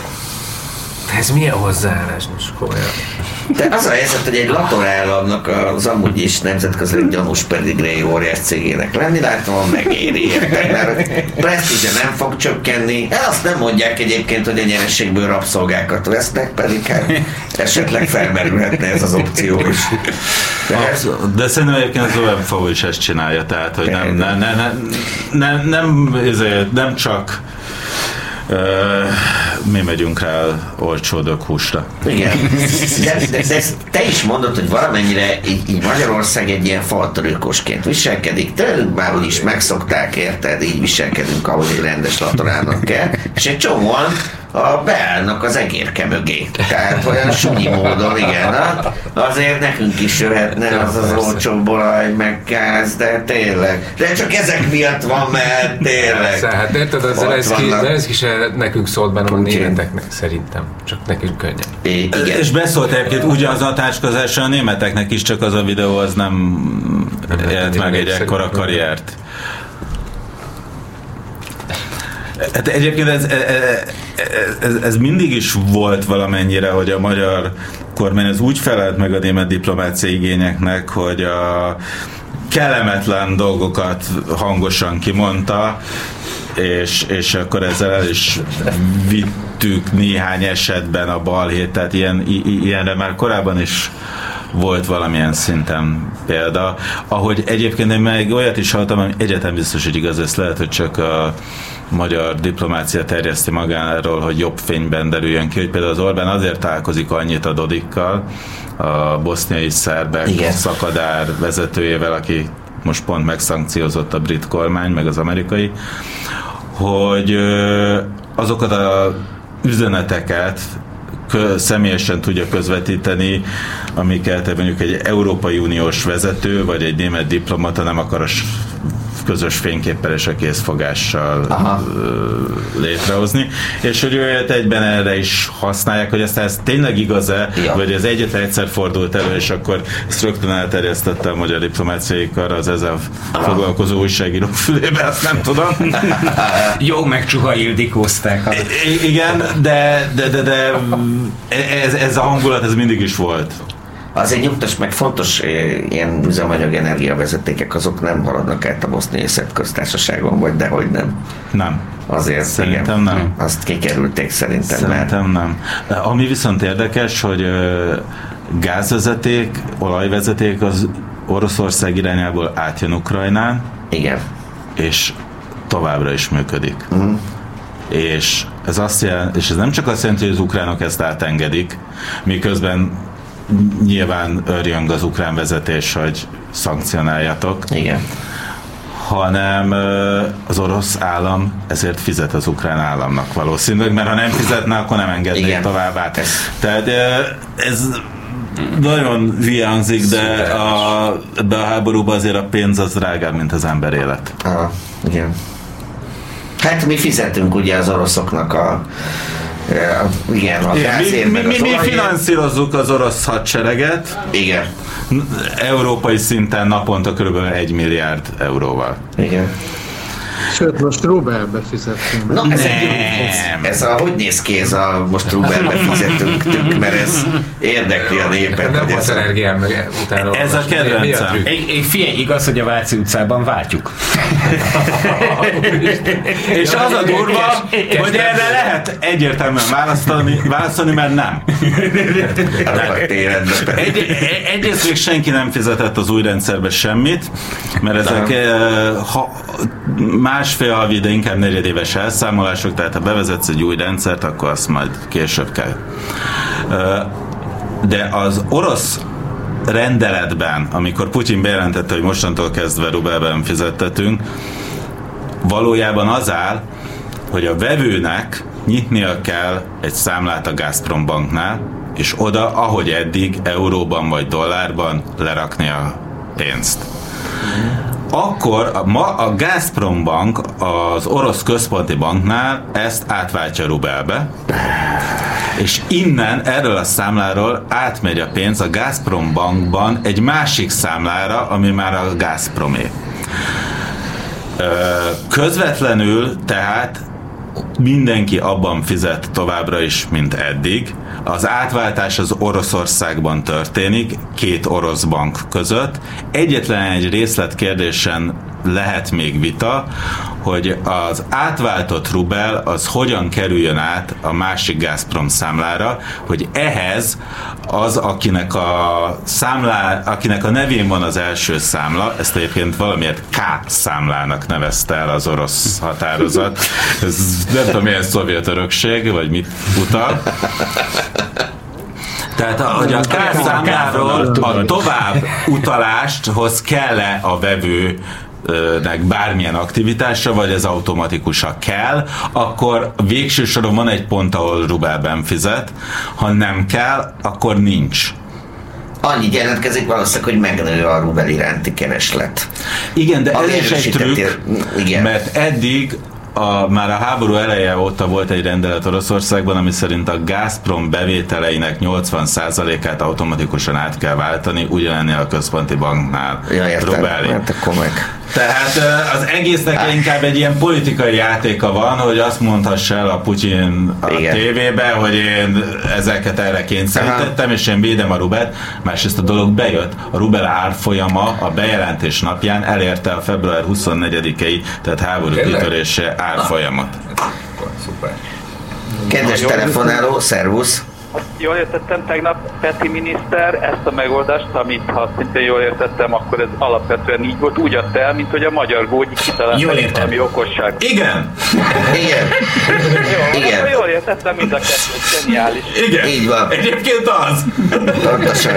Ez milyen hozzáállás, most komolyan? De az a helyzet, hogy egy latorállamnak az amúgy is nemzetközi gyanús pedigrei óriás cégének lenni, látom, megéri, értek, mert presztízse nem fog csökkenni. Azt nem mondják egyébként, hogy a nyerességből rabszolgákat vesznek, pedig hát esetleg felmerülhetne ez az opció is. De, de szerintem egyébként az o em ef o is ezt csinálja, tehát, hogy nem, nem, nem, nem, nem, nem, ezért nem csak Uh, mi megyünk rá olcsó döghúsra. Igen. De, de, de te is mondod, hogy valamennyire így, így Magyarország egy ilyen faltörőkosként viselkedik, tőlük már úgyis megszokták, érted, így viselkedünk, ahogy egy rendes latorának kell, és egy csomóan a beállnak az egérke mögé. Tehát olyan sunyi módon, igen, azért nekünk is jöhetne az az olcsóbb olaj, meg gáz, de tényleg. De csak ezek miatt van, mert tényleg. Hát érted, az Zelenszky se nekünk szólt benne a németeknek, szerintem. Csak nekünk könnyen. É, igen. És beszólt egyébként ugyanaz a társkozásra a németeknek is, csak az a videó az nem, nem élt meg egy ekkora karriert. Hát egyébként ez, ez, ez mindig is volt valamennyire, hogy a magyar kormány az úgy felelt meg a német diplomácia igényeknek, hogy a kellemetlen dolgokat hangosan kimondta, és, és akkor ezzel el is vittük néhány esetben a balhét, tehát ilyen, ilyenre már korábban is volt valamilyen szinten példa, ahogy egyébként én meg olyat is hallottam, ami egyetem biztos, hogy igaz, ez lehet, hogy csak a magyar diplomácia terjeszti magáról, hogy jobb fényben derüljön ki, hogy például az Orbán azért találkozik annyit a Dodikkal, a boszniai szerbek Igen. szakadár vezetőjével, aki most pont megszankciózott a brit kormány, meg az amerikai, hogy azokat a üzeneteket személyesen tudja közvetíteni, amiket mondjuk egy Európai Uniós vezető, vagy egy német diplomata nem akar a közös fényképpel és a készfogással Aha. létrehozni, és hogy őt egyben erre is használják, hogy ezt, ez tényleg igaz-e, ja. vagy ez egyetlen egyszer fordult elő, és akkor ezt rögtön elterjesztette a magyar diplomáciai kar az ezzel Aha. foglalkozó újságírók fülébe, azt nem tudom. Jó, meg csuha ildikózták. I- igen, de, de, de, de ez, ez a hangulat, ez mindig is volt. Azért nyugtass meg, fontos ilyen üzemanyag energiavezetékek, azok nem haladnak át a boszniai szerb köztársaságon, vagy dehogy nem. Nem. Azért szerintem igen, nem. Azt kikerülték szerintem. Szerintem mert... nem. De ami viszont érdekes, hogy gázvezeték, olajvezeték az Oroszország irányából átjön Ukrajnán. Igen. És továbbra is működik. Uh-huh. És ez azt jelenti, és ez nem csak azt jelenti, hogy az ukránok ezt átengedik, miközben nyilván örjöng az ukrán vezetés, hogy szankcionáljatok. Igen. Hanem az orosz állam ezért fizet az ukrán államnak valószínűleg, mert ha nem fizetne, akkor nem engednék Igen. tovább át. Tehát ez nagyon hangzik, de a, de a háborúban azért a pénz az drágább, mint az ember élet. Ah, igen. Hát mi fizetünk ugye az oroszoknak a Ja, igen, a gázért, mi, meg mi, az mi olajért. finanszírozzuk az orosz hadsereget. Igen. Európai szinten naponta kb. egy milliárd euróval. Igen. Sőt, most rubelbe fizettünk. Na, ez egy jó vicc. Ez a, hogy néz ki ez a most rubelbe fizetünk, tük, mert ez érdekli a népet. Nem az energiám utána. Ez a kedvencem. Figyelj, igaz, hogy a Váci utcában váltjuk. És az a durva, hogy erre lehet egyértelműen választani, választani, mert nem. Egy, egyrészt még senki nem fizetett az új rendszerbe semmit, mert ezek ha, másfél havi, de inkább negyedéves elszámolások, tehát ha bevezetsz egy új rendszert, akkor azt majd később kell. De az orosz rendeletben, amikor Putyin bejelentette, hogy mostantól kezdve rubelben fizettetünk, valójában az áll, hogy a vevőnek nyitnia kell egy számlát a Gazprom banknál, és oda, ahogy eddig, euróban vagy dollárban lerakni a pénzt. Akkor a, ma a Gazprom bank az orosz központi banknál ezt átváltja rubelbe, és innen, erről a számláról átmegy a pénz a Gazprom bankban egy másik számlára, ami már a Gazpromé. Közvetlenül tehát mindenki abban fizet továbbra is, mint eddig. Az átváltás az Oroszországban történik, két orosz bank között. Egyetlen egy részletkérdésen lehet még vita, hogy az átváltott rubel az hogyan kerüljön át a másik Gazprom számlára, hogy ehhez az, akinek a számlá, akinek a nevén van az első számla, ezt egyébként valamiért K számlának nevezte el az orosz határozat. Ez nem tudom, milyen szovjet örökség, vagy mit utal. Tehát, hogy a K számláról a tovább utalásthoz kell-e a vevő nek bármilyen aktivitásra, vagy ez automatikusan kell, akkor végső soron van egy pont, ahol rubelben fizet, ha nem kell, akkor nincs. Annyi jelentkezik valószínűleg, hogy megnő a rubel iránti kereslet. Igen, de a ez is egy trükk, igen. Mert eddig A, már a háború eleje óta volt egy rendelet Oroszországban, ami szerint a Gazprom bevételeinek nyolcvan százalékát automatikusan át kell váltani, ugyanennél a központi banknál. Ja, értem, hát akkor meg. Tehát az egésznek ah. inkább egy ilyen politikai játéka van, hogy azt mondhassa el a Putyin a igen. tévébe, hogy én ezeket erre kényszerítettem, aha. és én védem a rubelt. Másrészt a dolog bejött. A rubel árfolyama a bejelentés napján elérte a február huszonnegyedikei, tehát háború kitörése árfolyamat. Szuper. Kedves telefonáló, szervusz! Jól értettem, tegnap Peti miniszter ezt a megoldást, amit ha szintén jól értettem, akkor ez alapvetően így volt, úgy adta el, mint hogy a magyar Gógyi kitalálta valami okosság. Igen! Igen! Jó, igen. Jól értettem, mind a kettő, geniális. Igen! Így van. Egyébként az! Pontosan.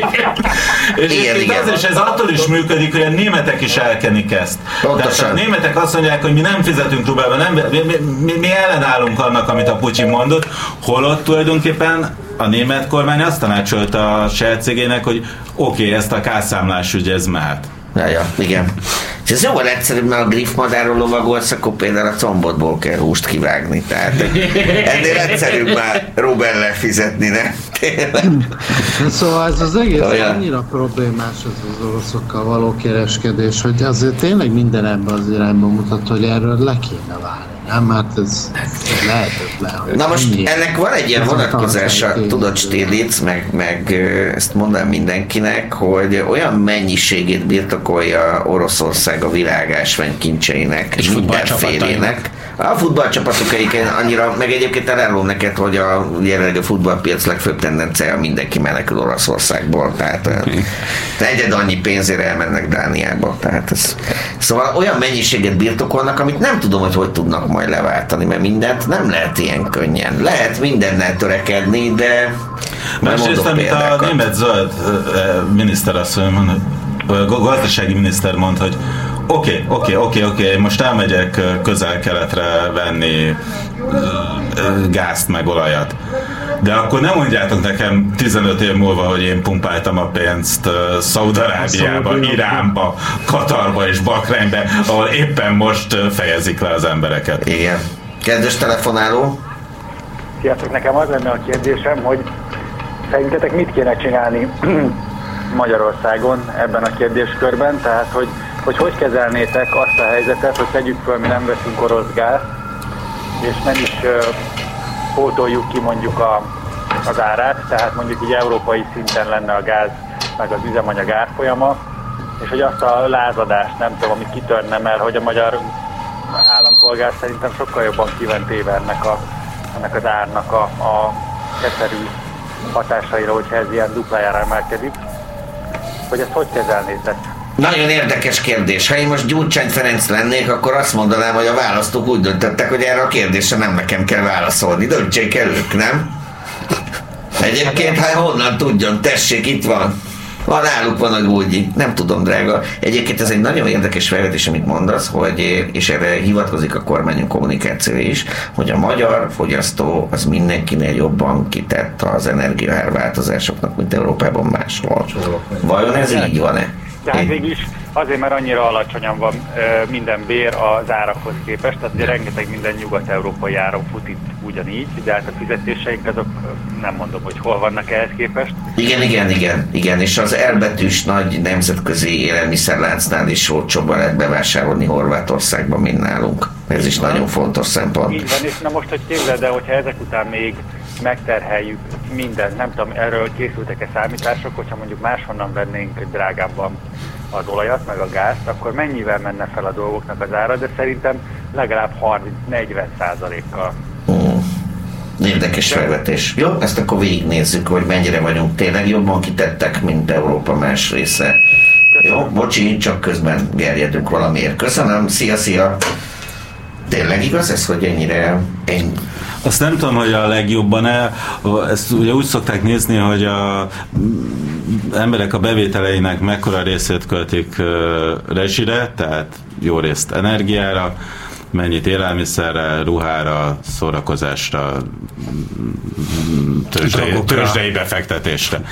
És igen, igen. az, és ez attól is működik, hogy a németek is elkenik ezt. Pontosan. Tehát a németek azt mondják, hogy mi nem fizetünk rubelbe, nem, mi, mi, mi, mi ellenállunk annak, amit a Putyin mondott, holott tulajdonképpen a német kormány azt tanácsolta a saját cégének, hogy oké, okay, ezt a K-számlás ügy, ez mehet. Ja, ja, igen. És ez jóval egyszerűbb, mert a griffmadárról lovagolsz, akkor például a combodból kell húst kivágni. Tehát ennél egyszerűbb már rubellel fizetni, nem? Tényleg. Szóval ez az egész olyan. Annyira problémás az az oroszokkal való kereskedés, hogy azért tényleg minden ebben az irányba mutat, hogy erről le kéne válni. Nem, hát ez, ez lehetetlen. Na most ennyi. Ennek van egy ilyen vonatkozása, tudod Stirlitz, meg, meg ezt mondanám mindenkinek, hogy olyan mennyiségét birtokolja Oroszország a világ ásványkincseinek, és mindenfélének. A futballcsapatokaiken annyira, meg egyébként elárulom neked, hogy a jelenleg a futballpiac legfőbb tendenciája mindenki menekül Oroszországból, tehát okay. egyed annyi pénzére elmennek Dániába. Tehát ez, szóval olyan mennyiséget birtokolnak, amit nem tudom, hogy hogy tudnak majd leváltani, mert mindent nem lehet ilyen könnyen. Lehet mindennel törekedni, de másrészt, amit a német zöld miniszter asszony mond, gazdasági miniszter mond, hogy oké, oké, oké, oké, most elmegyek közel-keletre venni gázt meg olajat. De akkor nem mondjátok nekem tizenöt év múlva, hogy én pumpáltam a pénzt Szaúd-Arábiába, Iránba, Katarba és Bahreinbe, ahol éppen most fejezik le az embereket. Igen. Kedves telefonáló! Sziasztok, nekem az lenne a kérdésem, hogy szerintetek mit kéne csinálni Magyarországon ebben a kérdéskörben, tehát hogy hogy hogy kezelnétek azt a helyzetet, hogy tegyük föl, mi nem veszünk orosz gázt, és nem is uh, pótoljuk ki mondjuk a, az árát, tehát mondjuk így európai szinten lenne a gáz, meg az üzemanyag árfolyama, és hogy azt a lázadást, nem tudom, amit kitörnem el, hogy a magyar állampolgár szerintem sokkal jobban kíván téve ennek, a, ennek az árnak a, a keserű hatásaira, hogyha ez ilyen duplájára emelkedik, hogy ezt hogy kezelnétek? Nagyon érdekes kérdés. Ha én most Gyurcsány Ferenc lennék, akkor azt mondanám, hogy a választók úgy döntöttek, hogy erre a kérdésre nem nekem kell válaszolni. Döntsék el ők, nem? Egyébként, hát honnan tudjon, tessék, itt van. Van náluk van a gógyi. Nem tudom, drága. Egyébként ez egy nagyon érdekes felvetés, amit mondasz, hogy, és erre hivatkozik a kormányunk kommunikáció is, hogy a magyar fogyasztó az mindenkinél jobban kitett az energiaárváltozásoknak, mint Európában máshol. Vajon ez így van-e? Tehát végig is azért, mert annyira alacsonyan van minden bér az árakhoz képest, tehát ugye rengeteg minden nyugat-európai áron fut itt ugyanígy, de hát a fizetéseink azok nem mondom, hogy hol vannak ehhez képest. Igen, igen, igen, igen, és az elbetűs nagy nemzetközi élelmiszerláncnál is olcsóbban lehet bevásárolni Horvátországban, mint nálunk. Ez is nagyon fontos szempont. Így van, és na most, hogy képzeld el, hogyha ezek után még megterheljük mindent, nem tudom, erről készültek-e számítások, hogyha mondjuk máshonnan vennénk drágábban az olajat, meg a gázt, akkor mennyivel menne fel a dolgoknak az ára, de szerintem legalább harminc-negyven százalékkal. Mm. Érdekes felvetés. Jó, ezt akkor végignézzük, hogy mennyire vagyunk tényleg jobban kitettek, mint Európa más része. Jó, bocsi, csak közben gerjedünk valamiért. Köszönöm, szia, szia! Tényleg igaz ez, hogy ennyire... Ennyi... Azt nem tudom, hogy a legjobban el, ezt ugye úgy szokták nézni, hogy a emberek a bevételeinek mekkora részét költik rezsire, tehát jó részt energiára, mennyit élelmiszerre, ruhára, szórakozásra, tőzsdei, tőzsdei befektetésre.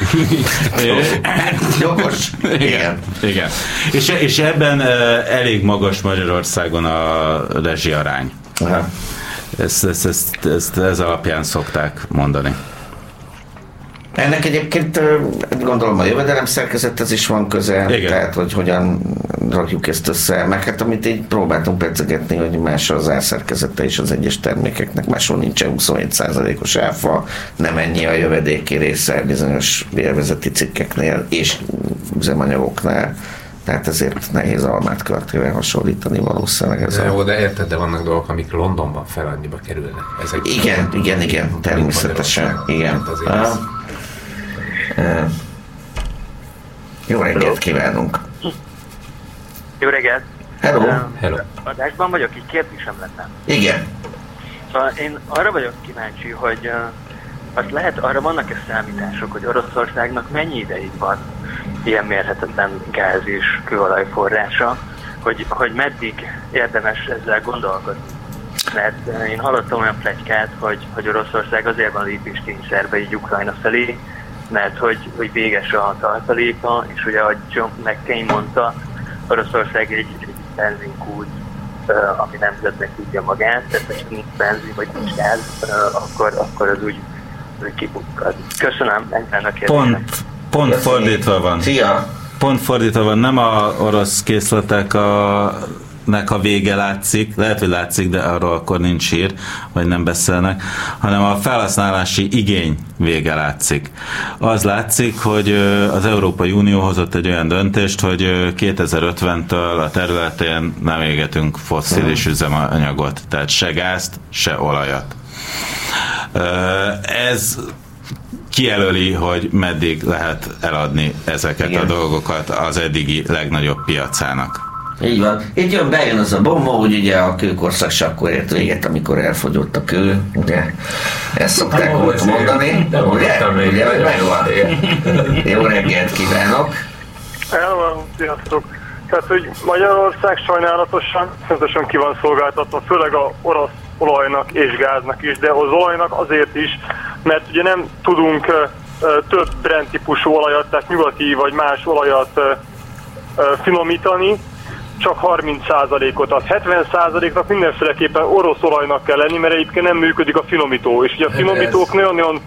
Jogos. Igen. Igen. És, és ebben elég magas Magyarországon a rezsiarány. Aha. Ezt, ezt, ezt, ezt ez alapján szokták mondani. Ennek egyébként gondolom a jövedelem szerkezethez is van köze, igen. Tehát hogy hogyan rakjuk ezt össze, meg hát amit így próbáltunk pedzegetni, hogy más az árszerkezete is az egyes termékeknek, máshol nincsen huszonhét százalékos áfa, nem ennyi a jövedéki része bizonyos élvezeti cikkeknél és üzemanyagoknál. Tehát ezért nehéz almát követően hasonlítani valószínűleg ez. De jó, de érted, de vannak dolgok, amik Londonban fel annyiba kerülnek. Ezek igen, igen, igen, természetesen. Igen. Ah. Uh. Jó reggelt kívánunk! Jó reggelt! Hello! Uh, Hello! Adásban vagyok, így kérdésem lenne. Igen. Szóval én arra vagyok kíváncsi, hogy uh, azt lehet, arra vannak-e számítások, hogy Oroszországnak mennyi ideig van ilyen mérhetetlen gáz és kőolajforrása, hogy, hogy meddig érdemes ezzel gondolkodni. Mert én hallottam olyan pletykát, hogy, hogy Oroszország azért van lépéskényszerbe így Ukrajna felé, mert hogy, hogy véges a tartaléka, és ugye, ahogy John McCain mondta, Oroszország egy, egy benzinkút, uh, ami nemzetnek tudja magát, tehát ha nincs benzin vagy nincs gáz, uh, akkor, akkor az úgy, úgy kibukkad. Köszönöm, ennyi a kérdésem. Pont, pont fordítva van. Szia! Pont fordítva van, nem a orosz készletek a nek a vége látszik, lehet, hogy látszik, de arról akkor nincs hír, vagy nem beszélnek, hanem a felhasználási igény vége látszik. Az látszik, hogy az Európai Unió hozott egy olyan döntést, hogy kétezer-ötventől a területén nem égetünk fosszilis üzemanyagot, tehát se gázt, se olajat. Ez kijelöli, hogy meddig lehet eladni ezeket igen. a dolgokat az eddigi legnagyobb piacának. Így van. Így jön, bejön az a bomba, hogy ugye a kőkorszak se akkor ért véget, amikor elfogyott a kő, ugye? Ezt szokták volt mondani, ugye? Ugye, hogy megvan. Jó reggelt kívánok! Elvan, sziasztok! Tehát, hogy Magyarország sajnálatosan, fontosan ki van szolgáltatva, főleg a orosz olajnak és gáznak is, de az olajnak azért is, mert ugye nem tudunk uh, több Brent típusú olajat, tehát nyugati vagy más olajat uh, uh, finomítani, csak harminc százalékot ad. hetven százaléknak mindenféleképpen orosz olajnak kell lenni, mert egyébként nem működik a finomító. És ugye a finomítók nagyon-nagyon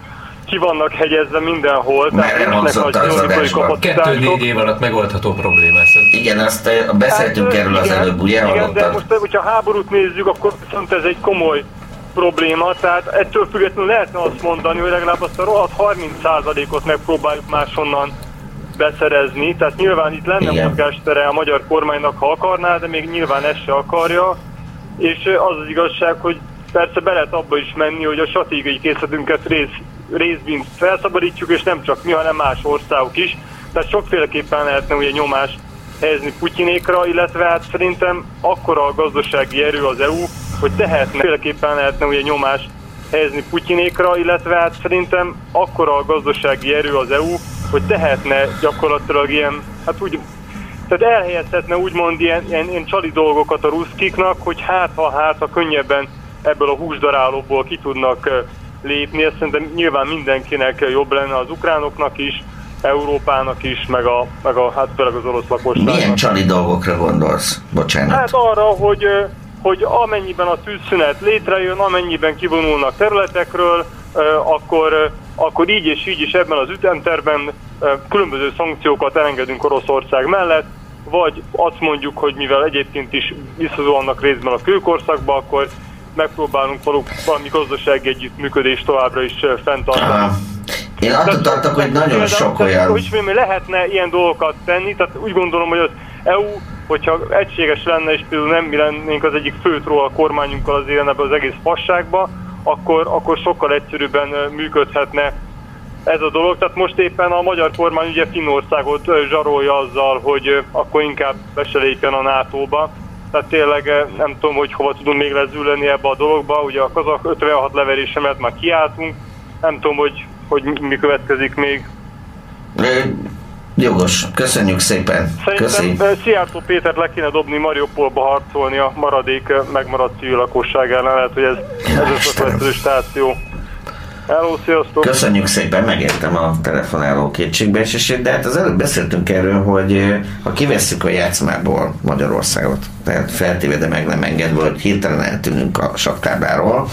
ki vannak hegyezve mindenhol. Meghangzott az adásban. Kettő-négy év alatt megoldható probléma. Igen, azt beszéltünk hát, erről igen, az előbb, ugye? Igen, hallottad? de most, hogyha háborút nézzük, akkor viszont ez egy komoly probléma, tehát ettől függetlenül lehetne azt mondani, hogy legalább azt a rohadt harminc százalékot megpróbáljuk máshonnan beszerezni, tehát nyilván itt lenne mozgástere a magyar kormánynak, ha akarná, de még nyilván ezt se akarja, és az az igazság, hogy persze be lehet abba is menni, hogy a stratégiai készletünket rész, részben felszabadítjuk, és nem csak mi, hanem más országok is, tehát sokféleképpen lehetne ugye nyomást helyezni Putyinékra, illetve hát szerintem akkora a gazdasági erő az é u, hogy tehetne, féleképpen lehetne ugye nyomást helyezni Putyinékra, illetve hát szerintem akkora a gazdasági erő az é u, hogy tehetne gyakorlatilag ilyen, hát úgy, tehát elhelyezhetne úgymond ilyen, ilyen, ilyen csali dolgokat a ruszkiknak, hogy hát ha hát ha könnyebben ebből a húsdarálóból ki tudnak lépni, ezt szerintem nyilván mindenkinek jobb lenne, az ukránoknak is, Európának is, meg a, meg a hát főleg az orosz lakosságnak. Milyen csali dolgokra gondolsz? Bocsánat. Hát arra, hogy, hogy amennyiben a tűzszünet létrejön, amennyiben kivonulnak területekről, akkor, akkor így és így is ebben az ütemterben különböző szankciókat elengedünk Oroszország mellett, vagy azt mondjuk, hogy mivel egyébként is visszazuhannak részben a kőkorszakba, akkor megpróbálunk valami gazdasági együttműködést továbbra is fenntartani. Én attól tartok, hogy nagyon sok olyan... Hogy lehetne ilyen dolgokat tenni, tehát úgy gondolom, hogy az é u, hogyha egységes lenne, és például nem mi lennénk az egyik fő troll a kormányunkkal az élen ebbe az egész fasságba, akkor, akkor sokkal egyszerűbben működhetne ez a dolog. Tehát most éppen a magyar kormány ugye Finnországot zsarolja azzal, hogy akkor inkább be se lépjen a nátóba. Tehát tényleg nem tudom, hogy hova tudunk még lezülni ebbe a dologba. Ugye a kazak ötvenhat leverésemet már kiálltunk. Nem tudom, hogy, hogy mi következik még. Jogos, köszönjük szépen. Szerintem Szijjártó Pétert le kéne dobni Mariupolba harcolni a maradék megmaradt civil lakosság ellen. Lehet, hogy ez, ez a következő stáció. Hello, sziasztok! Köszönjük szépen, megértem a telefonáló kétségbeesését, de hát az előbb beszéltünk erről, hogy ha kivesszük a játszmából Magyarországot, tehát feltéve, de meg nem engedve, hogy hirtelen eltűnünk a saktábláról,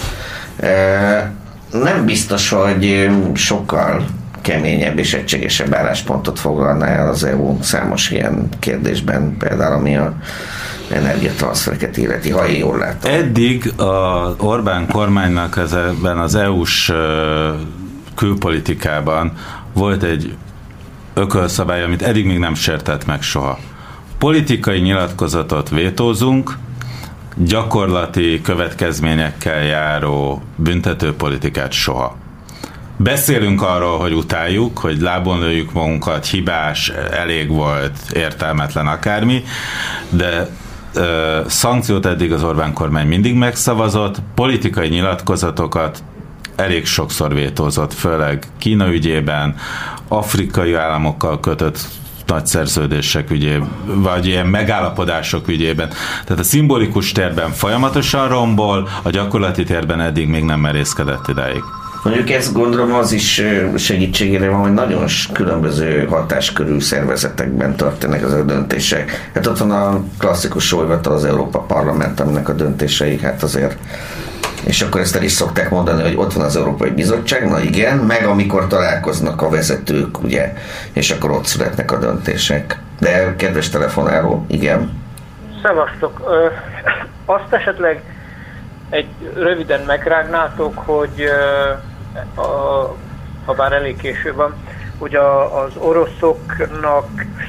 nem biztos, hogy sokkal keményebb és egységesebb álláspontot foglalná el az é u számos ilyen kérdésben, például ami a energiatranszfereket illeti, ha én jól látom. Eddig a Orbán kormánynak ezben az é u-s külpolitikában volt egy ökölszabály, amit eddig még nem sértett meg soha. Politikai nyilatkozatot vétózunk, gyakorlati következményekkel járó büntetőpolitikát soha. Beszélünk arról, hogy utáljuk, hogy lábon lőjük magunkat, hibás, elég volt, értelmetlen akármi, de ö, szankciót eddig az Orbán kormány mindig megszavazott, politikai nyilatkozatokat elég sokszor vétózott, főleg Kína ügyében, afrikai államokkal kötött nagy szerződések ügyében, vagy ilyen megállapodások ügyében. Tehát a szimbolikus térben folyamatosan rombol, a gyakorlati térben eddig még nem merészkedett idáig. Mondjuk ezt gondolom az is segítségére van, hogy nagyon különböző hatáskörű szervezetekben történnek az a döntések. Hát ott van a klasszikus sólyvatal, az Európa Parlament, aminek a döntései, hát azért, és akkor ezt el is szokták mondani, hogy ott van az Európai Bizottság, na igen, meg amikor találkoznak a vezetők, ugye, és akkor ott születnek a döntések. De kedves telefonáló, igen. Szevasztok. Ö, azt esetleg egy röviden megrágnátok, hogy a, ha bár elég késő van, hogy a, az oroszoknak,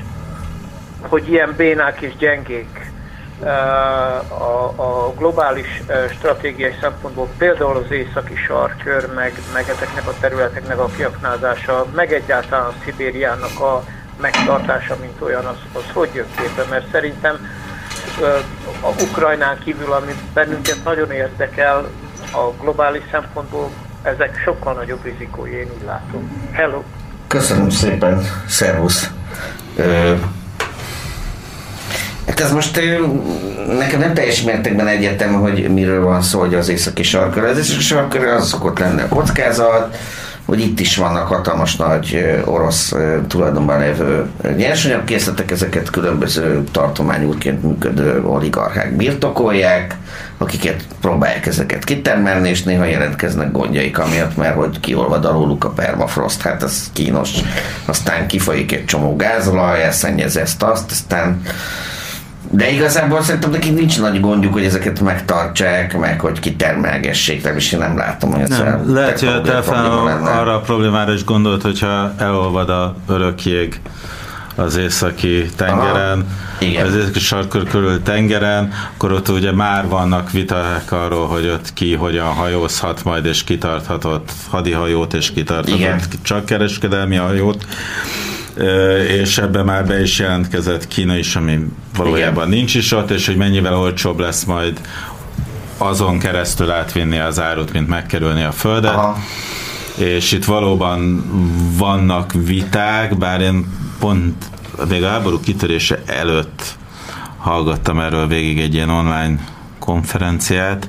hogy ilyen bénák és gyengék a, a globális stratégiai szempontból, például az északi sarkkör, meg, meg ezeknek a területeknek a kiaknázása, meg egyáltalán a Szibériának a megtartása, mint olyan, az, az hogy jön képbe, mert szerintem a Ukrajnán kívül, ami bennünket nagyon érdekel a globális szempontból, ezek sokkal nagyobb rizikói, én úgy látom. Hello! Köszönöm szépen, szervusz! Ö, hát ez most nekem nem teljes mértékben egyértelmű, hogy miről van szó, hogy az északi sarkkör. Az északi sarkkör az szokott lenni a kockázat, hogy itt is vannak hatalmas nagy orosz tulajdonban lévő nyersanyagkészletek, ezeket különböző tartományúrként működő oligarchák birtokolják, akiket próbálják ezeket kitermelni, és néha jelentkeznek gondjaik amiatt, mert hogy kiolvad alóluk a permafrost, hát ez kínos. Aztán kifolyik egy csomó gázolaj, elszennyez ezt, azt, aztán de igazából szerintem nekik nincs nagy gondjuk, hogy ezeket megtartsák, meg hogy kitermelgessék, nem is én nem látom, hogy ez nem, lehet, hogy a Telefán arra a problémára is gondolt, hogyha elolvad a örök jég az északi tengeren, aha, az északi sarkkör körül tengeren, akkor ott ugye már vannak viták arról, hogy ott ki hogyan hajózhat majd, és kitarthatott hadihajót, és kitarthatott igen, csak kereskedelmi hajót, és ebben már be is jelentkezett Kína is, ami valójában igen, nincs is ott, és hogy mennyivel olcsóbb lesz majd azon keresztül átvinni az árut, mint megkerülni a földet. Aha. És itt valóban vannak viták, bár én pont még a háború kitörése előtt hallgattam erről végig egy ilyen online konferenciát,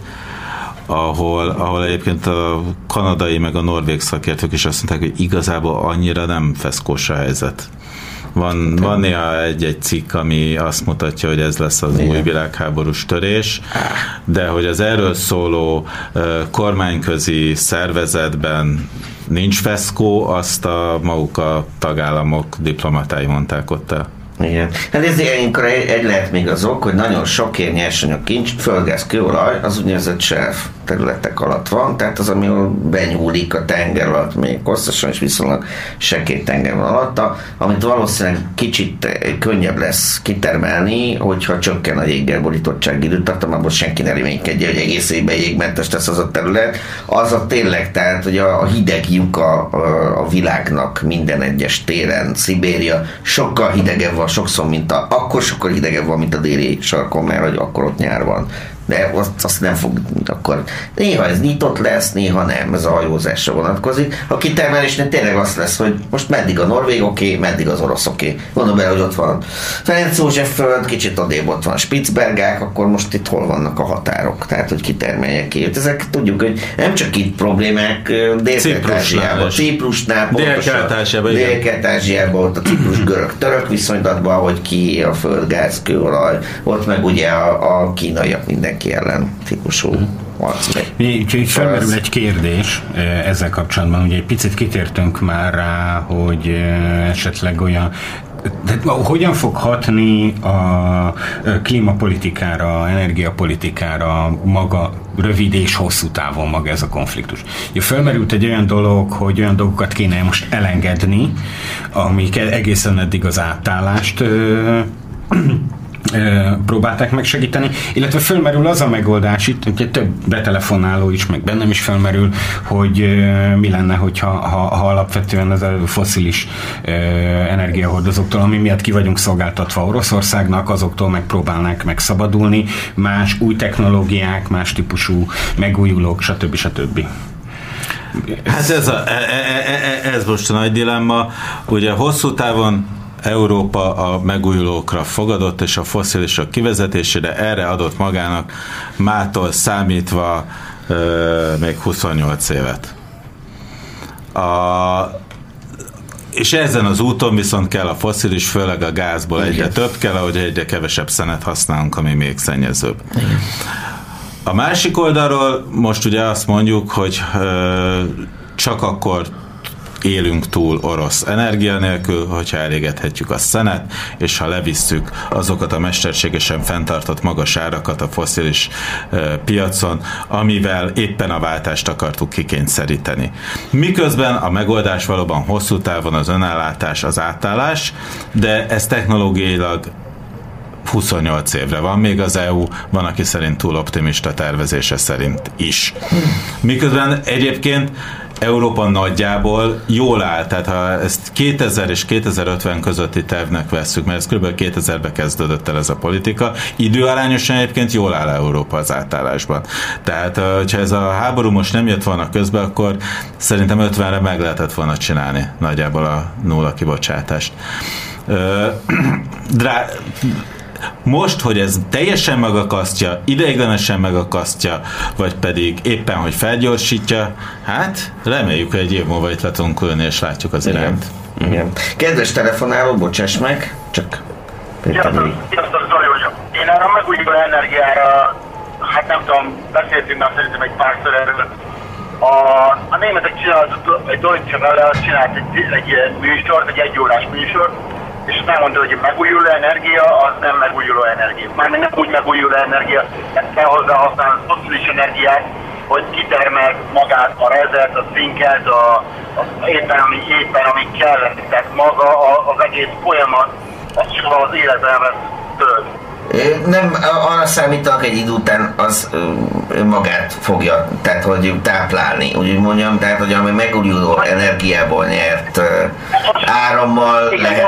ahol, ahol egyébként a kanadai meg a norvég szakértők is azt mondták, hogy igazából annyira nem feszkós a helyzet. Van, van néha egy-egy cikk, ami azt mutatja, hogy ez lesz az igen, új világháborús törés, de hogy az erről szóló uh, kormányközi szervezetben nincs feszkó, azt a maguk a tagállamok diplomatái mondták ott el. Igen. Hát ez ilyenkor egy, egy lehet még az ok, hogy nagyon sok ilyen nyersanyag kincs, földgáz, kőolaj, az úgynevezett shelf területek alatt van, tehát az, ami benyúlik a tenger alatt, még hosszasan és viszonylag sekély tenger van alatta, amit valószínűleg kicsit könnyebb lesz kitermelni, hogyha csökken a jéggel borítottság időtartamában, senki ne reménykedje, hogy egész évben jégmentes lesz az a terület. Az a tényleg, tehát, hogy a, a hideg lyuk a, a, a világnak minden egyes téren, Szibéria sokkal hidegebb van sokszor, mint a, akkor sokkal hidegebb van, mint a déli sarkon, mert hogy akkor ott nyár van. De azt, azt nem fog, akkor néha ez nyitott lesz, néha nem, ez a hajózásra vonatkozik. A kitermelésnél tényleg az lesz, hogy most meddig a norvég oké, okay, meddig az orosz oké. Okay. Mondom bele, hogy ott van Ferenc József föld, kicsit odébb ott van Spitzbergák, akkor most itt hol vannak a határok, tehát hogy kitermelják ki. Ezek tudjuk, hogy nem csak itt problémák, Dél-Kelet-Ázsiában, Ciprusnál, Dél-Kelet-Ázsiában, Dél-Kelet-Ázsiában, ott a Ciprus görög-török viszonylatban, hogy ki a földgáz, kőolaj, ott meg ugye a, a kínaiak mindenki ellen típusú harc. Itt felmerül egy kérdés ezzel kapcsolatban, ugye egy picit kitértünk már rá, hogy esetleg olyan de hogyan fog hatni a klímapolitikára, energiapolitikára maga rövid és hosszú távon maga ez a konfliktus? Ugye felmerült egy olyan dolog, hogy olyan dolgokat kéne most elengedni, amik egészen eddig az átállást próbálták megsegíteni, illetve fölmerül az a megoldás itt, ugye több betelefonáló is, meg bennem is felmerül, hogy mi lenne, hogyha ha, ha alapvetően az a fosszilis energiahordozóktól, ami miatt ki vagyunk szolgáltatva Oroszországnak, azoktól megpróbálnák megszabadulni, más új technológiák, más típusú megújulók, stb. stb. Hát ez, a, ez most a nagy dilemma. Ugye hosszú távon Európa a megújulókra fogadott, és a fosszilisok kivezetésére erre adott magának mától számítva euh, még huszonnyolc évet. A, és ezen az úton viszont kell a fosszilis, főleg a gázból egyre több kell, ahogy egyre kevesebb szenet használunk, ami még szennyezőbb. Igen. A másik oldalról most ugye azt mondjuk, hogy euh, csak akkor élünk túl orosz energia nélkül, hogyha elégethetjük a szenet, és ha levisszük azokat a mesterségesen fenntartott magas árakat a fosszilis uh, piacon, amivel éppen a váltást akartuk kikényszeríteni. Miközben a megoldás valóban hosszú távon az önellátás, az átállás, de ez technológiailag huszonnyolc évre van, még az é u van, aki szerint túl optimista tervezése szerint is. Miközben egyébként Európa nagyjából jól áll, tehát ha ezt kétezer és kétezer-ötven közötti tervnek vesszük, mert ez kb. kétezerben kezdődött el ez a politika, időarányosan egyébként jól áll Európa az átállásban. Tehát, hogyha ez a háború most nem jött volna közbe, akkor szerintem ötvenre meg lehetett volna csinálni nagyjából a nulla kibocsátást. Drá- most, hogy ez teljesen megakasztja, ideiglenesen megakasztja, vagy pedig éppen, hogy felgyorsítja, hát reméljük, hogy egy év múlva itt le tudunk ülni, és látjuk az irányt. Igen. Igen. Kedves telefonáló, bocsáss meg, csak Sziasztok, sziasztok, Zoli vagyok. Én arra megújuló energiára, hát nem tudom, beszéltünk már szerintem egy párszor erről. A, a németek csináltak, egy Deutsche Welle csinált egy, egy műsort, egy egyórás műsort, és azt elmondta, hogy a megújuló energia az nem megújuló energia. Mármint nem úgy megújuló energia, kell hozzá használni a fosszilis energiát, hogy kitermel magát a rezet, a szinkert, a, a, éppen, ami, éppen ami kell. Tehát maga a, az egész folyamat, az csak az életelmet tölt. Nem, arra számítanak egy idő után, az magát fogja, tehát hogy táplálni, úgy mondjam, tehát hogy ami megújuló energiából nyert árammal lehet.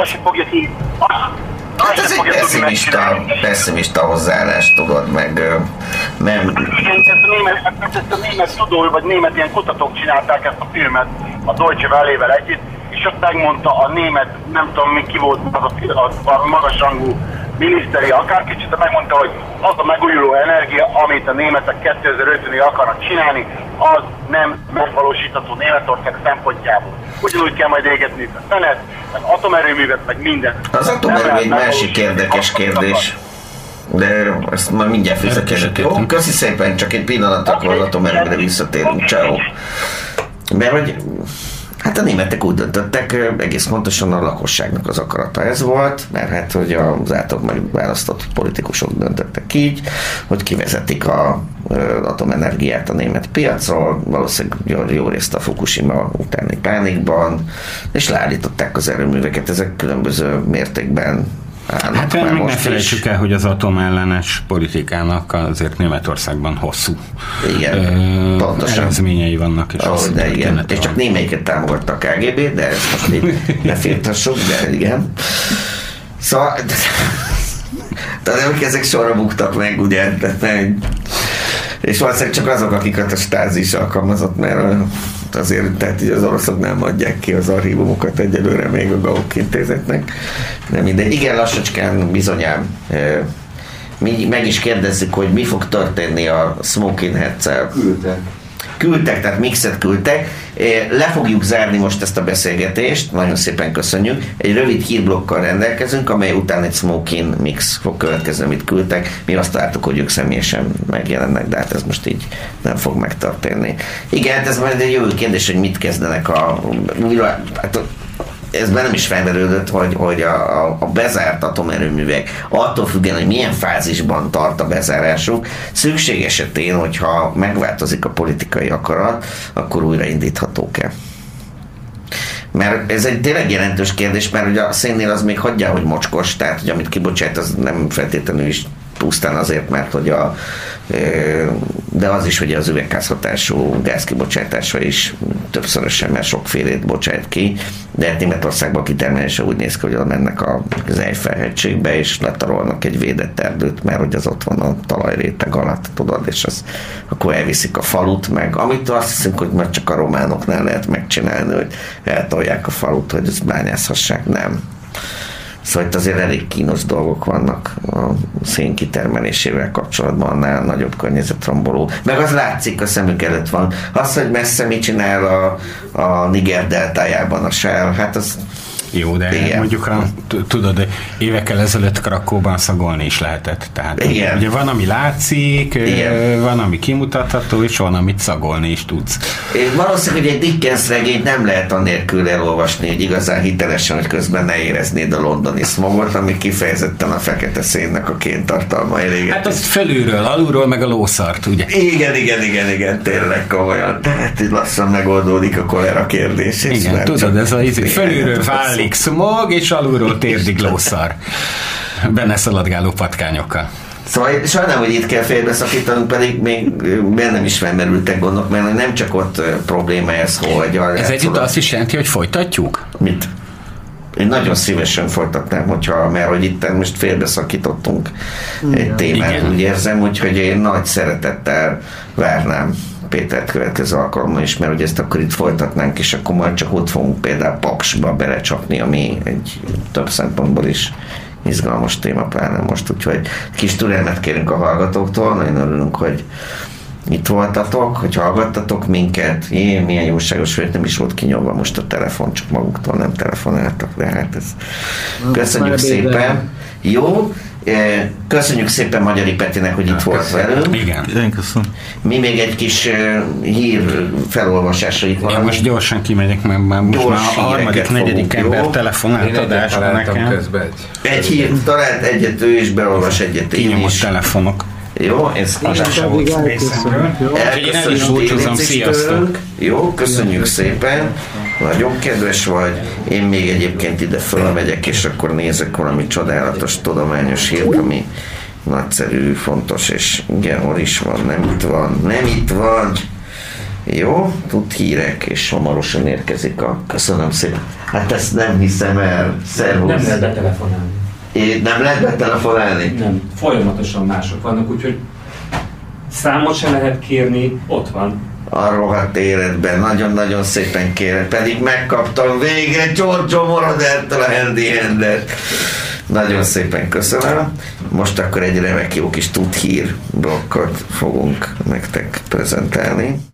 Hát ez egy pessimista, pessimista hozzáállás, tudod, meg nem... Igen, ezt a német, ezt a német tudó, vagy német ilyen kutatók csinálták ezt a filmet a Deutsche Welle-vel együtt, és ott megmondta a német, nem tudom mi ki volt az a, a, a magasrangú miniszteri akárki, de megmondta, hogy az a megújuló energia, amit a németek kétezer-ötvenig akarnak csinálni, az nem megvalósítható Németország szempontjából. Ugyanúgy kell majd égetni a szenet, meg atomerőművet, meg minden. Az atomerőmű egy másik érdekes kérdés. De ezt már mindjárt visszatérünk. Jó, köszi szépen, csak egy pillanat, akkor az atomerőműre visszatérünk. Ciao. Mert hogy hát a németek úgy döntöttek, egész pontosan a lakosságnak az akarata ez volt, mert hát hogy az általuk megválasztott politikusok döntöttek így, hogy kivezetik a atomenergiát a német piacról, valószínűleg jó, jó részt a Fukushima utáni pánikban, és leállították az erőműveket, ezek különböző mértékben állnak. Hát még ne felejtsük el, hogy az atomellenes politikának azért Németországban hosszú eredményei vannak. És, oh, de igen. és csak némelyiket támogatta a ká gé bé, de ezt most így ne firtassuk, de igen. Szóval de ezek sorra buktak meg, ugye? És valószínűleg csak azok, akiket a Stázi is alkalmazott, mert azért, tehát így az oroszok nem adják ki az archívumokat egyelőre még a Gauck intézetnek. Nem mindegy. Igen, lassacskán bizonyám meg is kérdezzük, hogy mi fog történni a Smoking Heads-el. Küldtek. Küldtek, tehát mixet küldtek. Le fogjuk zárni most ezt a beszélgetést, nagyon szépen köszönjük. Egy rövid hírblokkal rendelkezünk, amely után egy Smoking Mix fog következni, amit küldtek. Mi azt láttuk, hogy ők személyesen megjelennek, de hát ez most így nem fog megtörténni. Igen, ez majd egy jövő kérdés, hogy mit kezdenek a... Hát ez bennem is felmerődött, hogy, hogy a, a, a bezárt atomerőművek attól függően, hogy milyen fázisban tart a bezárásuk, szükség esetén, hogyha megváltozik a politikai akarat, akkor újraindíthatók-e? Mert ez egy tényleg jelentős kérdés, mert ugye a szénnél az még hagyja, hogy mocskos, tehát hogy amit kibocsát, az nem feltétlenül is pusztán azért, mert hogy a de az is, hogy az üvegházhatású gázkibocsátása is többszörösen, mert sokfélét bocsát ki, de Németországban kitermelése úgy néz ki, hogy oda mennek az Eiffel-hegységbe, és letarolnak egy védett erdőt, mert hogy az ott van a talajréteg alatt, tudod, és az, akkor elviszik a falut, meg amit azt hiszünk, hogy már csak a románoknál lehet megcsinálni, hogy eltolják a falut, hogy ezt bányászhassák, nem. Szóval itt azért elég kínos dolgok vannak a szén kitermelésével kapcsolatban, annál nagyobb környezetromboló. Meg az látszik, a szemük előtt van. Az, hogy messze mit csinál a, a Niger deltájában a Shell, hát az... Jó, de igen. Mondjuk a, tudod, évekkel ezelőtt Krakóban szagolni is lehetett. Tehát igen. Ugye van, ami látszik, igen. Van, ami kimutatható, és van, amit szagolni is tudsz. És valószínűleg, hogy egy Dickens regényt nem lehet annélkül elolvasni, hogy igazán hitelesen, hogy közben ne éreznéd a londoni smogot, ami kifejezetten a fekete szénnek a kéntartalma elég. Hát azt felülről, alulról, meg a lószart, ugye? Igen, igen, igen, igen, tényleg komolyan. Tehát így lassan megoldódik a kolera kérdés. Igen, tudod, ez a izé, felülről válik smog, és alulról térdig lószar. Benne szaladgáló patkányokkal. Szóval sajnálom, hogy itt kell félbeszakítanunk, pedig még bennem is felmerültek gondok, mert nem csak ott probléma ez, hogy... Ez együtt azt is jelenti, hogy folytatjuk? Mit? Én nagyon szívesen folytatnám, hogyha, mert hogy itt most félbeszakítottunk egy témát, igen. Úgy érzem, úgyhogy én nagy szeretettel várnám Pétert következő alkalommal is, mert hogy ezt akkor itt folytatnánk, és akkor majd csak ott fogunk például Paksba belecsapni, ami egy több szempontból is izgalmas téma, pláne most, úgyhogy kis türelmet kérünk a hallgatóktól, nagyon örülünk, hogy itt voltatok, hogy hallgattatok minket. Jé, milyen jóságos, hogy nem is volt kinyomva most a telefon, csak maguktól nem telefonáltak, de hát ez... Köszönjük szépen. Jó, köszönjük szépen Magyari Petinek, hogy itt volt velünk. Igen. Én köszönöm. Mi még egy kis hír felolvasásra itt van. Én most gyorsan kimegyek, mert már most már a harmadik, negyedik ember telefonált adásra nekem. Egy. egy hír talált, egyet ő is beolvas, egyet én Kinyomott is. telefonok. Jó, ez adása volt részemről. Úgyhogy én el is búcsúzom, sziasztok! Jó, köszönjük szépen, nagyon kedves vagy. Én még egyébként ide fölmegyek, és akkor nézek valami csodálatos, tudományos hírt, ami nagyszerű, fontos, és igen, hol is van, nem itt van, nem itt van. Jó, tud hírek, és hamarosan érkezik a... Köszönöm szépen. Hát ezt nem hiszem el. Szervusz. Nem lehet betelefonálni. Én nem lehet betelefonálni? Nem, folyamatosan mások vannak, úgyhogy számot se lehet kérni, ott van. A rohadt életben, nagyon-nagyon szépen kérem, pedig megkaptam végre Giorgio Morodertől a Handy Handet. Nagyon szépen köszönöm. Most akkor egy remek jó kis tudhír blokkot fogunk nektek prezentálni.